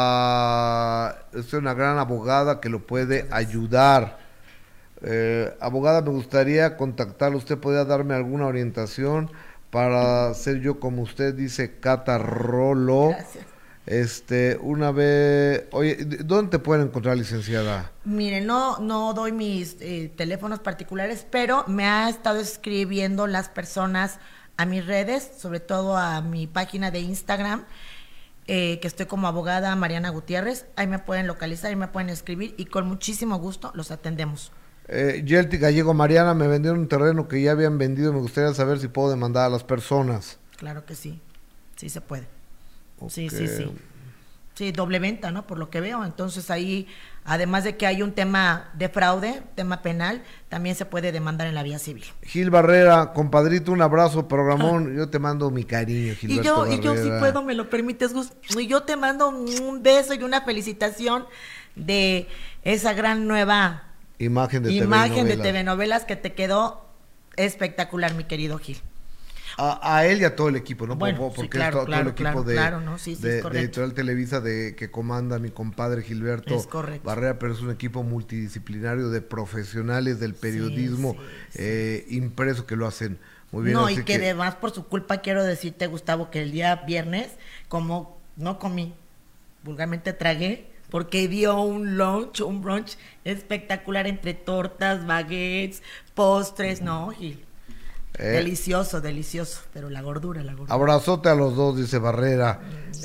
Speaker 1: Ah, es una gran abogada que lo puede ayudar. Eh, abogada, me gustaría contactarlo, usted podría darme alguna orientación para ser yo como usted, dice Cata Rolo.
Speaker 17: Gracias.
Speaker 1: Este, una vez, oye, ¿dónde te pueden encontrar, licenciada?
Speaker 17: Mire, no, no doy mis eh, teléfonos particulares, pero me ha estado escribiendo las personas a mis redes, sobre todo a mi página de Instagram, eh, que estoy como abogada Mariana Gutiérrez, ahí me pueden localizar, ahí me pueden escribir y con muchísimo gusto los atendemos.
Speaker 1: Eh, Yelty Gallego, Mariana, me vendieron un terreno que ya habían vendido, me gustaría saber si puedo demandar a las personas.
Speaker 17: Claro que sí, sí se puede. Okay. Sí, sí, sí. Sí, doble venta, ¿no? Por lo que veo. Entonces ahí, además de que hay un tema de fraude, tema penal, también se puede demandar en la vía civil.
Speaker 1: Gil Barrera, compadrito, un abrazo, programón. Yo te mando mi cariño, Gilberto
Speaker 17: y yo,
Speaker 1: Barrera.
Speaker 17: Y yo si puedo, me lo permites, Gus. Y yo te mando un beso y una felicitación de esa gran nueva
Speaker 1: imagen de
Speaker 17: imagen de T V Novelas que te quedó espectacular, mi querido Gil.
Speaker 1: A, a él y a todo el equipo, ¿no?
Speaker 17: Bueno,
Speaker 1: porque
Speaker 17: sí, claro,
Speaker 1: es todo,
Speaker 17: claro,
Speaker 1: todo el equipo
Speaker 17: claro,
Speaker 1: de,
Speaker 17: claro, ¿no? sí, sí,
Speaker 1: de,
Speaker 17: es
Speaker 1: de Editorial Televisa de, que comanda mi compadre Gilberto Barrera, pero es un equipo multidisciplinario de profesionales del periodismo sí, sí, eh, sí. impreso que lo hacen muy bien.
Speaker 17: No,
Speaker 1: así
Speaker 17: y que, que además por su culpa quiero decirte, Gustavo, que el día viernes, como no comí, vulgarmente tragué, porque dio un lunch, un brunch espectacular entre tortas, baguettes, postres, no, Gil. Eh, delicioso, delicioso, pero la gordura, la gordura.
Speaker 1: Abrazote a los dos, dice Barrera.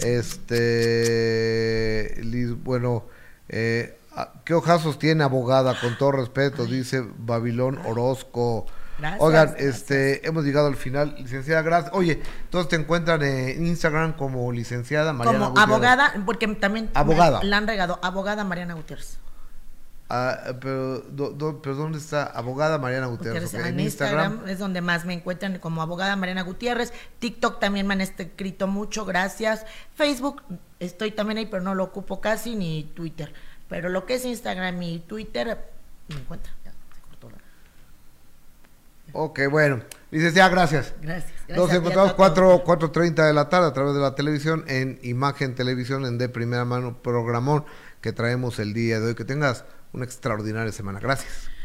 Speaker 1: Este, bueno, eh, ¿qué ojazos tiene, abogada? Con todo respeto, ay, dice Babilón ay. Orozco.
Speaker 17: Gracias,
Speaker 1: Oigan,
Speaker 17: gracias.
Speaker 1: este, hemos llegado al final, licenciada, gracias. Oye, todos te encuentran en Instagram como licenciada Mariana
Speaker 17: como
Speaker 1: Gutiérrez.
Speaker 17: Abogada, porque también
Speaker 1: abogada.
Speaker 17: la han regado, abogada Mariana Gutiérrez.
Speaker 1: Ah, pero, do, do, pero ¿dónde está? Abogada Mariana Gutiérrez.
Speaker 17: Gutiérrez okay. En, en Instagram, Instagram es donde más me encuentran como abogada Mariana Gutiérrez. TikTok también me han escrito mucho, gracias. Facebook estoy también ahí, pero no lo ocupo casi, ni Twitter. Pero lo que es Instagram y Twitter me encuentran. Ya, se cortó la...
Speaker 1: Ok, bueno. Licenciada, gracias.
Speaker 17: Gracias. gracias
Speaker 1: Nos encontramos cuatro treinta de la tarde a través de la televisión, en Imagen Televisión, en De Primera Mano, programón que traemos el día de hoy. Que tengas una extraordinaria semana. Gracias.